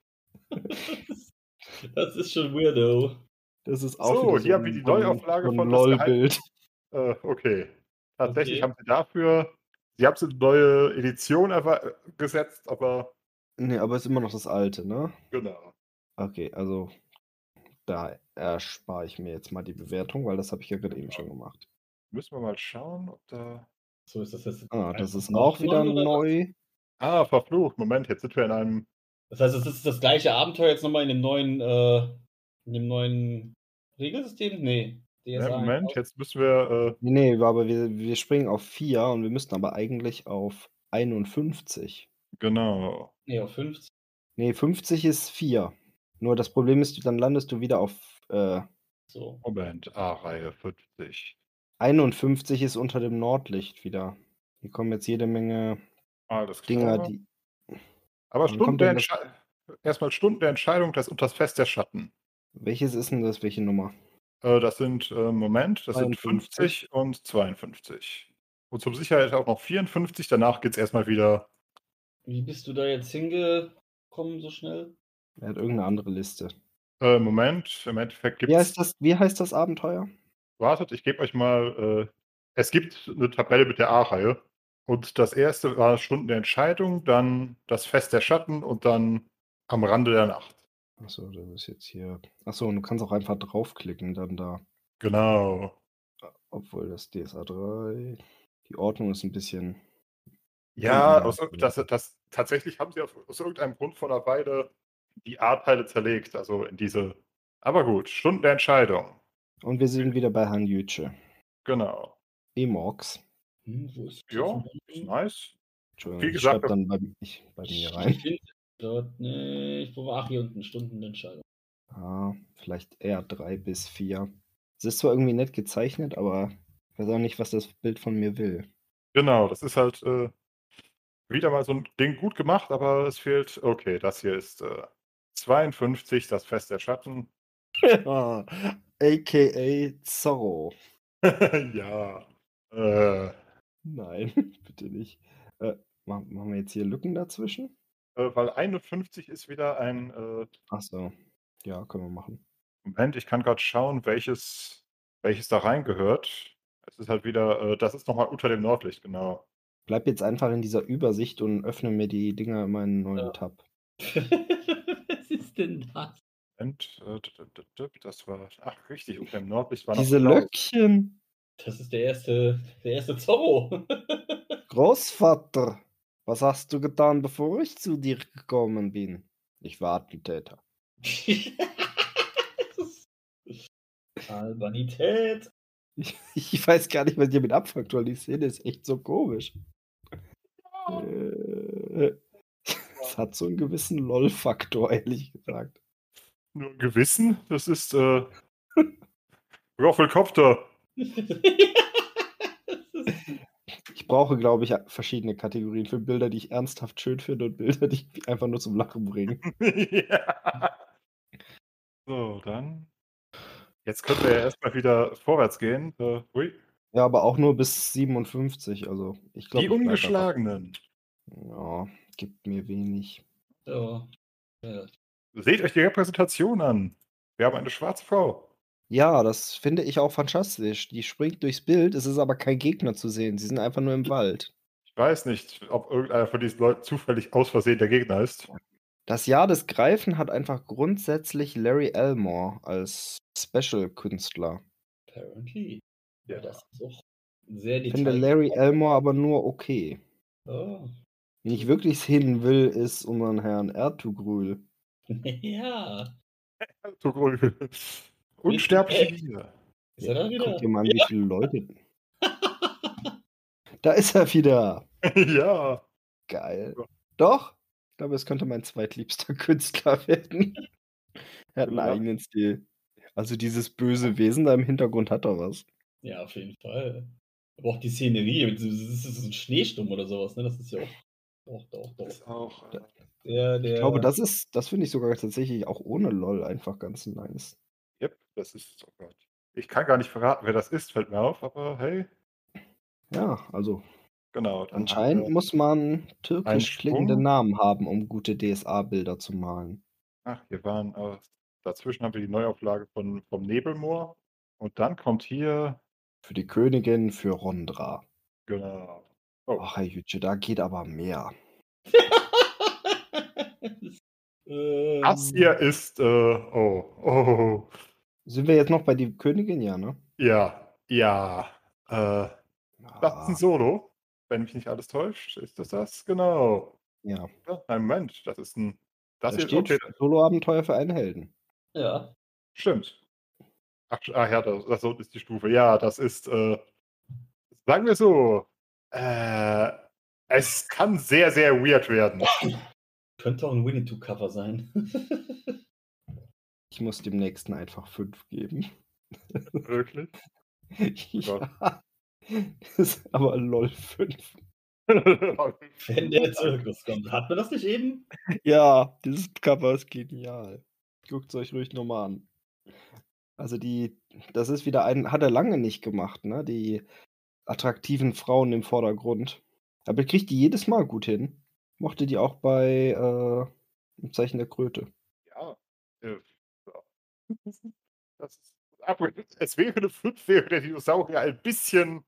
Das ist schon weirdo. Das ist auch So, wieder hier haben wir ein- die so ein- Neuauflage so ein von Das Geheim- LOL-Bild. Äh, okay. Tatsächlich Okay. haben sie dafür, sie haben so eine neue Edition erwa- gesetzt, aber Nee, aber ist immer noch das alte, ne? genau. Okay, also Da erspare ich mir jetzt mal die Bewertung, weil das habe ich ja gerade eben schon gemacht. Müssen wir mal schauen, ob da. So ist das jetzt. Ah, das einfach ist auch wieder nochmal, oder was? neu. Ah, verflucht. Moment, jetzt sind wir in einem. Das heißt, es ist das gleiche Abenteuer jetzt nochmal in dem neuen, äh, in dem neuen Regelsystem? Nee. Ne, D S A Moment, jetzt müssen wir. Äh, Nee, nee, aber wir, wir springen auf vier und wir müssten aber eigentlich auf einundfünfzig. genau. Nee, auf fünfzig. Nee, fünfzig ist vier. Nur das Problem ist, dann landest du wieder auf äh, So. Moment, A-Reihe fünfzig. einundfünfzig ist unter dem Nordlicht wieder. Hier kommen jetzt jede Menge Alles Dinger, klar. die. Aber Wann Stunden kommt der denn das? Entscheidung. Erstmal Stunden der Entscheidung, das und das Fest der Schatten. Welches ist denn das? Welche Nummer? Äh, das sind, äh, Moment, das sind zweiundfünfzig. fünfzig und zweiundfünfzig. Und zum Sicherheit auch noch vierundfünfzig. Danach geht es erstmal wieder. Wie bist du da jetzt hingekommen so schnell? Er hat irgendeine andere Liste. Äh, Moment, im Endeffekt Wie gibt heißt es. das, wie heißt das Abenteuer? Wartet, ich gebe euch mal. Äh, es gibt eine Tabelle mit der A-Reihe. Und das erste war Stunden der Entscheidung, dann das Fest der Schatten und dann am Rande der Nacht. Achso, das ist jetzt hier. Achso, und du kannst auch einfach draufklicken, dann da. Genau. Obwohl das D S A drei. Die Ordnung ist ein bisschen. Ja, unordentlich. aus, irg- das, das, tatsächlich haben sie auf, aus irgendeinem Grund vor einer Weile die A-Teile zerlegt, also in diese. Aber gut, Stunden der Entscheidung. Und wir sind wieder bei Han Yüce. Genau. Emox. Hm, wo ist Ja, ist nice. Entschuldigung, Wie ich gesagt, schreibe dann bei, ich, bei mir rein. Ich finde dort nicht. Wo war ach, hier unten Stundenentscheidung. Ah, vielleicht eher drei bis vier. Es ist zwar irgendwie nett gezeichnet, aber ich weiß auch nicht, was das Bild von mir will. genau, das ist halt äh, wieder mal so ein Ding gut gemacht, aber es fehlt. Okay, das hier ist äh, zweiundfünfzig, das Fest der Schatten. A K A Zorro. Ja. Äh, Nein, bitte nicht. Äh, ma- machen wir jetzt hier Lücken dazwischen? äh, weil einundfünfzig ist wieder ein. Äh, Achso, ja, können wir machen. Moment, ich kann gerade schauen, welches, welches da reingehört. Es ist halt wieder, äh, das ist nochmal unter dem Nordlicht, genau. Bleib jetzt einfach in dieser Übersicht und öffne mir die Dinger in meinen neuen Ja. Tab. Was ist denn das? Moment, äh, d- d- d- d- das war, ach richtig, unter dem Nordlicht war noch Diese Klaus. Löckchen! Das ist der erste, der erste Zorro. Großvater, was hast du getan, bevor ich zu dir gekommen bin? Ich war Attentäter. Albanität. Ich, ich weiß gar nicht, was ihr mit abfaktuell. Die Szene ist echt so komisch. Äh, Es hat so einen gewissen LOL-Faktor, ehrlich gesagt. Nur ein Gewissen, das ist, äh, Roffelkopter. Ich brauche, glaube ich, verschiedene Kategorien für Bilder, die ich ernsthaft schön finde und Bilder, die mich einfach nur zum Lachen bringen. Ja. So, dann. Jetzt können wir ja erstmal wieder vorwärts gehen. Äh, ui. Ja, aber auch nur bis siebenundfünfzig. Also, ich glaube, Die ich bleib einfach- Ungeschlagenen. Ja, gibt mir wenig. So. Ja. Seht euch die Repräsentation an. Wir haben eine schwarze Frau. Ja, das finde ich auch fantastisch. Die springt durchs Bild, es ist aber kein Gegner zu sehen. Sie sind einfach nur im Wald. Ich weiß nicht, ob irgendeiner von diesen Leuten zufällig aus Versehen der Gegner ist. Das Jahr des Greifen hat einfach grundsätzlich Larry Elmore als Special-Künstler. Apparently. Ja. Ja, das ist auch sehr Ich finde detailliert. Larry Elmore aber nur okay. Oh. Wen ich wirklich sehen will, ist unseren Herrn Ertugrul. Ja. Unsterbliche Liebe. Ist er da wieder? Guck dir mal an, wie viele Leute. Da ist er wieder. Ja. Geil. Ja. Doch, ich glaube, es könnte mein zweitliebster Künstler werden. Er hat einen Ja. eigenen Stil. Also dieses böse Wesen da im Hintergrund hat doch was. Ja, auf jeden Fall. Aber auch die Szenerie, das ist ein Schneesturm oder sowas, ne? Das ist ja auch. Doch, doch, Das ist doch. auch. Äh, Der, der, Ich glaube, das ist, das finde ich sogar tatsächlich auch ohne LOL einfach ganz nice. yep, das ist. Oh Gott. Ich kann gar nicht verraten, wer das ist, fällt mir auf, aber hey. Ja, also Genau. Dann anscheinend haben wir, muss man türkisch Sprung. klingende Namen haben, um gute D S A-Bilder zu malen. ach, wir waren. Äh, dazwischen haben wir die Neuauflage von, vom Nebelmoor. Und dann kommt hier. Für die Königin, für Rondra. Genau. Oh. Ach, Herr Jütsche, da geht aber mehr. Das Ähm, hier ist, äh, oh, oh, Sind wir jetzt noch bei die Königin? Ja, ne? ja, ja, äh, das ist ein Ah, Solo, wenn mich nicht alles täuscht. Ist das das? Genau. ja. Ja, nein, Moment, das ist ein, das Da hier ist steht okay, Solo-Abenteuer für einen Helden. ja. stimmt. Ach, ach ja, das, das ist die Stufe. Ja, das ist, äh, sagen wir so, äh, es kann sehr, sehr weird werden. Könnte auch ein Winnie-Two-Cover sein. Ich muss dem nächsten einfach fünf geben. Wirklich? Gott. Ja. Das ist aber LOL fünf. Wenn der Zirkus kommt. Hat man das nicht eben? Ja, dieses Cover ist genial. Guckt es euch ruhig nochmal an. Also die, das ist wieder ein, hat er lange nicht gemacht, ne? Die attraktiven Frauen im Vordergrund. Aber er kriegt die jedes Mal gut hin. Mochte die auch bei äh, im Zeichen der Kröte. Ja. äh, ja. Das ist, aber es wäre eine fünf, wäre der Dinosaurier ein bisschen.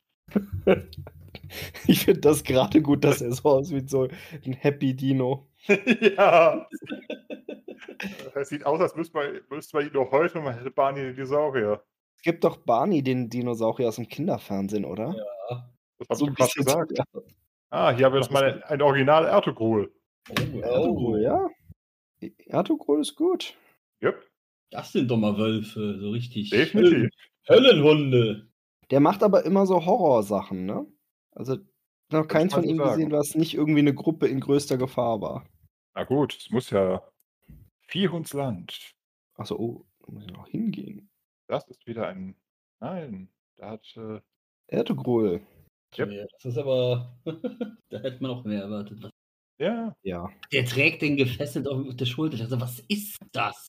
Ich finde das gerade gut, dass er so aussieht, so ein Happy Dino. Ja. Es sieht aus, als müsste man, müsste man ihn noch heute mal hätte Barney den Dinosaurier. Es gibt doch Barney, den Dinosaurier aus dem Kinderfernsehen, oder? Ja. Das habe So ich ein doch gerade bisschen. gesagt. Ja. Ah, hier haben wir Das doch mal ein, ein Original Ertogrul. Oh, Ertogrul, ja. Ertogrul ist gut. Yep, Das sind doch mal Wölfe, so richtig. definitiv. Höllenhunde. Der macht aber immer so Horrorsachen, ne? Also noch keins man von so ihm sagen. gesehen, was nicht irgendwie eine Gruppe in größter Gefahr war. Na gut, es muss ja Viehhundsland. Achso, oh, da muss ich noch hingehen. Das ist wieder ein. Nein, da hat. Äh, Ertogrul. Yep. Ja, das ist aber. Da hätte man auch mehr erwartet. Was- ja, Ja. Der trägt den gefesselt auf der Schulter. Ich dachte, was ist das?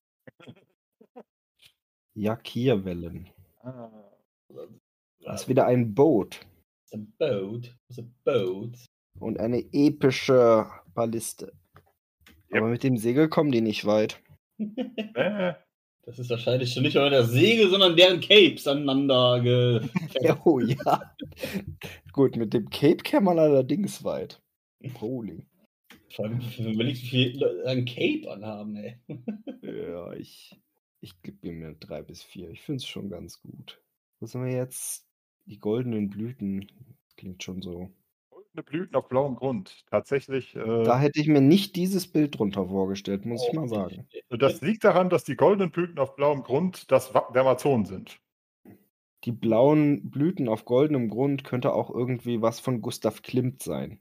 Jakirwellen. ah, Das ist wieder ein Boot. A boat. Was a boat. Und eine epische Balliste. Yep. Aber mit dem Segel kommen die nicht weit. äh, Das ist wahrscheinlich schon nicht mal der Segel, sondern deren Capes aneinander ge. Oh ja. Gut, mit dem Cape käme man allerdings weit. Holy. Vor allem, wenn man überlegt, wie viele Leute ein Cape anhaben, ey. Ja, ich, ich gebe ihm eine drei bis vier. Ich finde es schon ganz gut. Wo sind wir jetzt? Die goldenen Blüten. Klingt schon so. goldene Blüten auf blauem Grund. Tatsächlich. Äh, Da hätte ich mir nicht dieses Bild drunter vorgestellt, muss ich Oh, mal sagen. das liegt daran, dass die goldenen Blüten auf blauem Grund das Wappen der Amazonen sind. Die blauen Blüten auf goldenem Grund könnte auch irgendwie was von Gustav Klimt sein.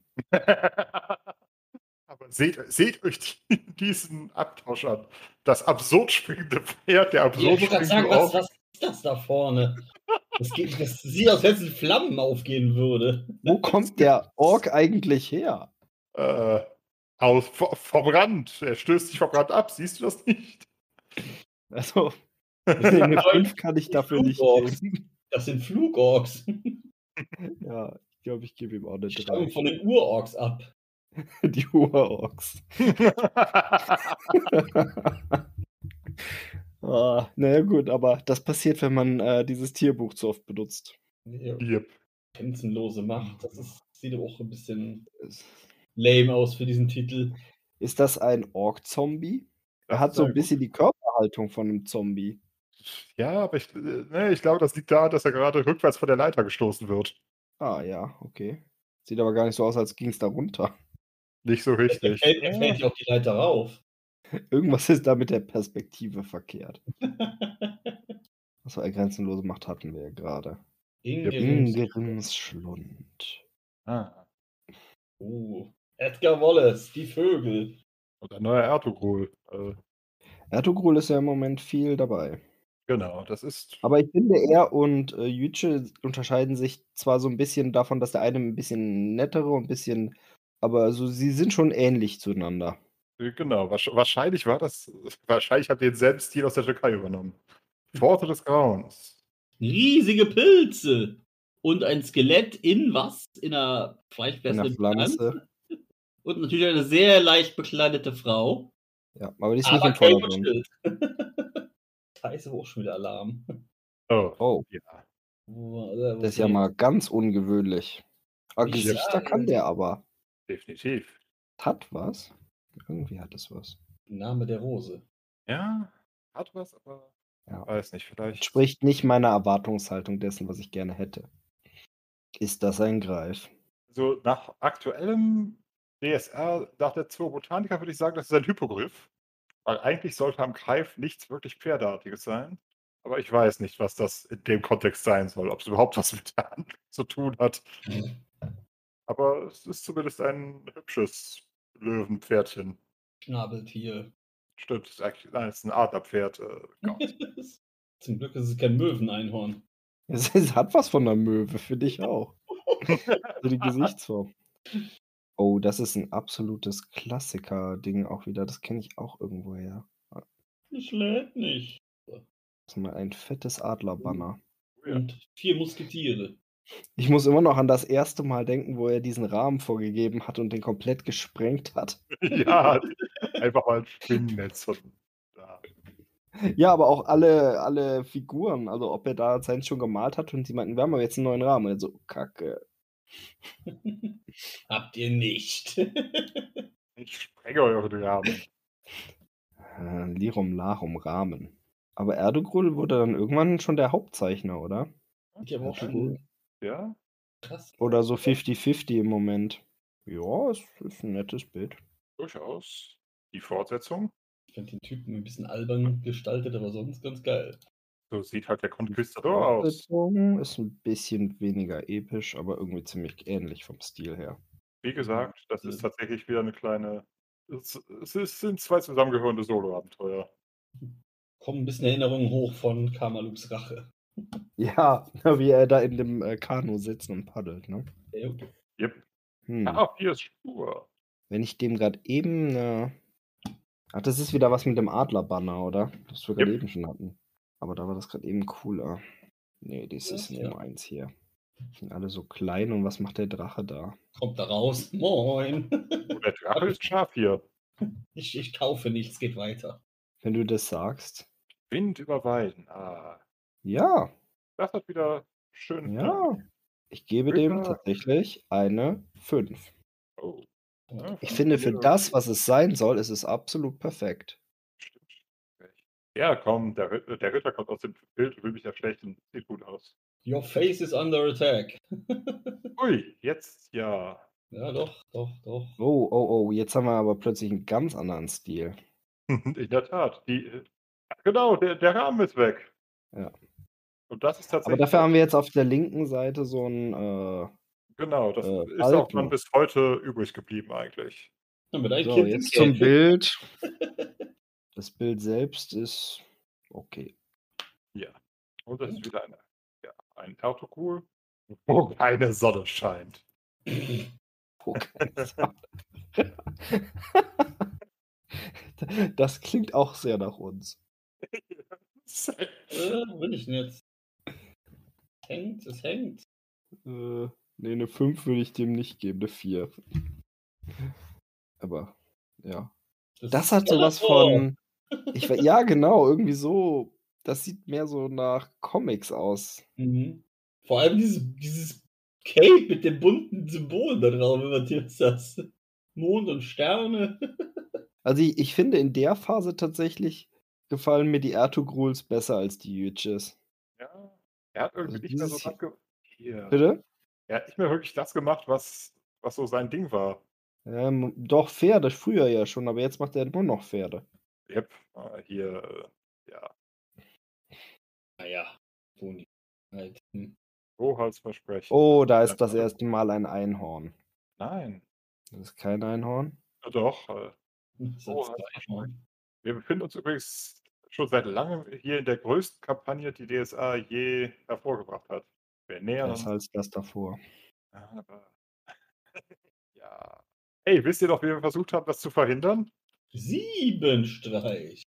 Aber seht, seht euch die, diesen Abtausch an. Das absurd springende Pferd, der Ja, absurd ich wollte gerade springende sagen, was, Ork. was ist das da vorne? Das, geht, das sieht aus, als wenn es in Flammen aufgehen würde. Wo kommt der Ork eigentlich her? Äh, aus, v- vom Rand. Er stößt sich vom Rand ab. Siehst du das nicht? Also, nee, eine fünf kann ich dafür nicht Flugorks. geben. Das sind Flugorks. Ja, ich glaube, ich gebe ihm auch eine Die stammen drei. von den Urorks ab. Die Urorks. Ah, naja, gut, aber das passiert, wenn man äh, dieses Tierbuch zu oft benutzt. Ja, Yep. grenzenlose Macht. Das ist, sieht aber auch ein bisschen Ist- lame aus für diesen Titel. Ist das ein Ork-Zombie? Er Das hat ist so ein sehr bisschen die Körperhaltung von einem Zombie. Ja, aber ich, äh, ne, ich glaube, das liegt daran, dass er gerade rückwärts von der Leiter gestoßen wird. Ah, ja, okay. Sieht aber gar nicht so aus, als ging es da runter. Nicht so Er richtig. fällt, er fällt ja auf die Leiter rauf. Irgendwas ist da mit der Perspektive verkehrt. Achso, eine grenzenlose Macht hatten wir ja gerade. Ingerims. Ingrims Schlund. Ah. Oh. Edgar Wallace, die Vögel. Und ein neuer Ertogrul. Äh, Ertogrul ist ja im Moment viel dabei. genau, das ist. Aber ich finde, er und äh, Yüce unterscheiden sich zwar so ein bisschen davon, dass der eine ein bisschen nettere und ein bisschen. Aber also, sie sind schon ähnlich zueinander. äh, Genau, wahrsch- wahrscheinlich war das. Wahrscheinlich hat denselben Stil aus der Türkei übernommen. Pforte des Grauens. Riesige Pilze. Und ein Skelett in was? In einer In der fleischfressenden Pflanze. Und natürlich eine sehr leicht bekleidete Frau. Ja, aber die ist nicht Aber im Cape und Vordergrund. Schild. Scheiße, wo auch schon wieder Alarm. Oh, Oh, ja. Wo- äh, wo das ist ja geht's? mal ganz ungewöhnlich. Aber Ich Gesichter sage- kann der aber. Definitiv. Hat was? Irgendwie hat es was. Name der Rose. Ja, hat was, aber Ja. weiß nicht, vielleicht. Entspricht nicht meiner Erwartungshaltung dessen, was ich gerne hätte. Ist das ein Greif? So nach aktuellem D S R, nach der Zoo Botanica würde ich sagen, das ist ein Hippogriff. Weil eigentlich sollte am Greif nichts wirklich Pferdeartiges sein. Aber ich weiß nicht, was das in dem Kontext sein soll, ob es überhaupt was mit der Hand zu tun hat. Aber es ist zumindest ein hübsches Löwenpferdchen. Schnabeltier. Stimmt, es ist eigentlich nein, es ist ein Adlerpferd. Äh, Gott. Zum Glück ist es kein Möweneinhorn. Es, es hat was von einer Möwe, finde ich auch. So die Gesichtsform. Oh, das ist ein absolutes Klassiker-Ding auch wieder. Das kenne ich auch irgendwoher. Es lädt nicht. Das ist mal ein fettes Adlerbanner. Ja. Und vier Musketiere. Ich muss immer noch an das erste Mal denken, wo er diesen Rahmen vorgegeben hat und den komplett gesprengt hat. Ja, einfach mal ein Spinnennetz von da. Ja, aber auch alle, alle Figuren, also ob er da seins schon gemalt hat und sie meinten, wir haben aber jetzt einen neuen Rahmen. Und er so, Kacke. Habt ihr nicht. Ich sprenge eure Rahmen. Äh, Lirum Larum Rahmen. Aber Erdoğan wurde dann irgendwann schon der Hauptzeichner, oder? Ich habe auch Ertugrul. schon Ja? krass. Oder so fünfzig fünfzig im Moment. Ja, es ist ein nettes Bild. Durchaus. Die Fortsetzung. Ich finde den Typen ein bisschen albern gestaltet, aber sonst ganz geil. So sieht halt der Conquistador aus. Fortsetzung ist ein bisschen weniger episch, aber irgendwie ziemlich ähnlich vom Stil her. Wie gesagt, das ist Mhm. tatsächlich wieder eine kleine. Es, es ist- sind zwei zusammengehörende Solo-Abenteuer. Kommen ein bisschen Erinnerungen hoch von Kamaluks Rache. Ja, wie er da in dem äh, Kanu sitzt und paddelt, ne? Ja, Yep. Hm. Ah, hier ist Spur. Wenn ich dem gerade eben eine. Ach, das ist wieder was mit dem Adlerbanner, oder? Das wir gerade Yep. eben schon hatten. Aber da war das gerade eben cooler. Nee, das Ja, ist ja. Nummer eins hier. Die sind alle so klein und was macht der Drache da? kommt da raus. Moin. Oh, der Drache ist scharf hier. Ich, ich kaufe nichts, geht weiter. Wenn du das sagst. Wind über Weiden. Ah, Ja, das hat wieder schön. ja. Ich gebe dem Ritter. tatsächlich eine fünf. Oh. Ja, Ich von finde, für mir- das, was es sein soll, ist es absolut perfekt. Stimmt. Ja, komm, der, Ritter- der Ritter kommt aus dem Bild, will mich ja schlecht und sieht gut aus. Your face is under attack. Ui, jetzt ja. Ja, doch, doch, doch. Oh, oh, oh, jetzt haben wir aber plötzlich einen ganz anderen Stil. In der Tat. Die, äh, genau, der, der Rahmen ist weg. Ja. Und das ist Aber tatsächlich. dafür haben wir jetzt auf der linken Seite so ein. Äh, Genau, das äh, ist auch Balken. dann bis heute übrig geblieben eigentlich. Ja, mit einem So, Kind jetzt im zum Käfig. Bild. Das Bild selbst ist okay. Ja. Und das ist wieder eine, ja, ein Autocool, wo keine Sonne scheint. Okay. Das klingt auch sehr nach uns. Äh, wo bin ich denn jetzt? Es hängt, es hängt. Äh, nee, eine fünf würde ich dem nicht geben, eine vier. Aber, ja. Das hat sowas von. Ich, we- ja, genau, irgendwie so. Das sieht mehr so nach Comics aus. Mhm. Vor allem dieses, dieses Cape mit den bunten Symbolen da drauf, wenn man dir das. Mond und Sterne. Also ich, ich finde, in der Phase tatsächlich gefallen mir die Ertuğruls besser als die Yüces. Ja, er hat irgendwie Also nicht mehr so dieses das ge hier. Bitte? Er hat nicht mehr wirklich das gemacht, was, was so sein Ding war. Ähm, doch, Pferde, früher ja schon, aber jetzt macht er nur noch Pferde. Yep, äh, hier, äh, ja, Naja, so nicht. Halt. Hm. Hoheitsversprechen. Oh, da ist Ja, das also- erste Mal ein Einhorn. Nein, Das ist kein Einhorn. äh, doch. Äh, Das Oh, ist halt das mal. wir befinden uns übrigens schon seit langem hier in der größten Kampagne, die D S A je hervorgebracht hat. Wir nähern uns. Besser als das davor. Aber, ja. Hey, wisst ihr noch, wie wir versucht haben, das zu verhindern? Siebenstreich.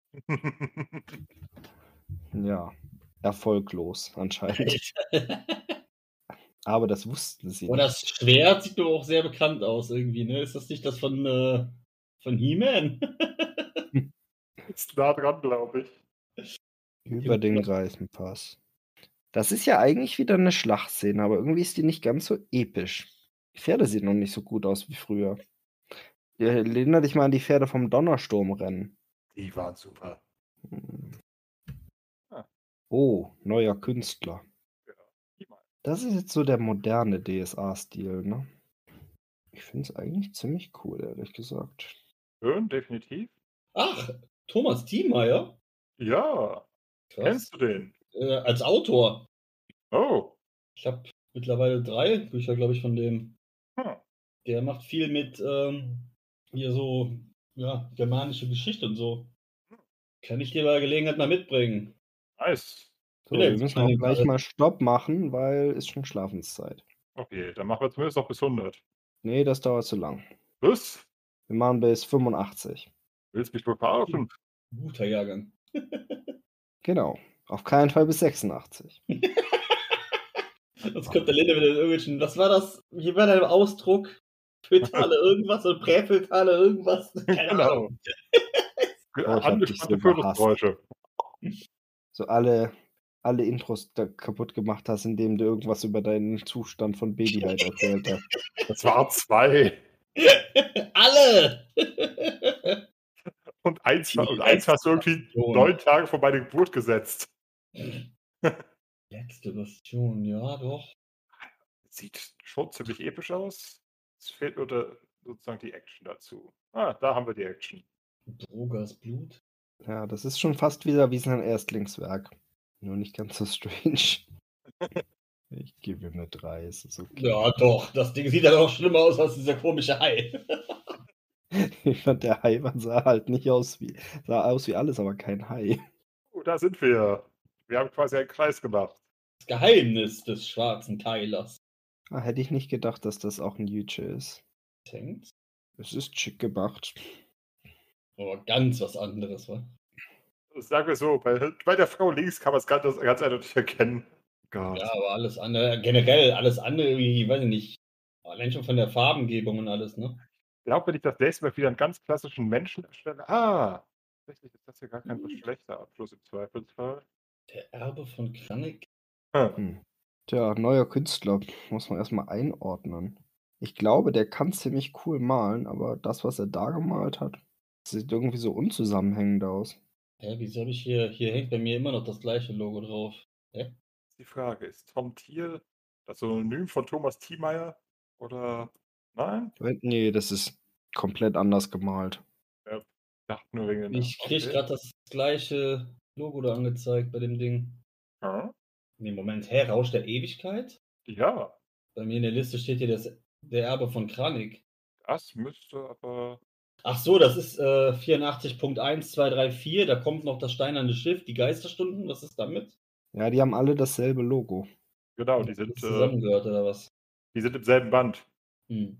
Ja, erfolglos anscheinend. Aber das wussten sie Oh, nicht. das Schwert sieht doch auch sehr bekannt aus irgendwie, ne? Ist das nicht das von, äh, von He-Man? Ist nah dran, glaube ich. Über den Greifenpass. Das ist ja eigentlich wieder eine Schlachtszene, aber irgendwie ist die nicht ganz so episch. Die Pferde sehen noch nicht so gut aus wie früher. Erinnere dich mal an die Pferde vom Donnersturmrennen. Die waren super. Hm. Ah. Oh, neuer Künstler. Ja, die mal. Das ist jetzt so der moderne D S A-Stil, ne? Ich finde es eigentlich ziemlich cool, ehrlich gesagt. Schön, definitiv. Ach, Thomas Thielmeier? Ja, Krass. kennst du den? Äh, als Autor. Oh. Ich habe mittlerweile drei Bücher, glaube ich, von dem. Hm. Der macht viel mit ähm, hier so, ja, germanische Geschichte und so. Kann ich dir bei Gelegenheit mal mitbringen. Nice. So, Wieder wir jetzt müssen mal auch den gleich Ball. mal Stopp machen, weil ist schon Schlafenszeit. Okay, dann machen wir zumindest noch bis hundert. Nee, das dauert zu lang. Was? Wir machen bis fünfundachtzig. Willst du mich wohl verarschen? Guter Jahrgang. Genau. Auf keinen Fall bis sechsundachtzig. Sonst kommt der Linde mit irgendwelchen, was war das? Wie war der Ausdruck? Fötale irgendwas oder präfötale irgendwas? Keine Genau. Ahnung. Oh, ich hab dich so Angespannte Fötusgeräusche. So alle, alle Intros da kaputt gemacht hast, indem du irgendwas über deinen Zustand von Babyheit erzählt hast. Das waren zwei. Alle! Und eins, Die und eins hast du irgendwie Bastion. neun Tage vor meine Geburt gesetzt. Letzte Bastion, ja doch. Sieht schon ziemlich episch aus. Es fehlt nur der, sozusagen die Action dazu. Ah, da haben wir die Action. Drogas Blut. Ja, das ist schon fast wieder wie sein Erstlingswerk. Nur nicht ganz so strange. Ich gebe ihm eine drei, ist es okay. Ja doch, das Ding sieht ja auch schlimmer aus als dieser komische Hai. Ich fand, der Hai man sah halt nicht aus wie, sah aus wie alles, aber kein Hai. Oh, da sind wir. Wir haben quasi einen Kreis gemacht. Das Geheimnis des schwarzen Keilers. Ah, hätte ich nicht gedacht, dass das auch ein Yuche ist. Denkt? Es ist schick gemacht. Aber ganz was anderes, wa? Sagen wir so, bei, bei der Frau links kann man es ganz, ganz eindeutig erkennen. Gott. Ja, aber alles andere, generell alles andere, irgendwie, weiß ich nicht. Allein schon von der Farbengebung und alles, ne? Ich glaube, wenn ich das nächste Mal wieder einen ganz klassischen Menschen erstelle. Ah, tatsächlich ist das hier gar kein so schlechter Abschluss im Zweifelsfall. Der Erbe von Kranich. Hm. Hm. Tja, neuer Künstler. Muss man erstmal einordnen. Ich glaube, der kann ziemlich cool malen, aber das, was er da gemalt hat, sieht irgendwie so unzusammenhängend aus. Hä, wieso habe ich hier, hier hängt bei mir immer noch das gleiche Logo drauf. Hä? Die Frage, ist Tom Thiel das Synonym von Thomas Thielmeier? Oder nein? Nee, das ist komplett anders gemalt. Ja, ich dachte nur wegen den Ich krieg okay. gerade das gleiche Logo da angezeigt bei dem Ding. Ja. Nee, Moment, hä, Rausch der Ewigkeit? Ja, Bei mir in der Liste steht hier das, der Erbe von Kranich. das müsste aber. Ach so, das ist äh, vierundachtzig Punkt eins zwei drei vier. Da kommt noch das steinerne Schiff, die Geisterstunden. Was ist damit? Ja, die haben alle dasselbe Logo. Genau, die Das sind, ist äh, zusammengehört oder was? die sind im selben Band. Hm.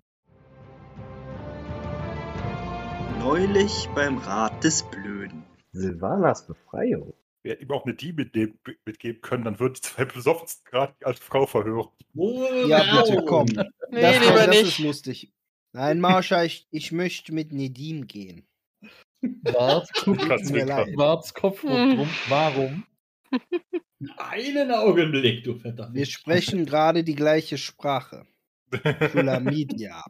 Neulich beim Rat des Blöden. Silvanas Befreiung. Wir hätten ihm auch eine Die mitnehmen, mitgeben können, dann würden die zwei besoffensten gerade die alte Frau verhören. Oh, Ja, genau. bitte, komm. Nee, das, lieber das nicht. ist lustig. Nein, Marsha, ich, ich möchte mit Nedim gehen. Bart, Tut mir Zwinker. leid. Barts Kopf Hm. drum. Warum? Einen Augenblick, du fetter Wir Fisch. sprechen gerade die gleiche Sprache. Chulamidia.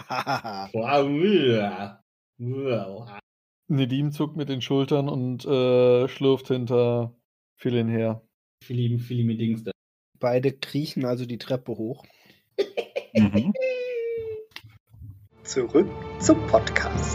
Wow. Wow. Nedim zuckt mit den Schultern und äh, schlurft hinter Philin her. Philly, Philly mit Dings da. Beide kriechen also die Treppe hoch. Mhm. Zurück zum Podcast.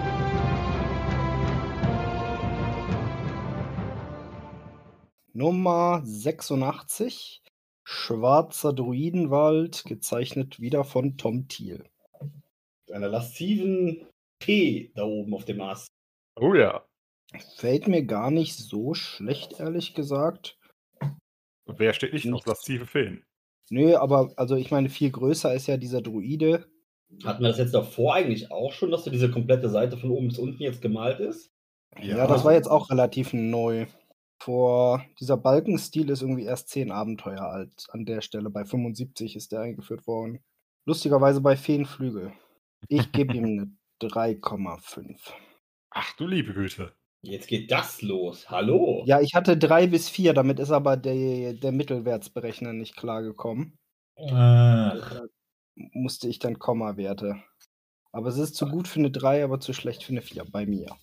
Nummer sechsundachtzig. Schwarzer Druidenwald, gezeichnet wieder von Tom Thiel. Mit einer lasziven P da oben auf dem Ast. Oh ja. Fällt mir gar nicht so schlecht, ehrlich gesagt. Und wer steht nicht auf Nichts. laszive Feen? Nö, aber also ich meine, viel größer ist ja dieser Druide. Hatten wir das jetzt davor eigentlich auch schon, dass so diese komplette Seite von oben bis unten jetzt gemalt ist? Ja, das war jetzt auch relativ neu. Vor dieser Balkenstil ist irgendwie erst zehn Abenteuer alt. An der Stelle bei fünfundsiebzig ist der eingeführt worden. Lustigerweise bei Feenflügel. Ich gebe ihm eine drei Komma fünf. Ach du liebe Güte. Jetzt geht das los. Hallo? Ja, ich hatte drei bis vier, damit ist aber der, der Mittelwertsberechner nicht klargekommen. Ach, Da musste ich dann Kommawerte. Aber es ist zu gut für eine drei, aber zu schlecht für eine vier bei mir.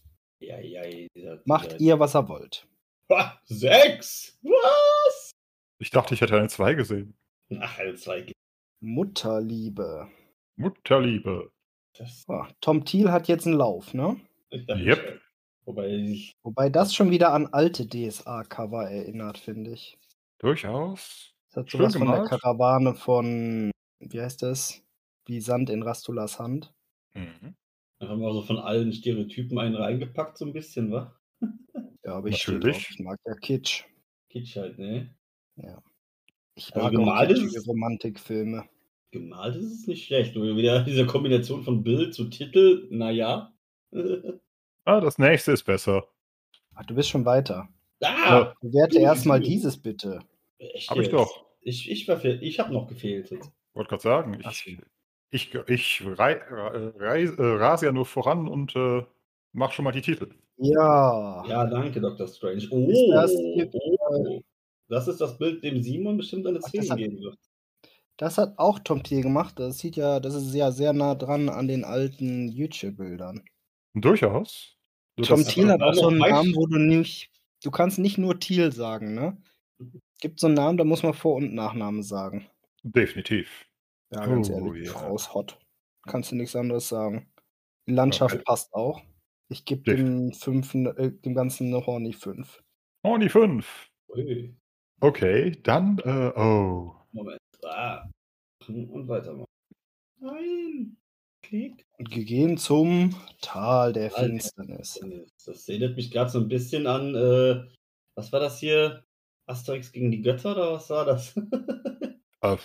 Ja, ja, dieser, Macht dieser... ihr, was ihr wollt. Ha, sechs! Was? Ich dachte, ich hätte eine zwei gesehen. Ach, eine zwei. Mutterliebe. Mutterliebe. Das, Oh, Tom Thiel hat jetzt einen Lauf, ne? ja, Yep. Wobei ich. Wobei das schon wieder an alte D S A-Cover erinnert, finde ich. Durchaus. Das hat Schön sowas von der gemalt. Karawane von, wie heißt das? Wie Sand in Rastulas Hand. Mhm. Einfach mal so von allen Stereotypen einen reingepackt, so ein bisschen, wa? Ja, aber ich stehe drauf. Natürlich. Ich mag ja Kitsch. Kitsch halt, ne? Ja. Ich Also mag auch gemalt ist kitschige es- Romantikfilme. Gemalt ist es nicht schlecht. Nur wieder diese Kombination von Bild zu Titel, naja. Ah, das nächste ist besser. Ach, du bist schon weiter. Ah! Bewerte Du, erstmal du. dieses bitte. Echt Hab ich jetzt? doch. Ich, ich, war fehl- ich habe noch gefehlt jetzt. Wollte gerade sagen, Ach so. ich, ich, ich rei, rei, äh, rase ja nur voran und äh, mach schon mal die Titel. Ja. Ja, danke, Doktor Strange. Ist Oh, das hier- oh. Das ist das Bild, dem Simon bestimmt eine Ach, das zehn hat- geben wird. Das hat auch Tom Thiel gemacht. Das sieht ja, das ist ja sehr nah dran an den alten YouTube-Bildern. Durchaus. Nur Tom das- Thiel hat aber auch so noch einen weiß- Namen, wo du nicht, du kannst nicht nur Thiel sagen, ne? Gibt so einen Namen, da muss man Vor- und Nachname sagen. Definitiv. Ja, ganz Oh, ehrlich, die ja. Frau ist hot. Kannst du nichts anderes sagen. Die Landschaft Okay. passt auch. Ich gebe Def- dem, fünf, äh, dem Ganzen eine Horny fünf. Oh, die fünf. Ui. Okay, dann, äh, oh. Moment. Ah. Und weitermachen. Nein. Klick. Und gegeben zum Tal der Alter. Finsternis. Das erinnert mich gerade so ein bisschen an, äh, was war das hier? Asterix gegen die Götter oder was war das? Äh,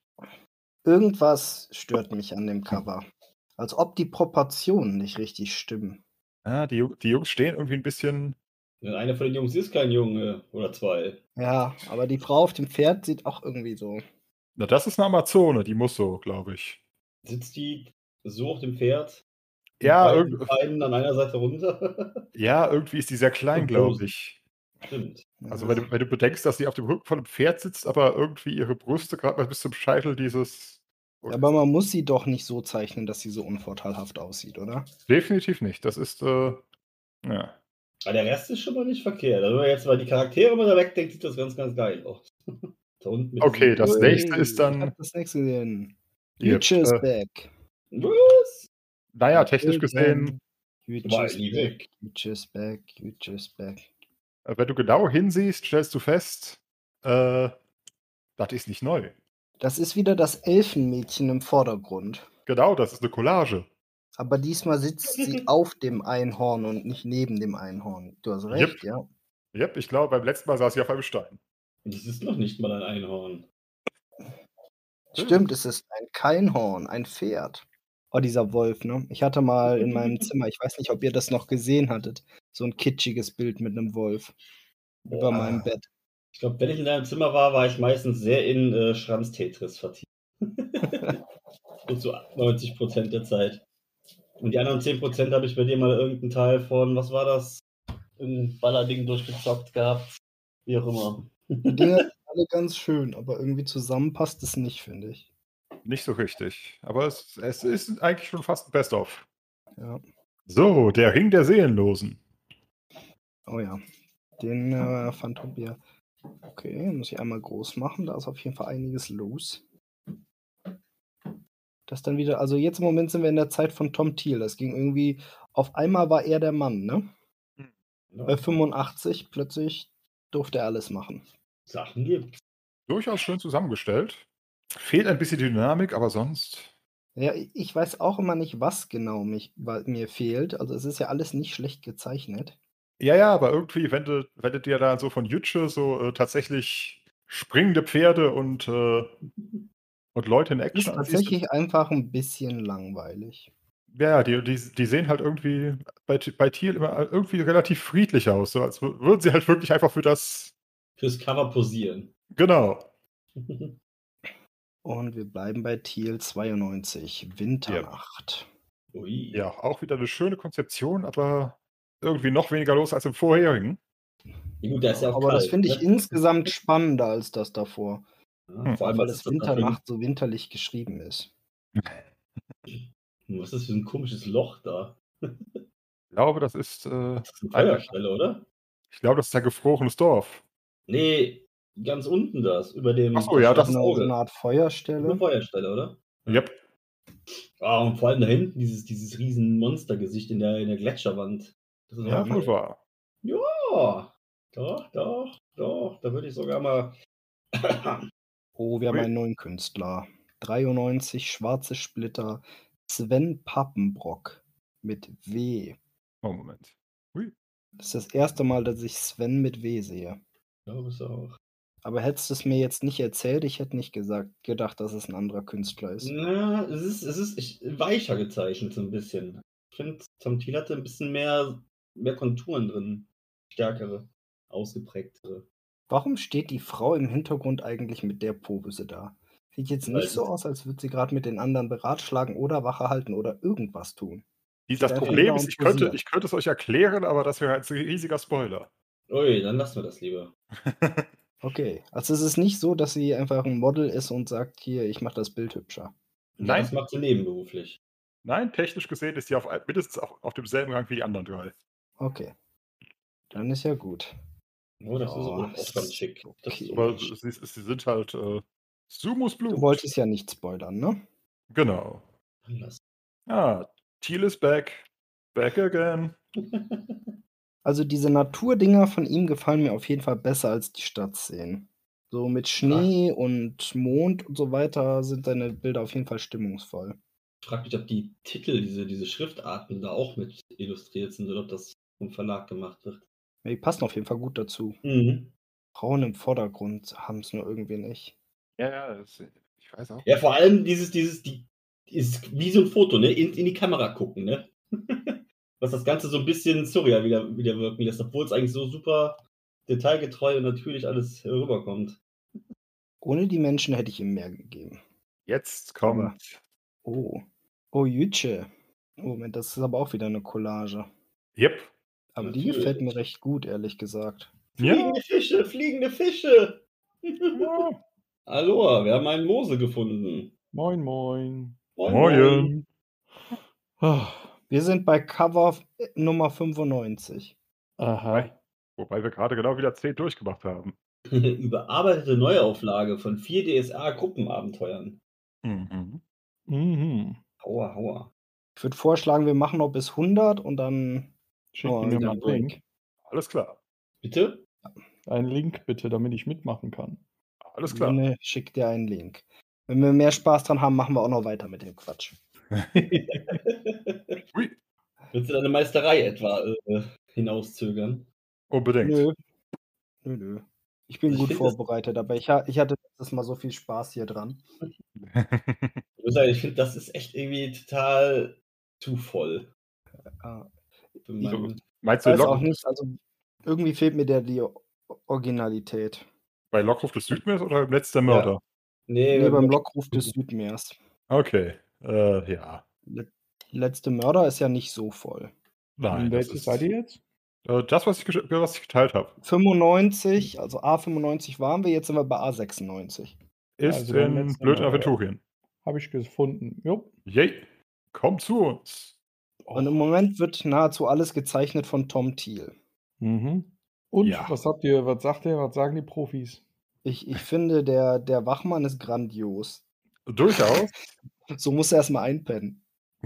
Irgendwas stört mich an dem Cover. Als ob die Proportionen nicht richtig stimmen. ah, die, Ju- die Jungs stehen irgendwie ein bisschen. Einer von den Jungs ist kein Junge oder zwei. Ja, aber die Frau auf dem Pferd sieht auch irgendwie so. Na, das ist eine Amazone, die muss so, glaube ich. Sitzt die so auf dem Pferd? Ja, Mit beiden irgend- Beinen an einer Seite runter? Ja, irgendwie ist die sehr klein, Und glaube Rosen. ich. Stimmt. Also, Ja. wenn du, wenn du bedenkst, dass sie auf dem Rücken von einem Pferd sitzt, aber irgendwie ihre Brüste gerade mal bis zum Scheitel dieses. Ja, aber man muss sie doch nicht so zeichnen, dass sie so unvorteilhaft aussieht, oder? Definitiv nicht. Das ist, äh, ja. Aber der Rest ist schon mal nicht verkehrt. Also wenn man jetzt mal die Charaktere mal da wegdenkt, sieht das ganz, ganz geil aus. Da unten mit Okay, diesem- das Ui, nächste ist dann- Ich hab das nächste gesehen. Yep, Yuchi is äh, back. Was? Naja, technisch gesehen, Yuchi War is nie back. weg. Yuchi is back. Yuchi is back. äh, wenn du genau hinsiehst, stellst du fest, äh, das ist nicht neu. Das ist wieder das Elfenmädchen im Vordergrund. Genau, das ist eine Collage. Aber diesmal sitzt sie auf dem Einhorn und nicht neben dem Einhorn. Du hast recht, Yep. ja. Yep, ich glaube, beim letzten Mal saß sie auf einem Stein. Und es ist noch nicht mal ein Einhorn. Stimmt, es ist ein Keinhorn, ein Pferd. Oh, dieser Wolf, ne? Ich hatte mal in meinem Zimmer, ich weiß nicht, ob ihr das noch gesehen hattet, so ein kitschiges Bild mit einem Wolf über Boah. meinem Bett. Ich glaube, wenn ich in deinem Zimmer war, war ich meistens sehr in äh, Schranz-Tetris vertieft. Und so neunzig Prozent der Zeit. Und die anderen zehn Prozent habe ich bei dir mal irgendeinen Teil von, was war das? Ein Ballerding durchgezockt gehabt. Wie auch immer. Die Dinger sind alle ganz schön, aber irgendwie zusammen passt es nicht, finde ich. Nicht so richtig. Aber es, es ist eigentlich schon fast ein Best-of. Ja. So, der Ring der Seelenlosen. Oh ja. Den äh, Phantombier. Okay, muss ich einmal groß machen. Da ist auf jeden Fall einiges los. Das dann wieder, also jetzt im Moment sind wir in der Zeit von Tom Thiel. Das ging irgendwie, auf einmal war er der Mann, ne? Bei fünfundachtzig plötzlich durfte er alles machen. Sachen gibt. Durchaus schön zusammengestellt. Fehlt ein bisschen Dynamik, aber sonst. Ja, ich weiß auch immer nicht, was genau mich, weil mir fehlt. Also es ist ja alles nicht schlecht gezeichnet. Ja, ja, aber irgendwie, wenn du, wenn du dir da so von Jütsche so äh, tatsächlich springende Pferde und, äh, und Leute in Ist Action ansiehst, tatsächlich einfach ein bisschen langweilig. ja, die, die, die sehen halt irgendwie bei, T- bei Thiel immer irgendwie relativ friedlich aus. So als wür- würden sie halt wirklich einfach für das. Fürs Cover posieren. Genau. Und wir bleiben bei Thiel zweiundneunzig, Winternacht. Ui. Ja, auch wieder eine schöne Konzeption, aber irgendwie noch weniger los als im vorherigen. Ja, gut, der ist ja auch Aber das kalt, finde ich ne? insgesamt spannender als das davor. Ja, vor allem, Weil was das ist das da für ein- Winternacht so winterlich geschrieben ist. Was ist das für ein komisches Loch da? Ich glaube, das ist, äh, Das ist eine ein Feuerstelle, oder? ich glaube, das ist ein gefrorenes Dorf. Nee, ganz unten das, über dem Ach so, ja, das schwarzen ist Eine, so Auge. eine Art Das ist eine Feuerstelle. Feuerstelle, oder? Yep. Ah, und vor allem da hinten dieses, dieses riesen Monstergesicht in der, in der Gletscherwand. Das ist Ja, auch wohl geil. wahr. Ja, doch, doch, doch. Da würde ich sogar mal. Oh, wir haben Ui. einen neuen Künstler. dreiundneunzig schwarze Splitter. Sven Pappenbrock mit W. Oh, Moment. Ui. Das ist das erste Mal, dass ich Sven mit W sehe. Ich glaube es auch. Aber hättest du es mir jetzt nicht erzählt, ich hätte nicht gesagt, gedacht, dass es ein anderer Künstler ist. Na, es ist, es ist ich, weicher gezeichnet, so ein bisschen. Ich finde, Tom Thiel hatte ein bisschen mehr, mehr Konturen drin. Stärkere, ausgeprägtere. Warum steht die Frau im Hintergrund eigentlich mit der Pose da? Sieht jetzt Ich nicht weiß so es. aus, als würde sie gerade mit den anderen beratschlagen oder Wache halten oder irgendwas tun. Die- Steht Das einfach Problem da ist, und ich könnte, posiert. ich könnte es euch erklären, aber das wäre ein riesiger Spoiler. Ui, dann lassen wir das lieber. Okay, also es ist nicht so, dass sie einfach ein Model ist und sagt, hier, ich mache das Bild hübscher. Nein. Das macht sie nebenberuflich. Nein, technisch gesehen ist sie auf, ein- mindestens auf, auf demselben Rang wie die anderen drei. Okay, dann ist ja gut. Oh, das ist Ja, auch, auch ganz schick. Das ist okay. Aber okay. sie, sie sind halt äh, Sumus Blut. Du wolltest ja nicht spoilern, ne? Genau. Lass. Ah, Thiel is back. Back again. Also diese Naturdinger von ihm gefallen mir auf jeden Fall besser als die Stadtszenen. So mit Schnee und Mond und so weiter sind seine Bilder auf jeden Fall stimmungsvoll. Ich frage mich, ob die Titel, diese, diese Schriftarten da auch mit illustriert sind oder ob das vom Verlag gemacht wird. Ja, die passen auf jeden Fall gut dazu. Mhm. Frauen im Vordergrund haben es nur irgendwie nicht. Ja, ja, das, ich weiß auch. Ja, vor allem dieses, dieses, die ist wie so ein Foto, ne? In, in die Kamera gucken, ne? Was das Ganze so ein bisschen surreal wieder, wieder wirken lässt, obwohl es eigentlich so super detailgetreu und natürlich alles rüberkommt. Ohne die Menschen hätte ich ihm mehr gegeben. Jetzt kommt. Oh. Oh, Jütsche. Moment, das ist aber auch wieder eine Collage. Yep. Aber die Natürlich. gefällt mir recht gut, ehrlich gesagt. Ja. Fliegende Fische, fliegende Fische! Ja. Aloha, wir haben einen Mose gefunden. Moin, moin. Moin, Moin. Ah, Wir sind bei Cover Nummer fünfundneunzig. aha. Wobei wir gerade genau wieder zehn durchgemacht haben. Überarbeitete Neuauflage von vier D S A-Gruppenabenteuern. Mhm. Mhm. Hauer, hauer. Ich würde vorschlagen, wir machen noch bis hundert und dann Schick machen wir mir wieder mal einen einen Link. Break. Alles klar. Bitte? Einen Link bitte, damit ich mitmachen kann. Alles klar. Lene, schick dir einen Link. Wenn wir mehr Spaß dran haben, machen wir auch noch weiter mit dem Quatsch. Ui. Willst du deine Meisterei etwa äh, hinauszögern? Unbedingt. Nö. Nö, nö. Ich bin Ich gut find das- vorbereitet, aber ich, ha- ich hatte letztes Mal so viel Spaß hier dran. Ich muss sagen, ich finde, das ist echt irgendwie total zu voll. Äh, Für Ich- meinen- Meinst Ich du weiß auch Lock nicht, also irgendwie fehlt mir der die O- Originalität. bei Lockruf des Südmeers oder im Netz der Mörder? Nee, Nee, beim Lock- Lockruf des Südmeers. Okay. Äh, ja. Le- Letzte Mörder ist ja nicht so voll. Nein, das Welches ist seid ihr jetzt? äh, das, was ich, gesch- was ich geteilt habe. fünfundneunzig, also A fünfundneunzig waren wir, jetzt sind wir bei A sechsundneunzig. Ist Also beim in letzten Blöden Mal, ja. Aventurien. Habe ich gefunden. Jo. Yay. Komm zu uns. Und im Moment wird nahezu alles gezeichnet von Tom Thiel. Mhm. Und Ja. was habt ihr, was sagt ihr, was sagen die Profis? Ich, ich finde, der, der Wachmann ist grandios. Durchaus. So muss er erstmal einpennen.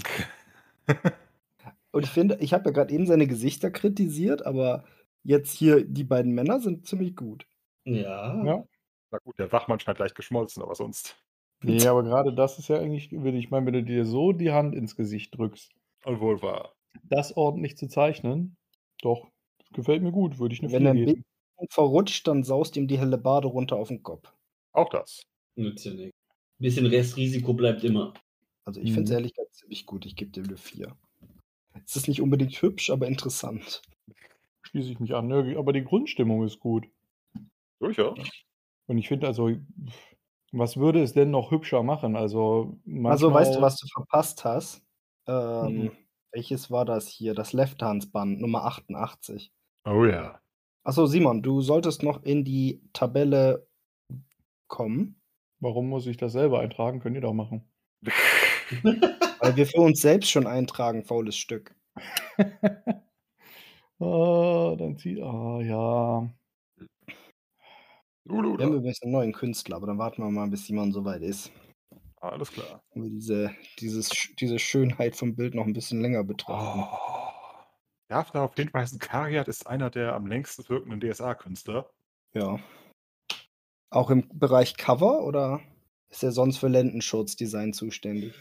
Und ich finde, ich habe ja gerade eben seine Gesichter kritisiert, aber jetzt hier die beiden Männer sind ziemlich gut. Ja. Ja. Na gut, der Wachmann scheint leicht geschmolzen, aber sonst. Nee, aber gerade das ist ja eigentlich, würde ich meine, wenn du dir so die Hand ins Gesicht drückst, Wohl wahr. das ordentlich zu zeichnen, doch, das gefällt mir gut, würde ich eine Wenn er vier ein geben. bisschen verrutscht, dann saust ihm die helle Bade runter auf den Kopf. Auch das. Nützt ja nichts. Ein bisschen Restrisiko bleibt immer. Also ich finde es Mhm. ehrlich gesagt ziemlich gut. Ich gebe dem eine vier. Es ist nicht unbedingt hübsch, aber interessant. Schließe ich mich an. Ja, aber die Grundstimmung ist gut. Durchaus. Und ich finde also, was würde es denn noch hübscher machen? Also, Also weißt du, manchmal- was du verpasst hast? Ähm, Mhm. Welches war das hier? Das Left-Hands-Band, Nummer achtundachtzig. Oh ja. Achso, Simon, du solltest noch in die Tabelle kommen, Warum muss ich das selber eintragen? Könnt ihr doch machen. weil wir für uns selbst schon eintragen, faules Stück. Ah, dann zieht. Ah, ja. Wir haben Luluda. übrigens einen neuen Künstler, aber dann warten wir mal, bis Simon soweit ist. Alles klar. Und wir diese, dieses, Sch- diese Schönheit vom Bild noch ein bisschen länger betrachten. Oh. Darf darauf hinweisen, Kariat ist einer der am längsten wirkenden D S A-Künstler. Ja. Auch im Bereich Cover oder ist er sonst für Lendenschutzdesign zuständig?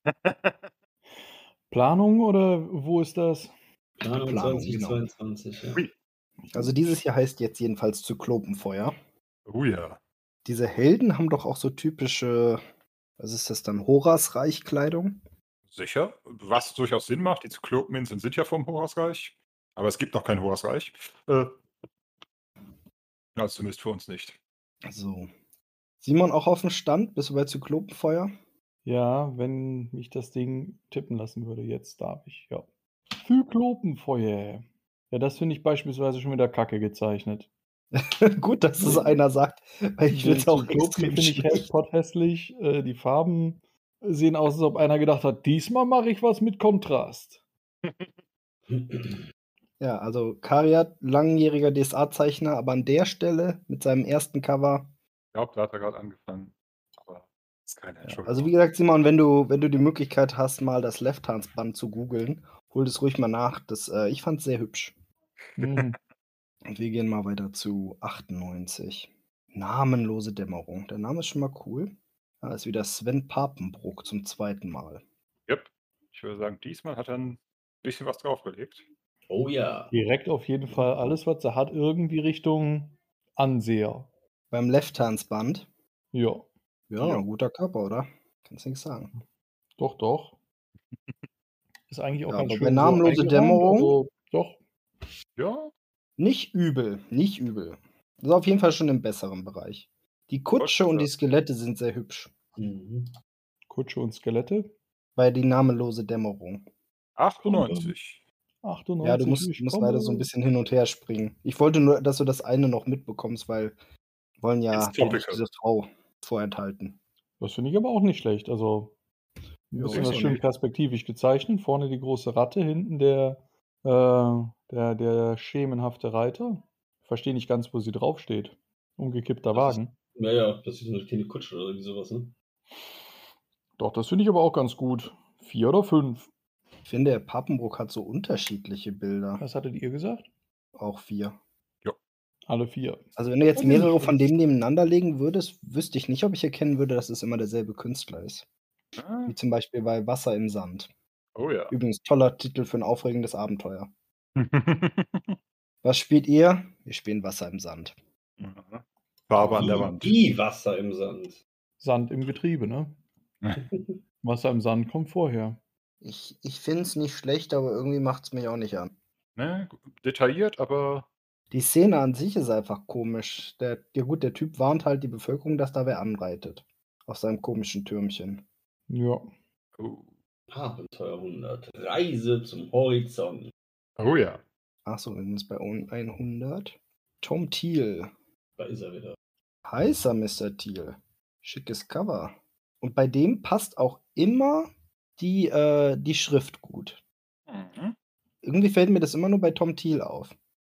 Planung oder wo ist das? Planung Planung, zwanzig zweiundzwanzig, ja. Ui. Also dieses hier heißt jetzt jedenfalls Zyklopenfeuer. Oh ja. Diese Helden haben doch auch so typische, was ist das dann, Horasreich-Kleidung? Sicher. Was durchaus Sinn macht. Die Zyklopeninseln sind ja vom Horasreich. Aber es gibt noch kein Horasreich. Äh, also zumindest für uns nicht. So. Simon auch auf dem Stand? Bist du bei Zyklopenfeuer? Ja, wenn mich das Ding tippen lassen würde, jetzt darf ich, ja. Zyklopenfeuer. Ja, das finde ich beispielsweise schon wieder kacke gezeichnet. Gut, dass es einer sagt, weil ich finde es auch Zyklopen extrem finde ich schlecht. potthässlich. Äh, die Farben sehen aus, als ob einer gedacht hat, diesmal mache ich was mit Kontrast. Ja, also Kariat, langjähriger D S A-Zeichner, aber an der Stelle mit seinem ersten Cover. Ich glaube, da hat er gerade angefangen. Aber ist keine Ja, Entschuldigung. also wie gesagt, Simon, wenn du, wenn du die Möglichkeit hast, mal das Left-Hands-Band zu googeln, hol das ruhig mal nach. Das, äh, ich fand es sehr hübsch. Mhm. Und wir gehen mal weiter zu achtundneunzig. Namenlose Dämmerung. Der Name ist schon mal cool. Da ist wieder Sven Papenbroek zum zweiten Mal. Yep. Ich würde sagen, diesmal hat er ein bisschen was draufgelegt. Oh ja. Direkt auf jeden Fall alles, was er hat, irgendwie Richtung Anseher. Beim Left-Hands-Band. Ja, Ja, Ja. guter Körper, oder? Kannst nichts sagen. doch, doch. Ist eigentlich auch Ja, ganz aber bei schön Namenlose so eingerahmt, Dämmerung? also doch. Ja. Nicht übel, nicht übel. Das ist auf jeden Fall schon im besseren Bereich. Die Kutsche und die Skelette sind sehr hübsch. Mhm. Kutsche und Skelette. Bei die namenlose Dämmerung. achtundneunzig. achtundneunzig. Ja, du musst, ich musst komme. leider so ein bisschen hin und her springen. Ich wollte nur, dass du das eine noch mitbekommst, weil wir wollen ja Ins Topical. nicht diese Frau vorenthalten. Das finde ich aber auch nicht schlecht. Also ein Ja, bisschen ist das auch schön nicht. perspektivisch gezeichnet. Vorne die große Ratte, hinten der, äh, der, der schemenhafte Reiter. Verstehe nicht ganz, wo sie draufsteht. Umgekippter Das ist- Wagen. Naja, das ist so eine kleine Kutsche oder irgendwie sowas, ne? Doch, das finde ich aber auch ganz gut. Vier oder fünf. Ich finde, der Papenbroek hat so unterschiedliche Bilder. Was hattet ihr gesagt? Auch vier. Alle vier. Also wenn du jetzt Weiß mehrere nicht, von das- dem nebeneinander legen würdest, wüsste ich nicht, ob ich erkennen würde, dass es immer derselbe Künstler ist. Ah. Wie zum Beispiel bei Wasser im Sand. Oh ja. Übrigens, toller Titel für ein aufregendes Abenteuer. Was spielt ihr? Wir spielen Wasser im Sand. Mhm. Farbe an der Wie- Wand. Wie Wasser im Sand. Sand im Getriebe, ne? Wasser im Sand kommt vorher. Ich, ich finde es nicht schlecht, aber irgendwie macht es mich auch nicht an. Ne? Detailliert, aber Die Szene an sich ist einfach komisch. Der, ja gut, der Typ warnt halt die Bevölkerung, dass da wer anreitet. Auf seinem komischen Türmchen. Ja. oh, Abenteuer hundert. Reise zum Horizont. oh ja. Achso, wir sind jetzt bei hundert. Tom Thiel. Da ist er wieder. Heißer Mister Thiel. Schickes Cover. Und bei dem passt auch immer die, äh, die Schrift gut. Mhm. Irgendwie fällt mir das immer nur bei Tom Thiel auf.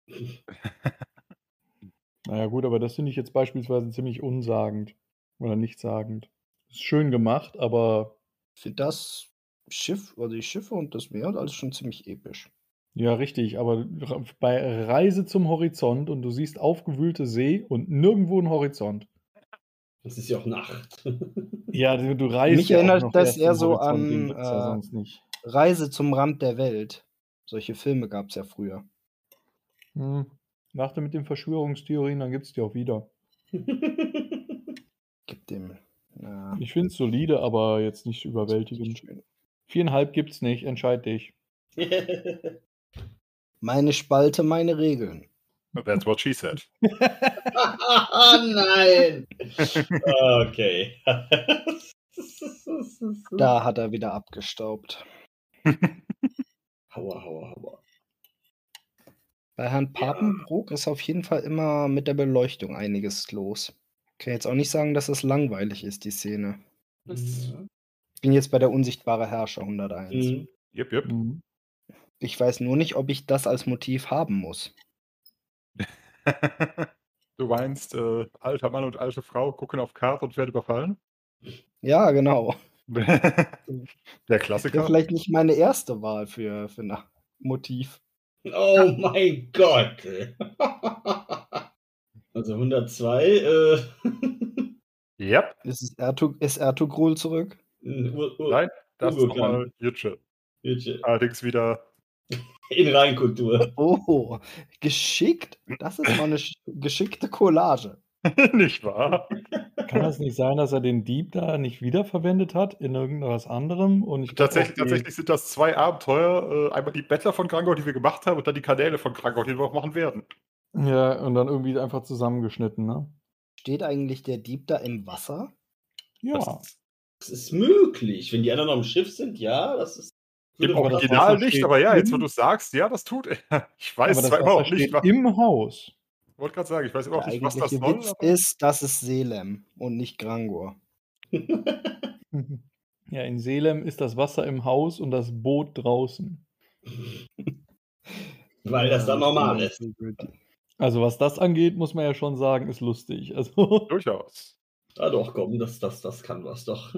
Naja, gut, aber das finde ich jetzt beispielsweise ziemlich unsagend. Oder nichtssagend. Ist schön gemacht, aber Ich finde das Schiff, also die Schiffe und das Meer und alles schon ziemlich episch. ja, richtig. Aber ra- bei Reise zum Horizont und du siehst aufgewühlte See und nirgendwo ein Horizont. Das ist ja auch Nacht. Ja, du, du reist Mich ja auch erinnert noch das erst eher zum so Horizont, an, den gibt's ja äh, sonst nicht. Reise zum Rand der Welt. Solche Filme gab es ja früher. Hm. Nach mit den Verschwörungstheorien, dann gibt es die auch wieder. Gibt dem. Na, Ich finde es solide, aber jetzt nicht überwältigend. schön. Viereinhalb gibt's nicht, entscheid dich. Meine Spalte, meine Regeln. That's what she said. Ah, nein! Okay. Da hat er wieder abgestaubt. Hauer, hauer, hauer. Bei Herrn Ja. Papenbroek ist auf jeden Fall immer mit der Beleuchtung einiges los. Ich kann jetzt auch nicht sagen, dass es langweilig ist, die Szene. Ja. Ich bin jetzt bei der unsichtbare Herrscher hunderteins. Mhm. Yep, yep. Mhm. Ich weiß nur nicht, ob ich das als Motiv haben muss. Du meinst, äh, alter Mann und alte Frau gucken auf Karte und werden überfallen? Ja, genau. Der Wäre Klassiker? vielleicht nicht meine erste Wahl für, für ein Motiv. Oh mein Gott. Also hundertzwei, äh. Yep. Ist, es Ertug ist Ertugrul zurück? Ur, Ur, Nein, das ist Urkan. nochmal Jütsche. Jütsche. Allerdings wieder In Reinkultur. Oh, geschickt. Das ist mal eine sch- geschickte Collage. nicht wahr. Kann das nicht sein, dass er den Dieb da nicht wiederverwendet hat in irgendwas anderem? Und ich glaub Tatsächlich, auch die- tatsächlich sind das zwei Abenteuer. Äh, einmal die Bettler von Krangor, die wir gemacht haben, und dann die Kanäle von Krangor, die wir auch machen werden. Ja, und dann irgendwie einfach zusammengeschnitten, ne? Steht eigentlich der Dieb da im Wasser? Ja. Das Das ist möglich. Wenn die anderen noch im Schiff sind, ja, das ist. Im würde passen. Original Wasser nicht, steht aber ja, jetzt wo im- du sagst, ja, das tut er. Ich Aber weiß das zwar immer Wasser noch nicht, steht was. im Haus. Ich wollte gerade sagen, ich weiß immer Der noch nicht, was das eigentliche soll. Witz aber- ist, das ist Selem und nicht Grangor. Ja, in Selem ist das Wasser im Haus und das Boot draußen. Weil das dann normal ist. Also was das angeht, muss man ja schon sagen, ist lustig. Also Durchaus. Ah doch, komm, das, das, das kann was doch.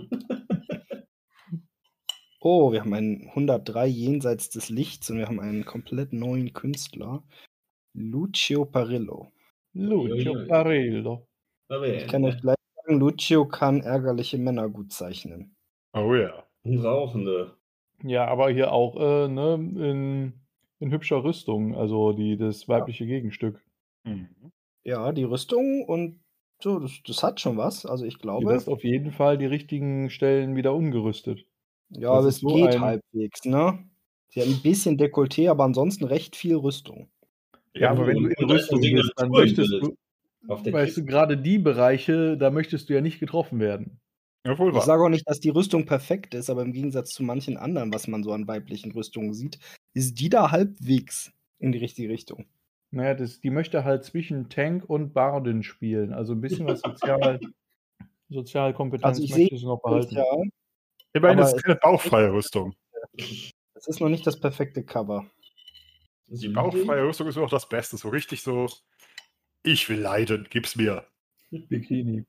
Oh, wir haben einen hundertdrei jenseits des Lichts und wir haben einen komplett neuen Künstler. Lucio Parillo. Lucio Uiuiui. Parello. Ich kann euch gleich sagen, Lucio kann ärgerliche Männer gut zeichnen. Oh ja. Rauchende. Ja, aber hier auch äh, ne, in, in hübscher Rüstung, also die, das weibliche Gegenstück. Mhm. Ja, die Rüstung und so, das, das hat schon was. Also ich Die glaube, lässt auf jeden Fall die richtigen Stellen wieder umgerüstet. ja, das aber ist es so geht ein- halbwegs, ne? Sie hat ein bisschen Dekolleté, aber ansonsten recht viel Rüstung. Ja, aber aber wenn du in und da ist Rüstung eine bist, dann Signatur im möchtest Bild. du, Auf der weißt Kiste. du, gerade die Bereiche, da möchtest du ja nicht getroffen werden. ja, wohl Ich wahr. sage auch nicht, dass die Rüstung perfekt ist, aber im Gegensatz zu manchen anderen, was man so an weiblichen Rüstungen sieht, ist die da halbwegs in die richtige Richtung. Naja, das, die möchte halt zwischen Tank und Bardin spielen. Also ein bisschen was Sozial, Sozialkompetenz Also ich sehe möchte sie noch behalten. Ja, Immerhin aber ist es es keine ist- bauchfreie Rüstung. es ist noch nicht das perfekte Cover. Die bauchfreie Rüstung ist immer noch das Beste. So richtig so, ich will leiden, gib's mir. Bikini.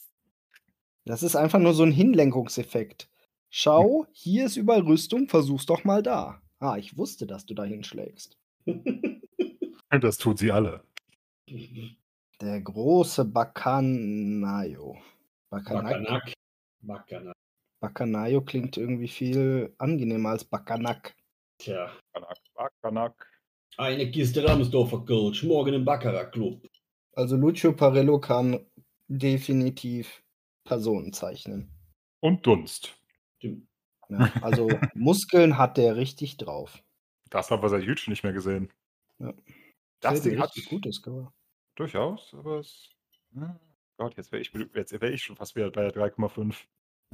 Das ist einfach nur so ein Hinlenkungseffekt. Schau, hier ist überall Rüstung, versuch's doch mal da. Ah, ich wusste, dass du da hinschlägst. Und das tun sie alle. Der große Bacanayo. Bacanac. Bakanak. Bakanak. Bacanayo klingt irgendwie viel angenehmer als Bacanac. Tja. Kanak, Kanak. Eine Kiste Ramsdorfer Kölsch, morgen im Baccarat-Club. Also Lucio Parillo kann definitiv Personen zeichnen. Und Dunst. Stimmt. Ja, also Muskeln hat der richtig drauf. Das haben wir seit Jütsch nicht mehr gesehen. Ja. Das ist ein Ding hat richtig gutes Cover. durchaus, aber es. Hm, Gott, jetzt wäre ich, jetzt wär ich schon fast wieder bei der drei Komma fünf.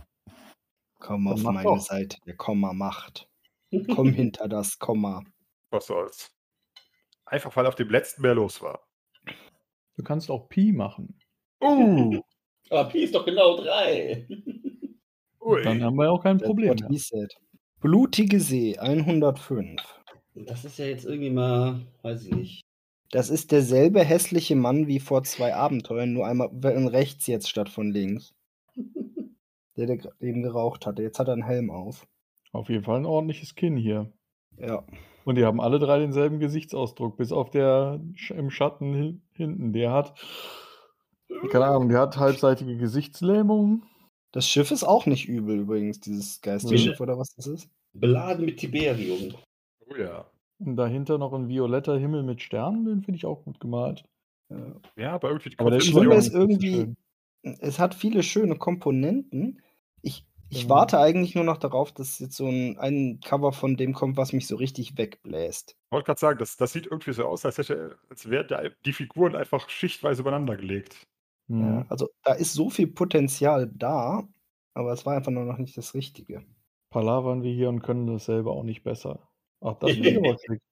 Komm Dann auf mach meine doch. Seite, der Komma macht. Komm hinter das Komma. Was soll's. Einfach weil auf dem letzten mehr los war. Du kannst auch Pi machen. Uh! Aber Pi ist doch genau drei. Ui. Dann haben wir auch kein That's Problem what mehr. he said. Blutige See, hundertfünf. Das ist ja jetzt irgendwie mal, weiß ich nicht. Das ist derselbe hässliche Mann wie vor zwei Abenteuern, nur einmal in rechts jetzt statt von links. Der, der gerade eben geraucht hatte. Jetzt hat er einen Helm auf. Auf jeden Fall ein ordentliches Kinn hier. Ja. Und die haben alle drei denselben Gesichtsausdruck, bis auf der Sch- im Schatten hin- hinten. Der hat, keine Ahnung, der hat halbseitige Gesichtslähmung. Das Schiff ist auch nicht übel übrigens, dieses Geisterschiff oder was das ist. Beladen mit Tiberium. Oh ja. Und dahinter noch ein violetter Himmel mit Sternen, den finde ich auch gut gemalt. Ja. Ja, aber irgendwie die Aber der Das ist Schlimme ja ist auch nicht so irgendwie, schön. es hat viele schöne Komponenten. Ich, ich Genau. warte eigentlich nur noch darauf, dass jetzt so ein, ein Cover von dem kommt, was mich so richtig wegbläst. Ich wollte gerade sagen, das, das sieht irgendwie so aus, als, hätte, als wären da die Figuren einfach schichtweise übereinander gelegt. Mhm. Ja, also da ist so viel Potenzial da, aber es war einfach nur noch nicht das Richtige. Palavern wir hier und können das selber auch nicht besser. Ach, das finde ich aber schick.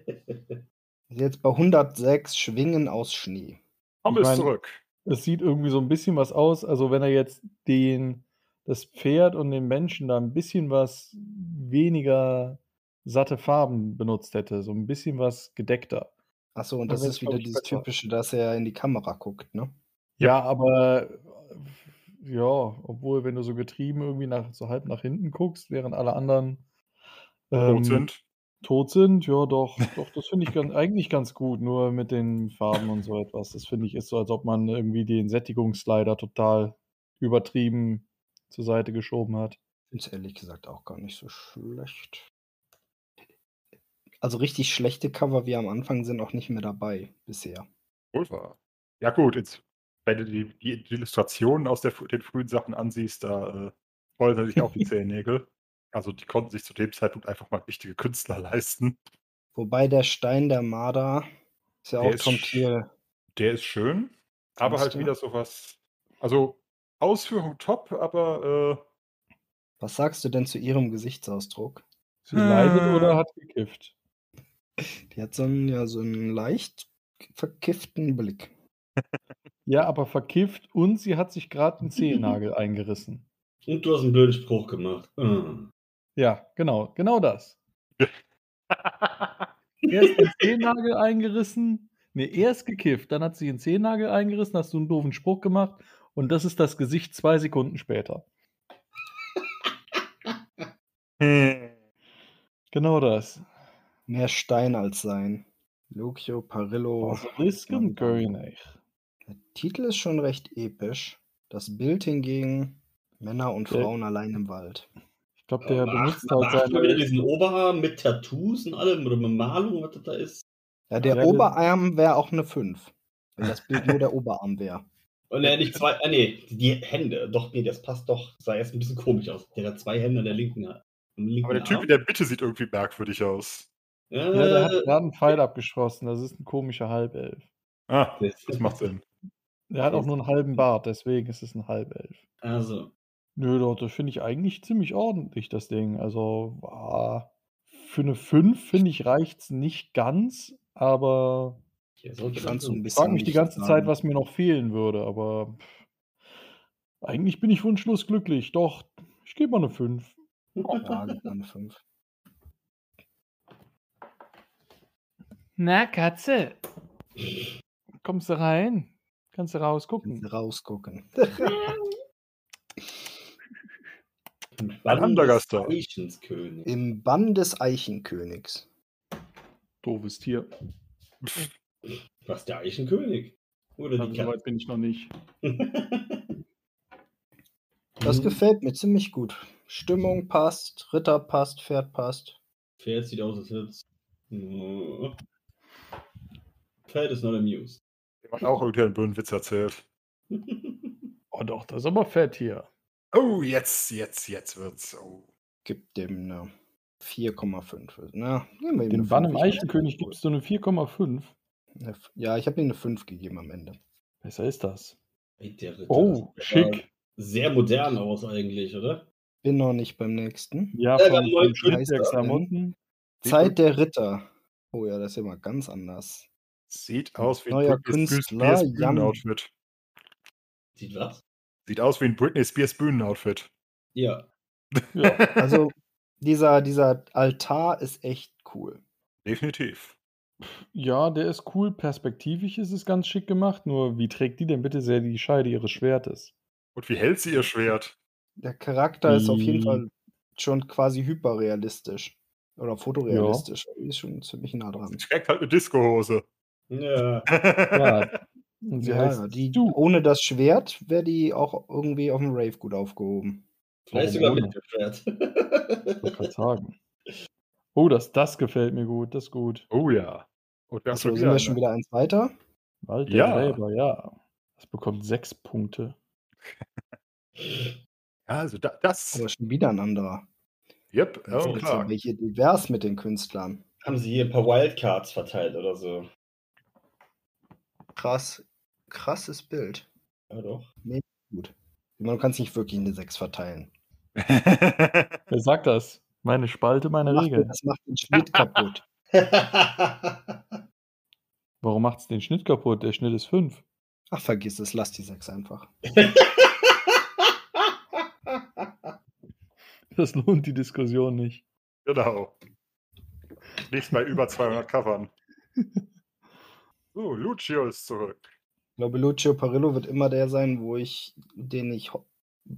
Jetzt bei hundertsechs Schwingen aus Schnee. Kommen Ich wir mein- zurück. Es sieht irgendwie so ein bisschen was aus. Also wenn er jetzt den, das Pferd und den Menschen da ein bisschen was weniger satte Farben benutzt hätte, so ein bisschen was gedeckter. Achso, und Dann das wär's, ist wieder glaub ich, dieses besser. typische, dass er in die Kamera guckt, ne? Ja, aber äh, ja, obwohl, wenn du so getrieben irgendwie nach, so halb nach hinten guckst, während alle anderen Tot ähm, sind. tot sind, ja doch, doch, das finde ich ganz, eigentlich ganz gut, nur mit den Farben und so etwas. Das finde ich ist so, als ob man irgendwie den Sättigungsslider total übertrieben zur Seite geschoben hat. Ich finde es ehrlich gesagt auch gar nicht so schlecht. Also richtig schlechte Cover wie am Anfang sind auch nicht mehr dabei bisher. Wohl wahr. Ja gut, jetzt, wenn du die, die Illustrationen aus der, den frühen Sachen ansiehst, da äh, rollen natürlich auch die Zehennägel. Also die konnten sich zu dem Zeitpunkt einfach mal richtige Künstler leisten. Wobei der Stein der Marder ist ja Der auch ist Tom sch- Thiel. Der ist schön, aber halt Findest du? wieder sowas. Also Ausführung top, aber Was sagst du denn zu ihrem Gesichtsausdruck? Sie leidet oder Äh. hat gekifft? Die hat so einen, ja, so einen leicht verkifften Blick. Ja, aber verkifft und sie hat sich gerade einen Zehennagel eingerissen. Und du hast einen blöden Spruch gemacht. Ah. Ja, genau, genau das. äh. Erst den Zehennagel eingerissen, nee, erst gekifft, dann hat sie den Zehennagel eingerissen, hast du einen doofen Spruch gemacht und das ist das Gesicht zwei Sekunden später. Genau das. Mehr Stein als Sein. Lucio Parillo. Basilisken König. Der Titel ist schon recht episch. Das Bild hingegen Männer und Der- Frauen allein im Wald. Ich glaube, der Ach, benutzt aber halt hast du wieder seine. diesen Oberarm mit Tattoos und allem oder mit Malung, was das da ist? Ja, der Ja, der- Oberarm wäre auch eine fünf. Wenn das Bild nur der Oberarm wäre. Und er nicht zwei, ah nee, die Hände. Doch, nee, das passt doch. Das sah erst ein bisschen komisch aus. Der hat zwei Hände an der linken Hand. Am linken Aber der Typ Arm. in der Mitte sieht irgendwie merkwürdig aus. Ja, Ja, der hat gerade einen Pfeil abgeschossen. Das ist ein komischer Halbelf. Ah, das macht Sinn. Der hat auch nur einen halben Bart, deswegen ist es ein Halbelf. Also, Nö, doch, das finde ich eigentlich ziemlich ordentlich, das Ding. Also, ah, für eine fünf, finde ich, reicht's nicht ganz, aber hier sollte Ich fand so ein ich bisschen. frage mich die nicht ganze sagen. Zeit, was mir noch fehlen würde, aber pff, eigentlich bin ich wunschlos glücklich. Doch, ich gebe mal eine fünf. Ja, gibt mal eine fünf. Na, Katze. Kommst du rein? Kannst du rausgucken? Rausgucken. Bann Andergaster. des Eichenskönig. Im Bann des Eichenkönigs. Doofes Tier. Was, der Eichenkönig? Oder Also, die so Katze? weit bin ich noch nicht. Das gefällt mir ziemlich gut. Stimmung passt, Ritter passt, Pferd passt. Pferd sieht aus, als hätte es. Oh. Pferd is not amused. Jemand auch irgendwie einen blöden Witz erzählt. Oh doch, das ist aber fett hier. Oh, jetzt, jetzt, jetzt wird's. Oh. Gibt dem eine vier Komma fünf. Na, nehmen wir ihm Dem eine Bann fünf. im Ich find's Eichenkönig cool. gibst du eine vier Komma fünf. Eine F- Ja, ich habe ihm eine fünf gegeben am Ende. Besser ist das. Ey, der Ritter Oh, sieht schick. aber Sehr modern aus eigentlich, oder? Bin noch nicht beim nächsten. Ja, Ja, vom, wir haben neuen vom Schnitt der Künstler, Klamotten. Zeit der Ritter. Oh ja, das ist immer ganz anders. Sieht aus wie ein Neuer Britney Spears Künstler, Jan- Bühnenoutfit. Sieht was? Sieht aus wie ein Britney Spears Bühnenoutfit. Ja. Ja. Also dieser, dieser Altar ist echt cool. Definitiv. Ja, der ist cool. Perspektivisch ist es ganz schick gemacht. Nur wie trägt die denn bitte sehr die Scheide ihres Schwertes? Und wie hält sie ihr Schwert? Der Charakter ist auf jeden Die- Fall schon quasi hyperrealistisch. Oder fotorealistisch. Die ist schon ziemlich nah dran. Sie trägt halt eine Discohose. Ja. Ja. Und sie Ja, heißt ja, die, Stu. ohne das Schwert wäre die auch irgendwie auf dem Rave gut aufgehoben. Vielleicht Warum sogar ohne? mit dem Pferd. Ich wollte gerade sagen. Oh, das, das gefällt mir gut. Das ist gut. Oh ja. Und wir haben Achso, schon sind wieder wir schon eine. wieder eins weiter? Wald der Ja. Gräber, ja. Das bekommt sechs Punkte. Ja, also da, das. Aber schon wieder ein anderer. Yep, Das oh, ist klar. ja welche divers mit den Künstlern. Haben sie hier ein paar Wildcards verteilt oder so? Krass. Krasses Bild. Ja, doch. Gut. Man kann es nicht wirklich in eine sechs verteilen. Wer sagt das? Meine Spalte, meine Macht, Regeln. das macht den Schnitt kaputt. Warum macht es den Schnitt kaputt? Der Schnitt ist fünf. Ach, vergiss es, lass die sechs einfach. Das lohnt die Diskussion nicht. Genau. Nicht bei über zweihundert Covern. So, Lucio ist zurück. Ich glaube, Lucio Parillo wird immer der sein, wo ich, den ich ho-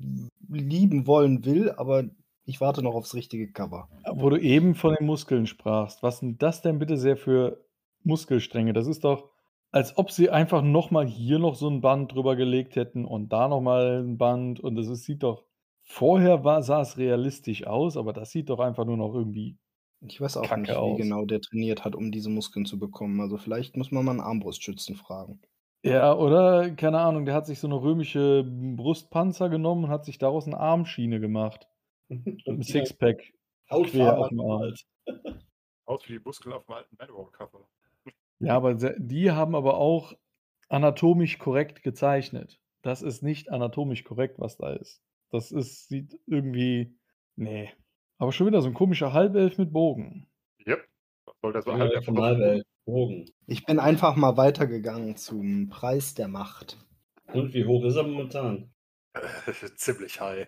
lieben wollen will, aber ich warte noch aufs richtige Cover. Wo du eben von den Muskeln sprachst, was sind das denn bitte sehr für Muskelstränge? Das ist doch, als ob sie einfach nochmal hier noch so ein Band drüber gelegt hätten und da nochmal ein Band und das ist, sieht doch, vorher war, sah es realistisch aus, aber das sieht doch einfach nur noch irgendwie Ich weiß auch Kacke nicht, wie aus. genau der trainiert hat, um diese Muskeln zu bekommen. Also vielleicht muss man mal einen Armbrustschützen fragen. Ja, oder, keine Ahnung, der hat sich so eine römische Brustpanzer genommen und hat sich daraus eine Armschiene gemacht. Und ein Sixpack quer auf dem Arm. Hautfarbe. Aus wie die Muskeln auf dem alten Manowar-Cover. Ja, aber se- die haben aber auch anatomisch korrekt gezeichnet. Das ist nicht anatomisch korrekt, was da ist. Das ist, sieht irgendwie, nee. Aber schon wieder so ein komischer Halbelf mit Bogen. Yep. Was soll der so Ja, halb von Halbwelt. Bogen. Ich bin einfach mal weitergegangen zum Preis der Macht. Und wie hoch ist er momentan? Ziemlich high.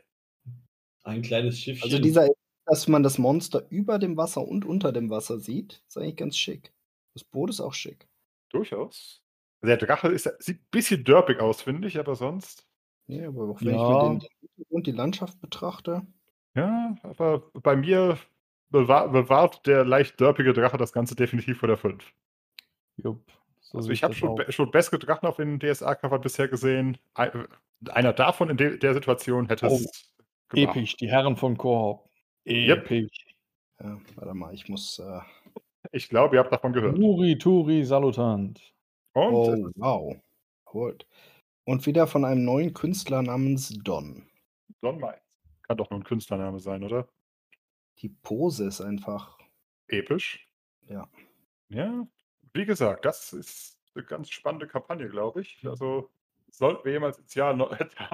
Ein kleines Schiffchen. Also dieser, dass man das Monster über dem Wasser und unter dem Wasser sieht, ist eigentlich ganz schick. Das Boot ist auch schick. Durchaus. Der Drache ist, sieht ein bisschen derpig aus, finde ich, aber sonst. Ja, aber auch wenn Ja. ich mir den, den Hintergrund, die Landschaft betrachte. Ja, aber bei mir bewahr, bewahrt der leicht derpige Drache das Ganze definitiv vor der fünf. Jupp. So Also sehe ich habe das schon, auch. be- schon bessere Drachen auf den D S A-Cover bisher gesehen. Ein, einer davon in de, der Situation hätte Oh, es gebracht. Episch, die Herren von Korb. Yep. Episch. Ja, warte mal, ich muss. Äh, Ich glaube, ihr habt davon gehört. Muri, Turi, Salutant. Und oh, es ist wow. Holt. Und wieder von einem neuen Künstler namens Don. Don Mainz. Kann doch nur ein Künstlername sein, oder? Die Pose ist einfach. Episch. Ja. Ja, wie gesagt, das ist eine ganz spannende Kampagne, glaube ich. Also sollten wir jemals ins Jahr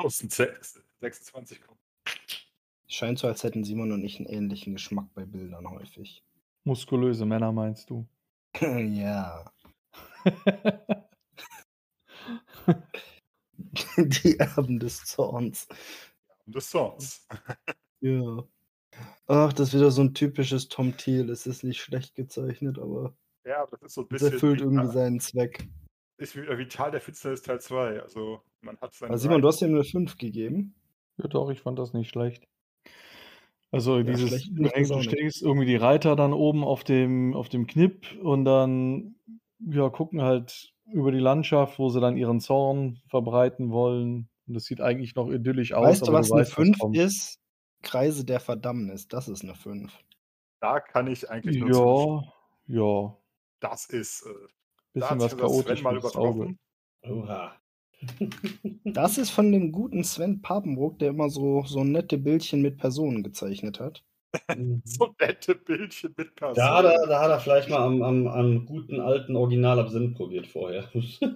zweitausendsechsundzwanzig kommen. Scheint so, als hätten Simon und ich einen ähnlichen Geschmack bei Bildern häufig. Muskulöse Männer meinst du? Ja. Die Erben des Zorns. Und des Songs. Ja. Ach, das ist wieder so ein typisches Tom Thiel. Es ist nicht schlecht gezeichnet, aber Ja, das ist so ein es bisschen erfüllt wie, irgendwie seinen Zweck. ist wieder Vital der Finsternis Teil zwei. Also man hat seine Aber Simon, du hast ihm eine fünf gegeben. Ja, doch, ich fand das nicht schlecht. Also Ja, dieses, schlecht du finde ich hängst das und auch nicht. stehst irgendwie die Reiter dann oben auf dem, auf dem Knipp und dann ja, gucken halt über die Landschaft, wo sie dann ihren Zorn verbreiten wollen. Und das sieht eigentlich noch idyllisch aus, Weißt du, aber was du eine weißt, was fünf kommt. ist? Kreise der Verdammnis. Das ist eine fünf. Da kann ich eigentlich nur zustimmen. Ja, ja. Das ist, äh, da Bisschen hat was sich unser Sven chaotisch mal fürs Auge. übertroffen. Oha. Das ist von dem guten Sven Papenbrock, der immer so, so nette Bildchen mit Personen gezeichnet hat. So nette Bildchen mit Personen. Da hat er, da hat er vielleicht mal am, am, am guten alten Original Absinth probiert vorher.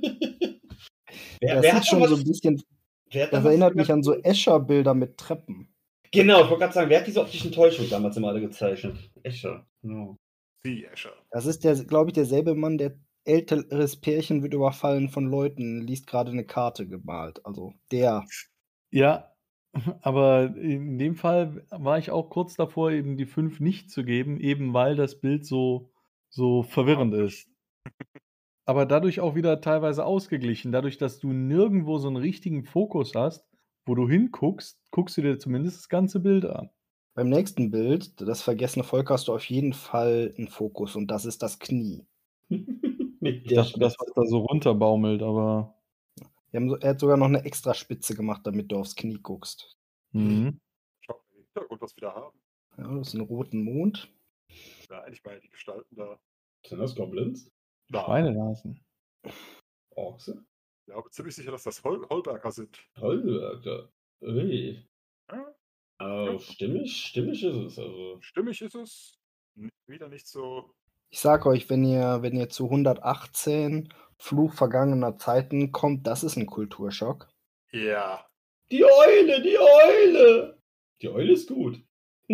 wer, Das wer hat ist schon damals- so ein bisschen. wer hat Das damals erinnert die mich an so ganzen- Escher-Bilder mit Treppen. Genau, ich wollte gerade sagen, wer hat diese optischen Täuschungen damals immer alle gezeichnet? Escher. Ja. Sie, Escher. Das ist der, glaube ich, derselbe Mann, der älteres Pärchen wird überfallen von Leuten, liest gerade eine Karte gemalt. Also der. Ja, aber in dem Fall war ich auch kurz davor, eben die fünf nicht zu geben, eben weil das Bild so, so verwirrend ist. Aber dadurch auch wieder teilweise ausgeglichen. Dadurch, dass du nirgendwo so einen richtigen Fokus hast, wo du hinguckst, guckst du dir zumindest das ganze Bild an. Beim nächsten Bild, das vergessene Volk, hast du auf jeden Fall einen Fokus und das ist das Knie. Mit Ich der dachte, das, was Spitze. da so runterbaumelt, aber. Wir haben so, er hat sogar noch eine extra Spitze gemacht, damit du aufs Knie guckst. Mhm. Schauen wir den Hintergrund, was wir da haben. Ja, das ist ein roten Mond. Ja, eigentlich mal die Gestalten da. Sind das Goblins? Da. Schweinenasen. Orkse? Ich glaube ziemlich sicher, dass das Hol Holberger sind. Holberger. Ui. Ja, Aber stimmig, stimmig ist es. Also. stimmig ist es. N- Wieder nicht so. Ich sag euch, wenn ihr, wenn ihr zu hundertachtzehn Fluch vergangener Zeiten kommt, das ist ein Kulturschock. Ja. Die Eule, die Eule! Die Eule ist gut.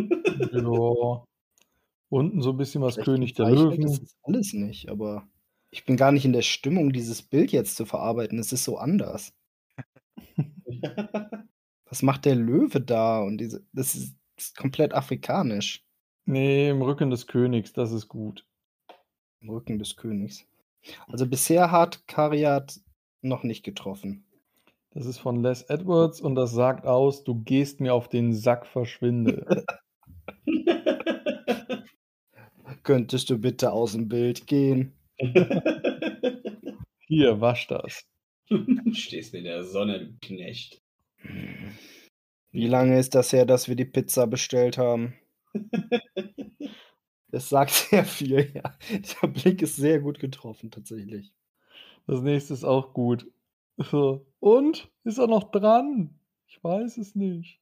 Ja. Unten so ein bisschen was Schlecht König der gezeichnet Löwen. ist es alles nicht, aber ich bin gar nicht in der Stimmung, dieses Bild jetzt zu verarbeiten. Es ist so anders. Was macht der Löwe da? Und diese, das ist, das ist komplett afrikanisch. Nee, im Rücken des Königs, das ist gut. Im Rücken des Königs. Also bisher hat Kariat noch nicht getroffen. Das ist von Les Edwards und das sagt aus, du gehst mir auf den Sack, verschwinde. Könntest du bitte aus dem Bild gehen? Hier, wasch das. Stehst in der Sonne, du Knecht. Wie lange ist das her, dass wir die Pizza bestellt haben? Das sagt sehr viel, ja. Der Blick ist sehr gut getroffen, tatsächlich. Das nächste ist auch gut. So. Und? Ist er noch dran? Ich weiß es nicht.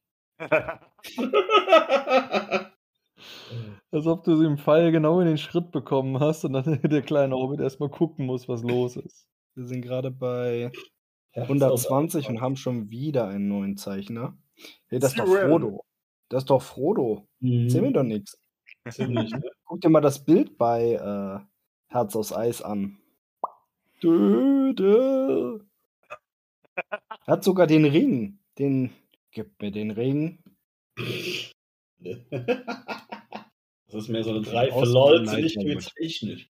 Als ob du den Pfeil genau in den Schritt bekommen hast und dann der kleine Hobbit erstmal gucken muss, was los ist. Wir sind gerade bei Herz hundertzwanzig auf- und haben schon wieder einen neuen Zeichner. Hey, das ist doch Cyril. Frodo. Das ist doch Frodo. Erzähl mir Mhm. doch nichts. Ziemlich, ne? Guck dir mal das Bild bei äh, Herz aus Eis an. Döde. Er hat sogar den Ring. Den. Gib mir den Ring. Das ist mehr so eine Sieht drei aus wie verlollt, ein nicht Nightmare. gezeichnet.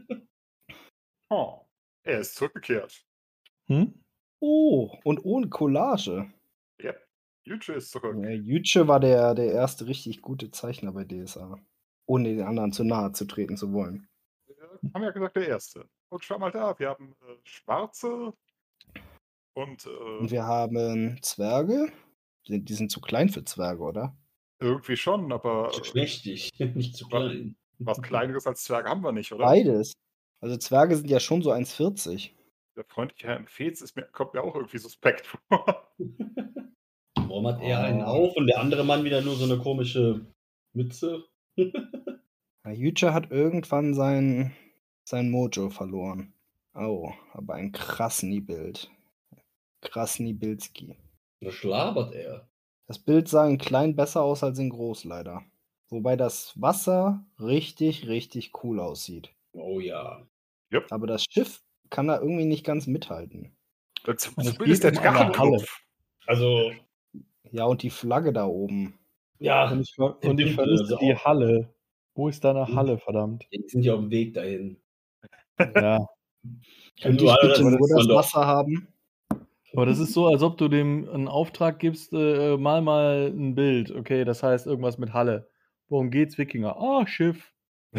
Oh, er ist zurückgekehrt. Hm? Oh, und ohne Collage. Ja, Yuche ist zurück. Ja, Yüce war der, der erste richtig gute Zeichner bei D S A. Ohne den anderen zu nahe zu treten zu wollen. Wir haben ja gesagt, der erste. Und schau mal da, wir haben äh, schwarze und, äh, Und wir haben Zwerge. Die, die sind zu klein für Zwerge, oder? irgendwie schon, aber Zu äh, schmächtig, nicht zu klein. was Kleineres als Zwerge haben wir nicht, oder? Beides. Also Zwerge sind ja schon so eins vierzig. Der freundliche Herr im Fez ist mir, kommt mir auch irgendwie suspekt vor. Warum hat er Oh. einen auf und der andere Mann wieder nur so eine komische Mütze? Ja, Yüce hat irgendwann sein, sein Mojo verloren. Oh, aber ein Krasny-Bild. Krasny-Bilski. Was schlabert er? Das Bild sah in klein besser aus als in groß, leider. Wobei das Wasser richtig, richtig cool aussieht. Oh ja. Aber das Schiff kann da irgendwie nicht ganz mithalten. Zum- Es Zumindest der geht um eine Halle. Drachenkopf. Also, Ja, und die Flagge da oben. ja, Und ich, ver der und ich Wind, vermisse also die auch- Halle. Wo ist deine Hm. Halle, verdammt? die sind ja auf dem Weg dahin. Ja. Könnte ich alle bitte das nur ist man das doch. Wasser haben? Aber das ist so, als ob du dem einen Auftrag gibst, äh, mal mal ein Bild. Okay, das heißt irgendwas mit Halle. Worum geht's, Wikinger? Ah, Schiff.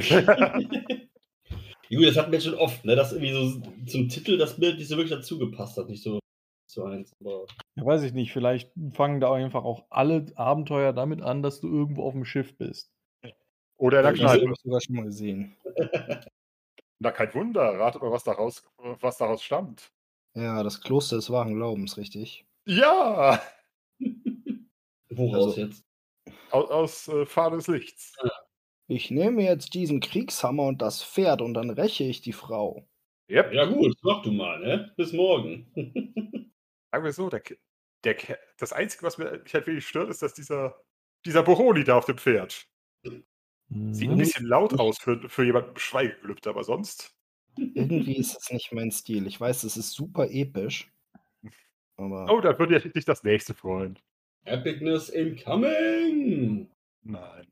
Junge, das hatten wir schon oft, ne? Dass irgendwie so zum Titel das Bild nicht so wirklich dazu gepasst hat. Nicht so zu eins. Aber Ja, weiß ich nicht. Vielleicht fangen da einfach auch alle Abenteuer damit an, dass du irgendwo auf dem Schiff bist. Oder in der Ja, Das Kneipe. habe ich sogar schon mal gesehen. Na, kein Wunder. Ratet mal, was daraus, was daraus stammt. Ja, das Kloster des wahren Glaubens, richtig. Ja! woraus Also- jetzt? Aus, aus äh, Fahne des Lichts. Ich nehme jetzt diesen Kriegshammer und das Pferd und dann räche ich die Frau. Yep. Ja gut, mach du mal, ne? Bis morgen. Sagen wir so, der, Ke- der, Ke- das Einzige, was mir- mich halt wirklich stört, ist, dass dieser, dieser Boroni da auf dem Pferd. Sieht ein Mhm. bisschen laut aus für, für jemanden mit Schweigegelübde, aber sonst. Irgendwie ist es nicht mein Stil. Ich weiß, es ist super episch. Aber Oh, da würde ich dich das nächste freuen. Epicness incoming! Nein.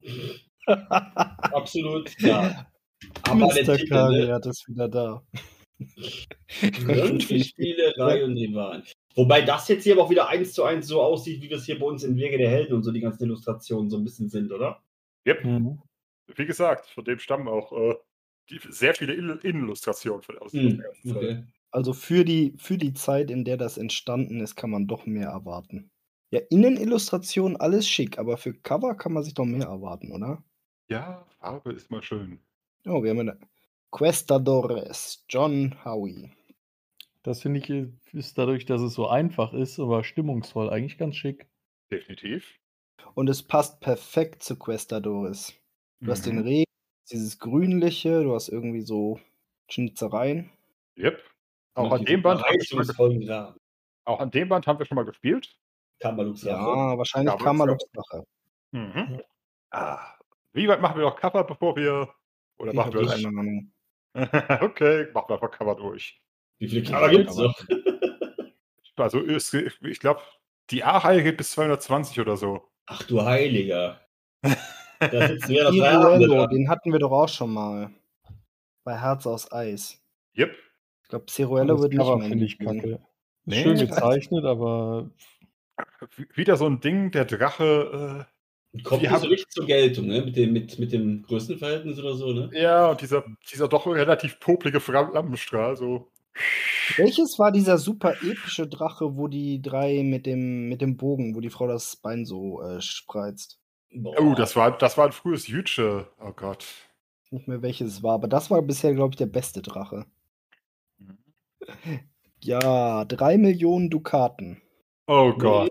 Absolut, ja. Aber der Mister Titel, ne? Kariat ist wieder da. Spielerei und Rivalen. Wobei das jetzt hier aber auch wieder eins zu eins so aussieht, wie das hier bei uns in Wege der Helden und so die ganzen Illustrationen so ein bisschen sind, oder? Yep. Mhm. Wie gesagt, von dem stammen auch äh, die, sehr viele In Innenillustrationen von, aus, aus Hm, der ganzen Zeit. okay. Also für die, für die Zeit, in der das entstanden ist, kann man doch mehr erwarten. Ja, Innenillustration, alles schick, aber für Cover kann man sich doch mehr erwarten, oder? Ja, Farbe ist mal schön. Oh, wir haben eine Questadores, John Howie. Das finde ich, äh, ist dadurch, dass es so einfach ist, aber stimmungsvoll, eigentlich ganz schick. Definitiv. Und es passt perfekt zu Questadores. Du hast den Mhm. Regen, dieses Grünliche, du hast irgendwie so Schnitzereien. Yep. Auch Und an, diese dem Band haben wir schon mal, ge- verheißungsvollen Graben. auch an dem Band haben wir schon mal gespielt. Kamalux Rache. Ja, wahrscheinlich Ja, aber Kamalux Sache. Mhm. Ah, wie weit machen wir noch Cover, bevor wir. Oder Ich machen habe wir keine Ahnung. Okay, machen wir einfach Cover durch. Wie viele Cover gibt's noch? Also, ist, ich glaube, die A-Reihe geht bis zweihundertzwanzig oder so. Ach du Heiliger. Da sitzen wir noch drei Tiruello, Abende dran. den hatten wir doch auch schon mal. Bei Herz aus Eis. Yep. Ich glaube, Ceruello Das wird nicht Cover mein finde ich Liebling. kacke. Ist Nee, schön ich weiß. gezeichnet, aber W- Wieder so ein Ding, der Drache. Kommt Wir nicht so haben- richtig zur Geltung, ne? Mit dem, mit, mit dem Größenverhältnis oder so, ne? Äh, ja, und dieser, dieser doch relativ poplige Flammenstrahl, so. Welches war dieser super epische Drache, wo die drei mit dem, mit dem Bogen, wo die Frau das Bein so äh, spreizt? Boah. Oh, das war, das war ein frühes Jütsche. Oh Gott. Nicht mehr welches es war, aber das war bisher, glaube ich, der beste Drache. Ja, drei Millionen Dukaten. Oh Gott.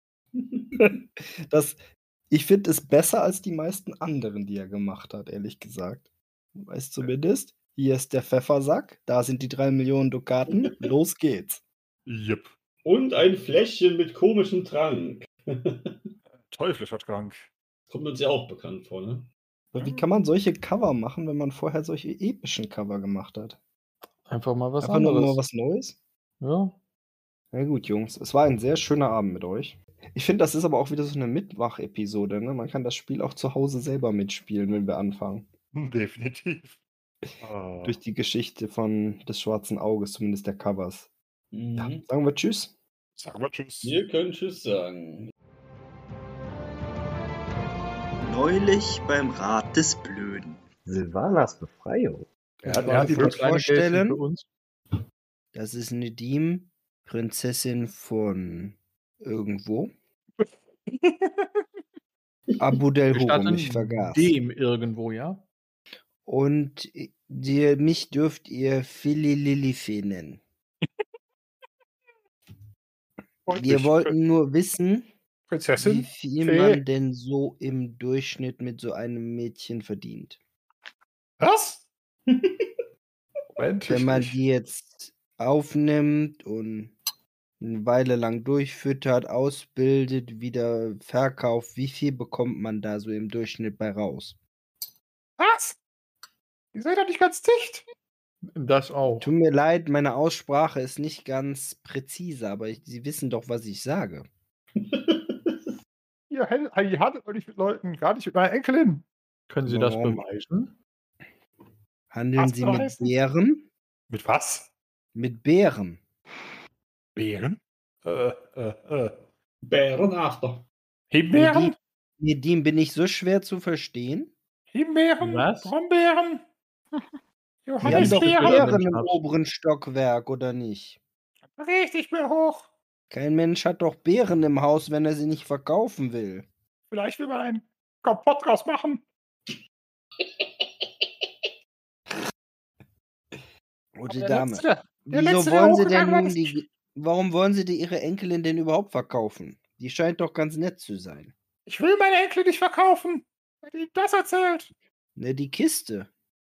Das, ich finde es besser als die meisten anderen, die er gemacht hat, ehrlich gesagt. Weiß zumindest, hier ist der Pfeffersack, da sind die drei Millionen Dukaten, los geht's. Yep. Und ein Fläschchen mit komischem Trank. Teuflischer Trank. Kommt uns ja auch bekannt vor, ne? Aber wie kann man solche Cover machen, wenn man vorher solche epischen Cover gemacht hat? einfach mal was Einfach nur anderes. mal was Neues? Ja. Na gut, Jungs, es war ein sehr schöner Abend mit euch. Ich finde, das ist aber auch wieder so eine Mitmach-Episode, ne? Man kann das Spiel auch zu Hause selber mitspielen, wenn wir anfangen. Hm, Definitiv. Oh. Durch die Geschichte von des schwarzen Auges, zumindest der Covers. Ja, Mhm. sagen wir Tschüss. Sagen wir Tschüss. Wir können Tschüss sagen. Neulich beim Rat des Blöden. Silvanas Befreiung. Er Ich hat, er wollte hat die kurz wirklich vorstellen. Für uns. Das ist Nedim, Prinzessin von irgendwo. Abu del Wir Hurum, starten ich vergaß. dem irgendwo, ja? Und die, mich dürft ihr Filililife nennen. freundlich. Wir wollten nur wissen, wie Prinzessin? viel Fee. man denn so im Durchschnitt mit so einem Mädchen verdient. Was? Moment, Wenn ich- man ich- die jetzt aufnimmt und eine Weile lang durchfüttert, ausbildet, wieder verkauft, wie viel bekommt man da so im Durchschnitt bei raus? Was? Ihr seid doch nicht ganz dicht. Das auch. Tut mir leid, meine Aussprache ist nicht ganz präzise, aber ich, Sie wissen doch, was ich sage. Ihr, hel- ihr handelt doch nicht mit Leuten, gar nicht mit meiner Enkelin. Können Sie das Warum? beweisen? Handeln Was Sie mit beweisen? Bären? Mit was? Mit Bären. Bären? Äh, äh, äh. Bären after. Himbeeren? Nedim, bin ich so schwer zu verstehen? Himbeeren? Was? Brombeeren? Wir haben doch Johannisbeeren? Bären im Schnaps. oberen Stockwerk, oder nicht? Richtig mir hoch. Kein Mensch hat doch Beeren im Haus, wenn er sie nicht verkaufen will. Vielleicht will man einen Kompott draus machen. Gute Der Dame. Letzte, der Wieso Letzte, der wollen Sie denn hochgegangen nun ist. die. Warum wollen Sie die, Ihre Enkelin denn überhaupt verkaufen? Die scheint doch ganz nett zu sein. Ich will meine Enkel nicht verkaufen. Wer hat Ihnen das erzählt? Ne, die Kiste.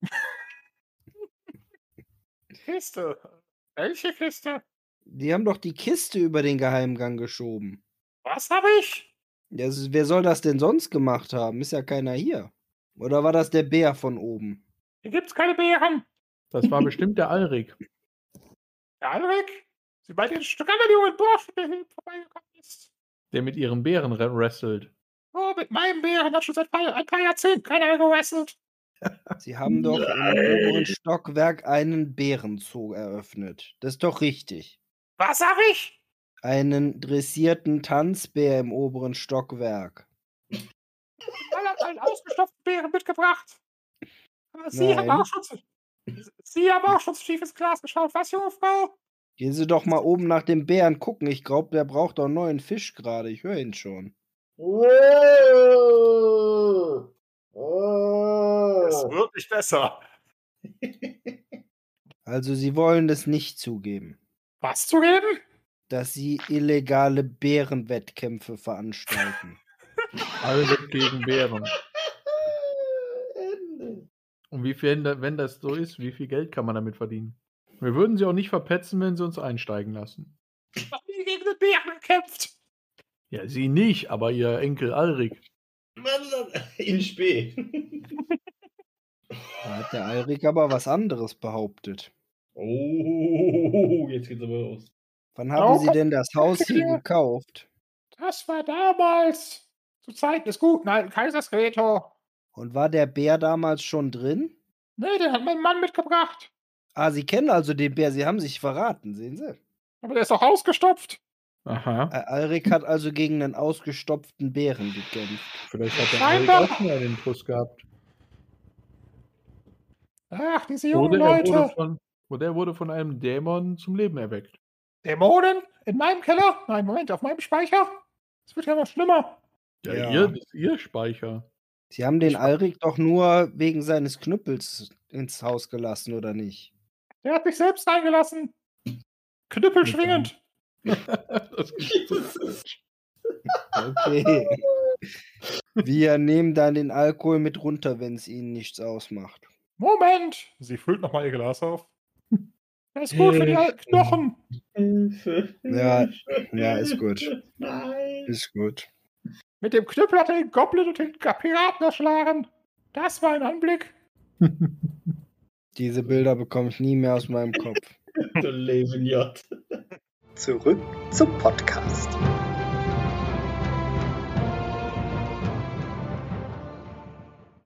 Kiste. Welche Kiste? Die haben doch die Kiste über den Geheimgang geschoben. Was habe ich? Das ist, wer soll das denn sonst gemacht haben? Ist ja keiner hier. Oder war das der Bär von oben? Hier gibt's keine Bären. Das war bestimmt der Alrik. Der Alrik? Sie meint den jungen Burschen, der hier vorbeigekommen ist. Der mit ihren Bären re- wrestelt. Oh, mit meinem Bären hat schon seit paar- ein paar Jahrzehnten keiner gewrestelt. Sie haben doch im oberen Stockwerk einen Bärenzoo eröffnet. Das ist doch richtig. Was hab ich? Einen dressierten Tanzbär im oberen Stockwerk. Mal hat einen ausgestopften Bären mitgebracht. Aber Sie haben Nein. auch schon zu, Sie haben auch schon zu tief ins Glas geschaut, was, junge Frau? Gehen Sie doch mal oben nach dem Bären gucken. Ich glaube, der braucht doch einen neuen Fisch gerade. Ich höre ihn schon. Es wird nicht besser. Also, Sie wollen es nicht zugeben, Was zu geben? dass Sie illegale Bärenwettkämpfe veranstalten. Alrik gegen Bären. Und wie viel, wenn das so ist, wie viel Geld kann man damit verdienen? Wir würden sie auch nicht verpetzen, wenn sie uns einsteigen lassen. Ich hab nie gegen den Bären gekämpft. Ja, sie nicht, aber ihr Enkel Alrik. In Spee. Da hat der Alrik aber was anderes behauptet. Oh, jetzt geht's aber los. Wann haben Oh, Sie denn das Haus hier ja. gekauft? Das war damals. Zu Zeiten des guten alten Kaisers Reto. Und war der Bär damals schon drin? Nee, den hat mein Mann mitgebracht. Ah, Sie kennen also den Bär, Sie haben sich verraten, sehen Sie. Aber der ist auch ausgestopft. Aha. Äh, Alrik hat also gegen einen ausgestopften Bären gekämpft. Vielleicht hat der Scheinbar. Alrik auch schon einen Intus gehabt. Ach, diese jungen Oder er wurde Leute. von, oder er wurde von einem Dämon zum Leben erweckt. Dämonen? In meinem Keller? Nein, Moment, auf meinem Speicher? Es wird ja noch schlimmer. Ja, Ja. Ihr, das ist Ihr Speicher. Sie haben den Alrik doch nur wegen seines Knüppels ins Haus gelassen, oder nicht? Der hat mich selbst eingelassen. Knüppel schwingend. Das gibt's Okay. Wir nehmen dann den Alkohol mit runter, wenn es Ihnen nichts ausmacht. Moment. Sie füllt nochmal ihr Glas auf. Das ist gut für die alten Knochen. Hilfe. Ja, Hilfe, ja, ist gut. Hilfe. Nein. Ist gut. Mit dem Knüppel hat er den Goblin und den Piraten erschlagen. Das war ein Anblick. Diese Bilder bekomme ich nie mehr aus meinem Kopf. Du Leben J. Zurück zum Podcast.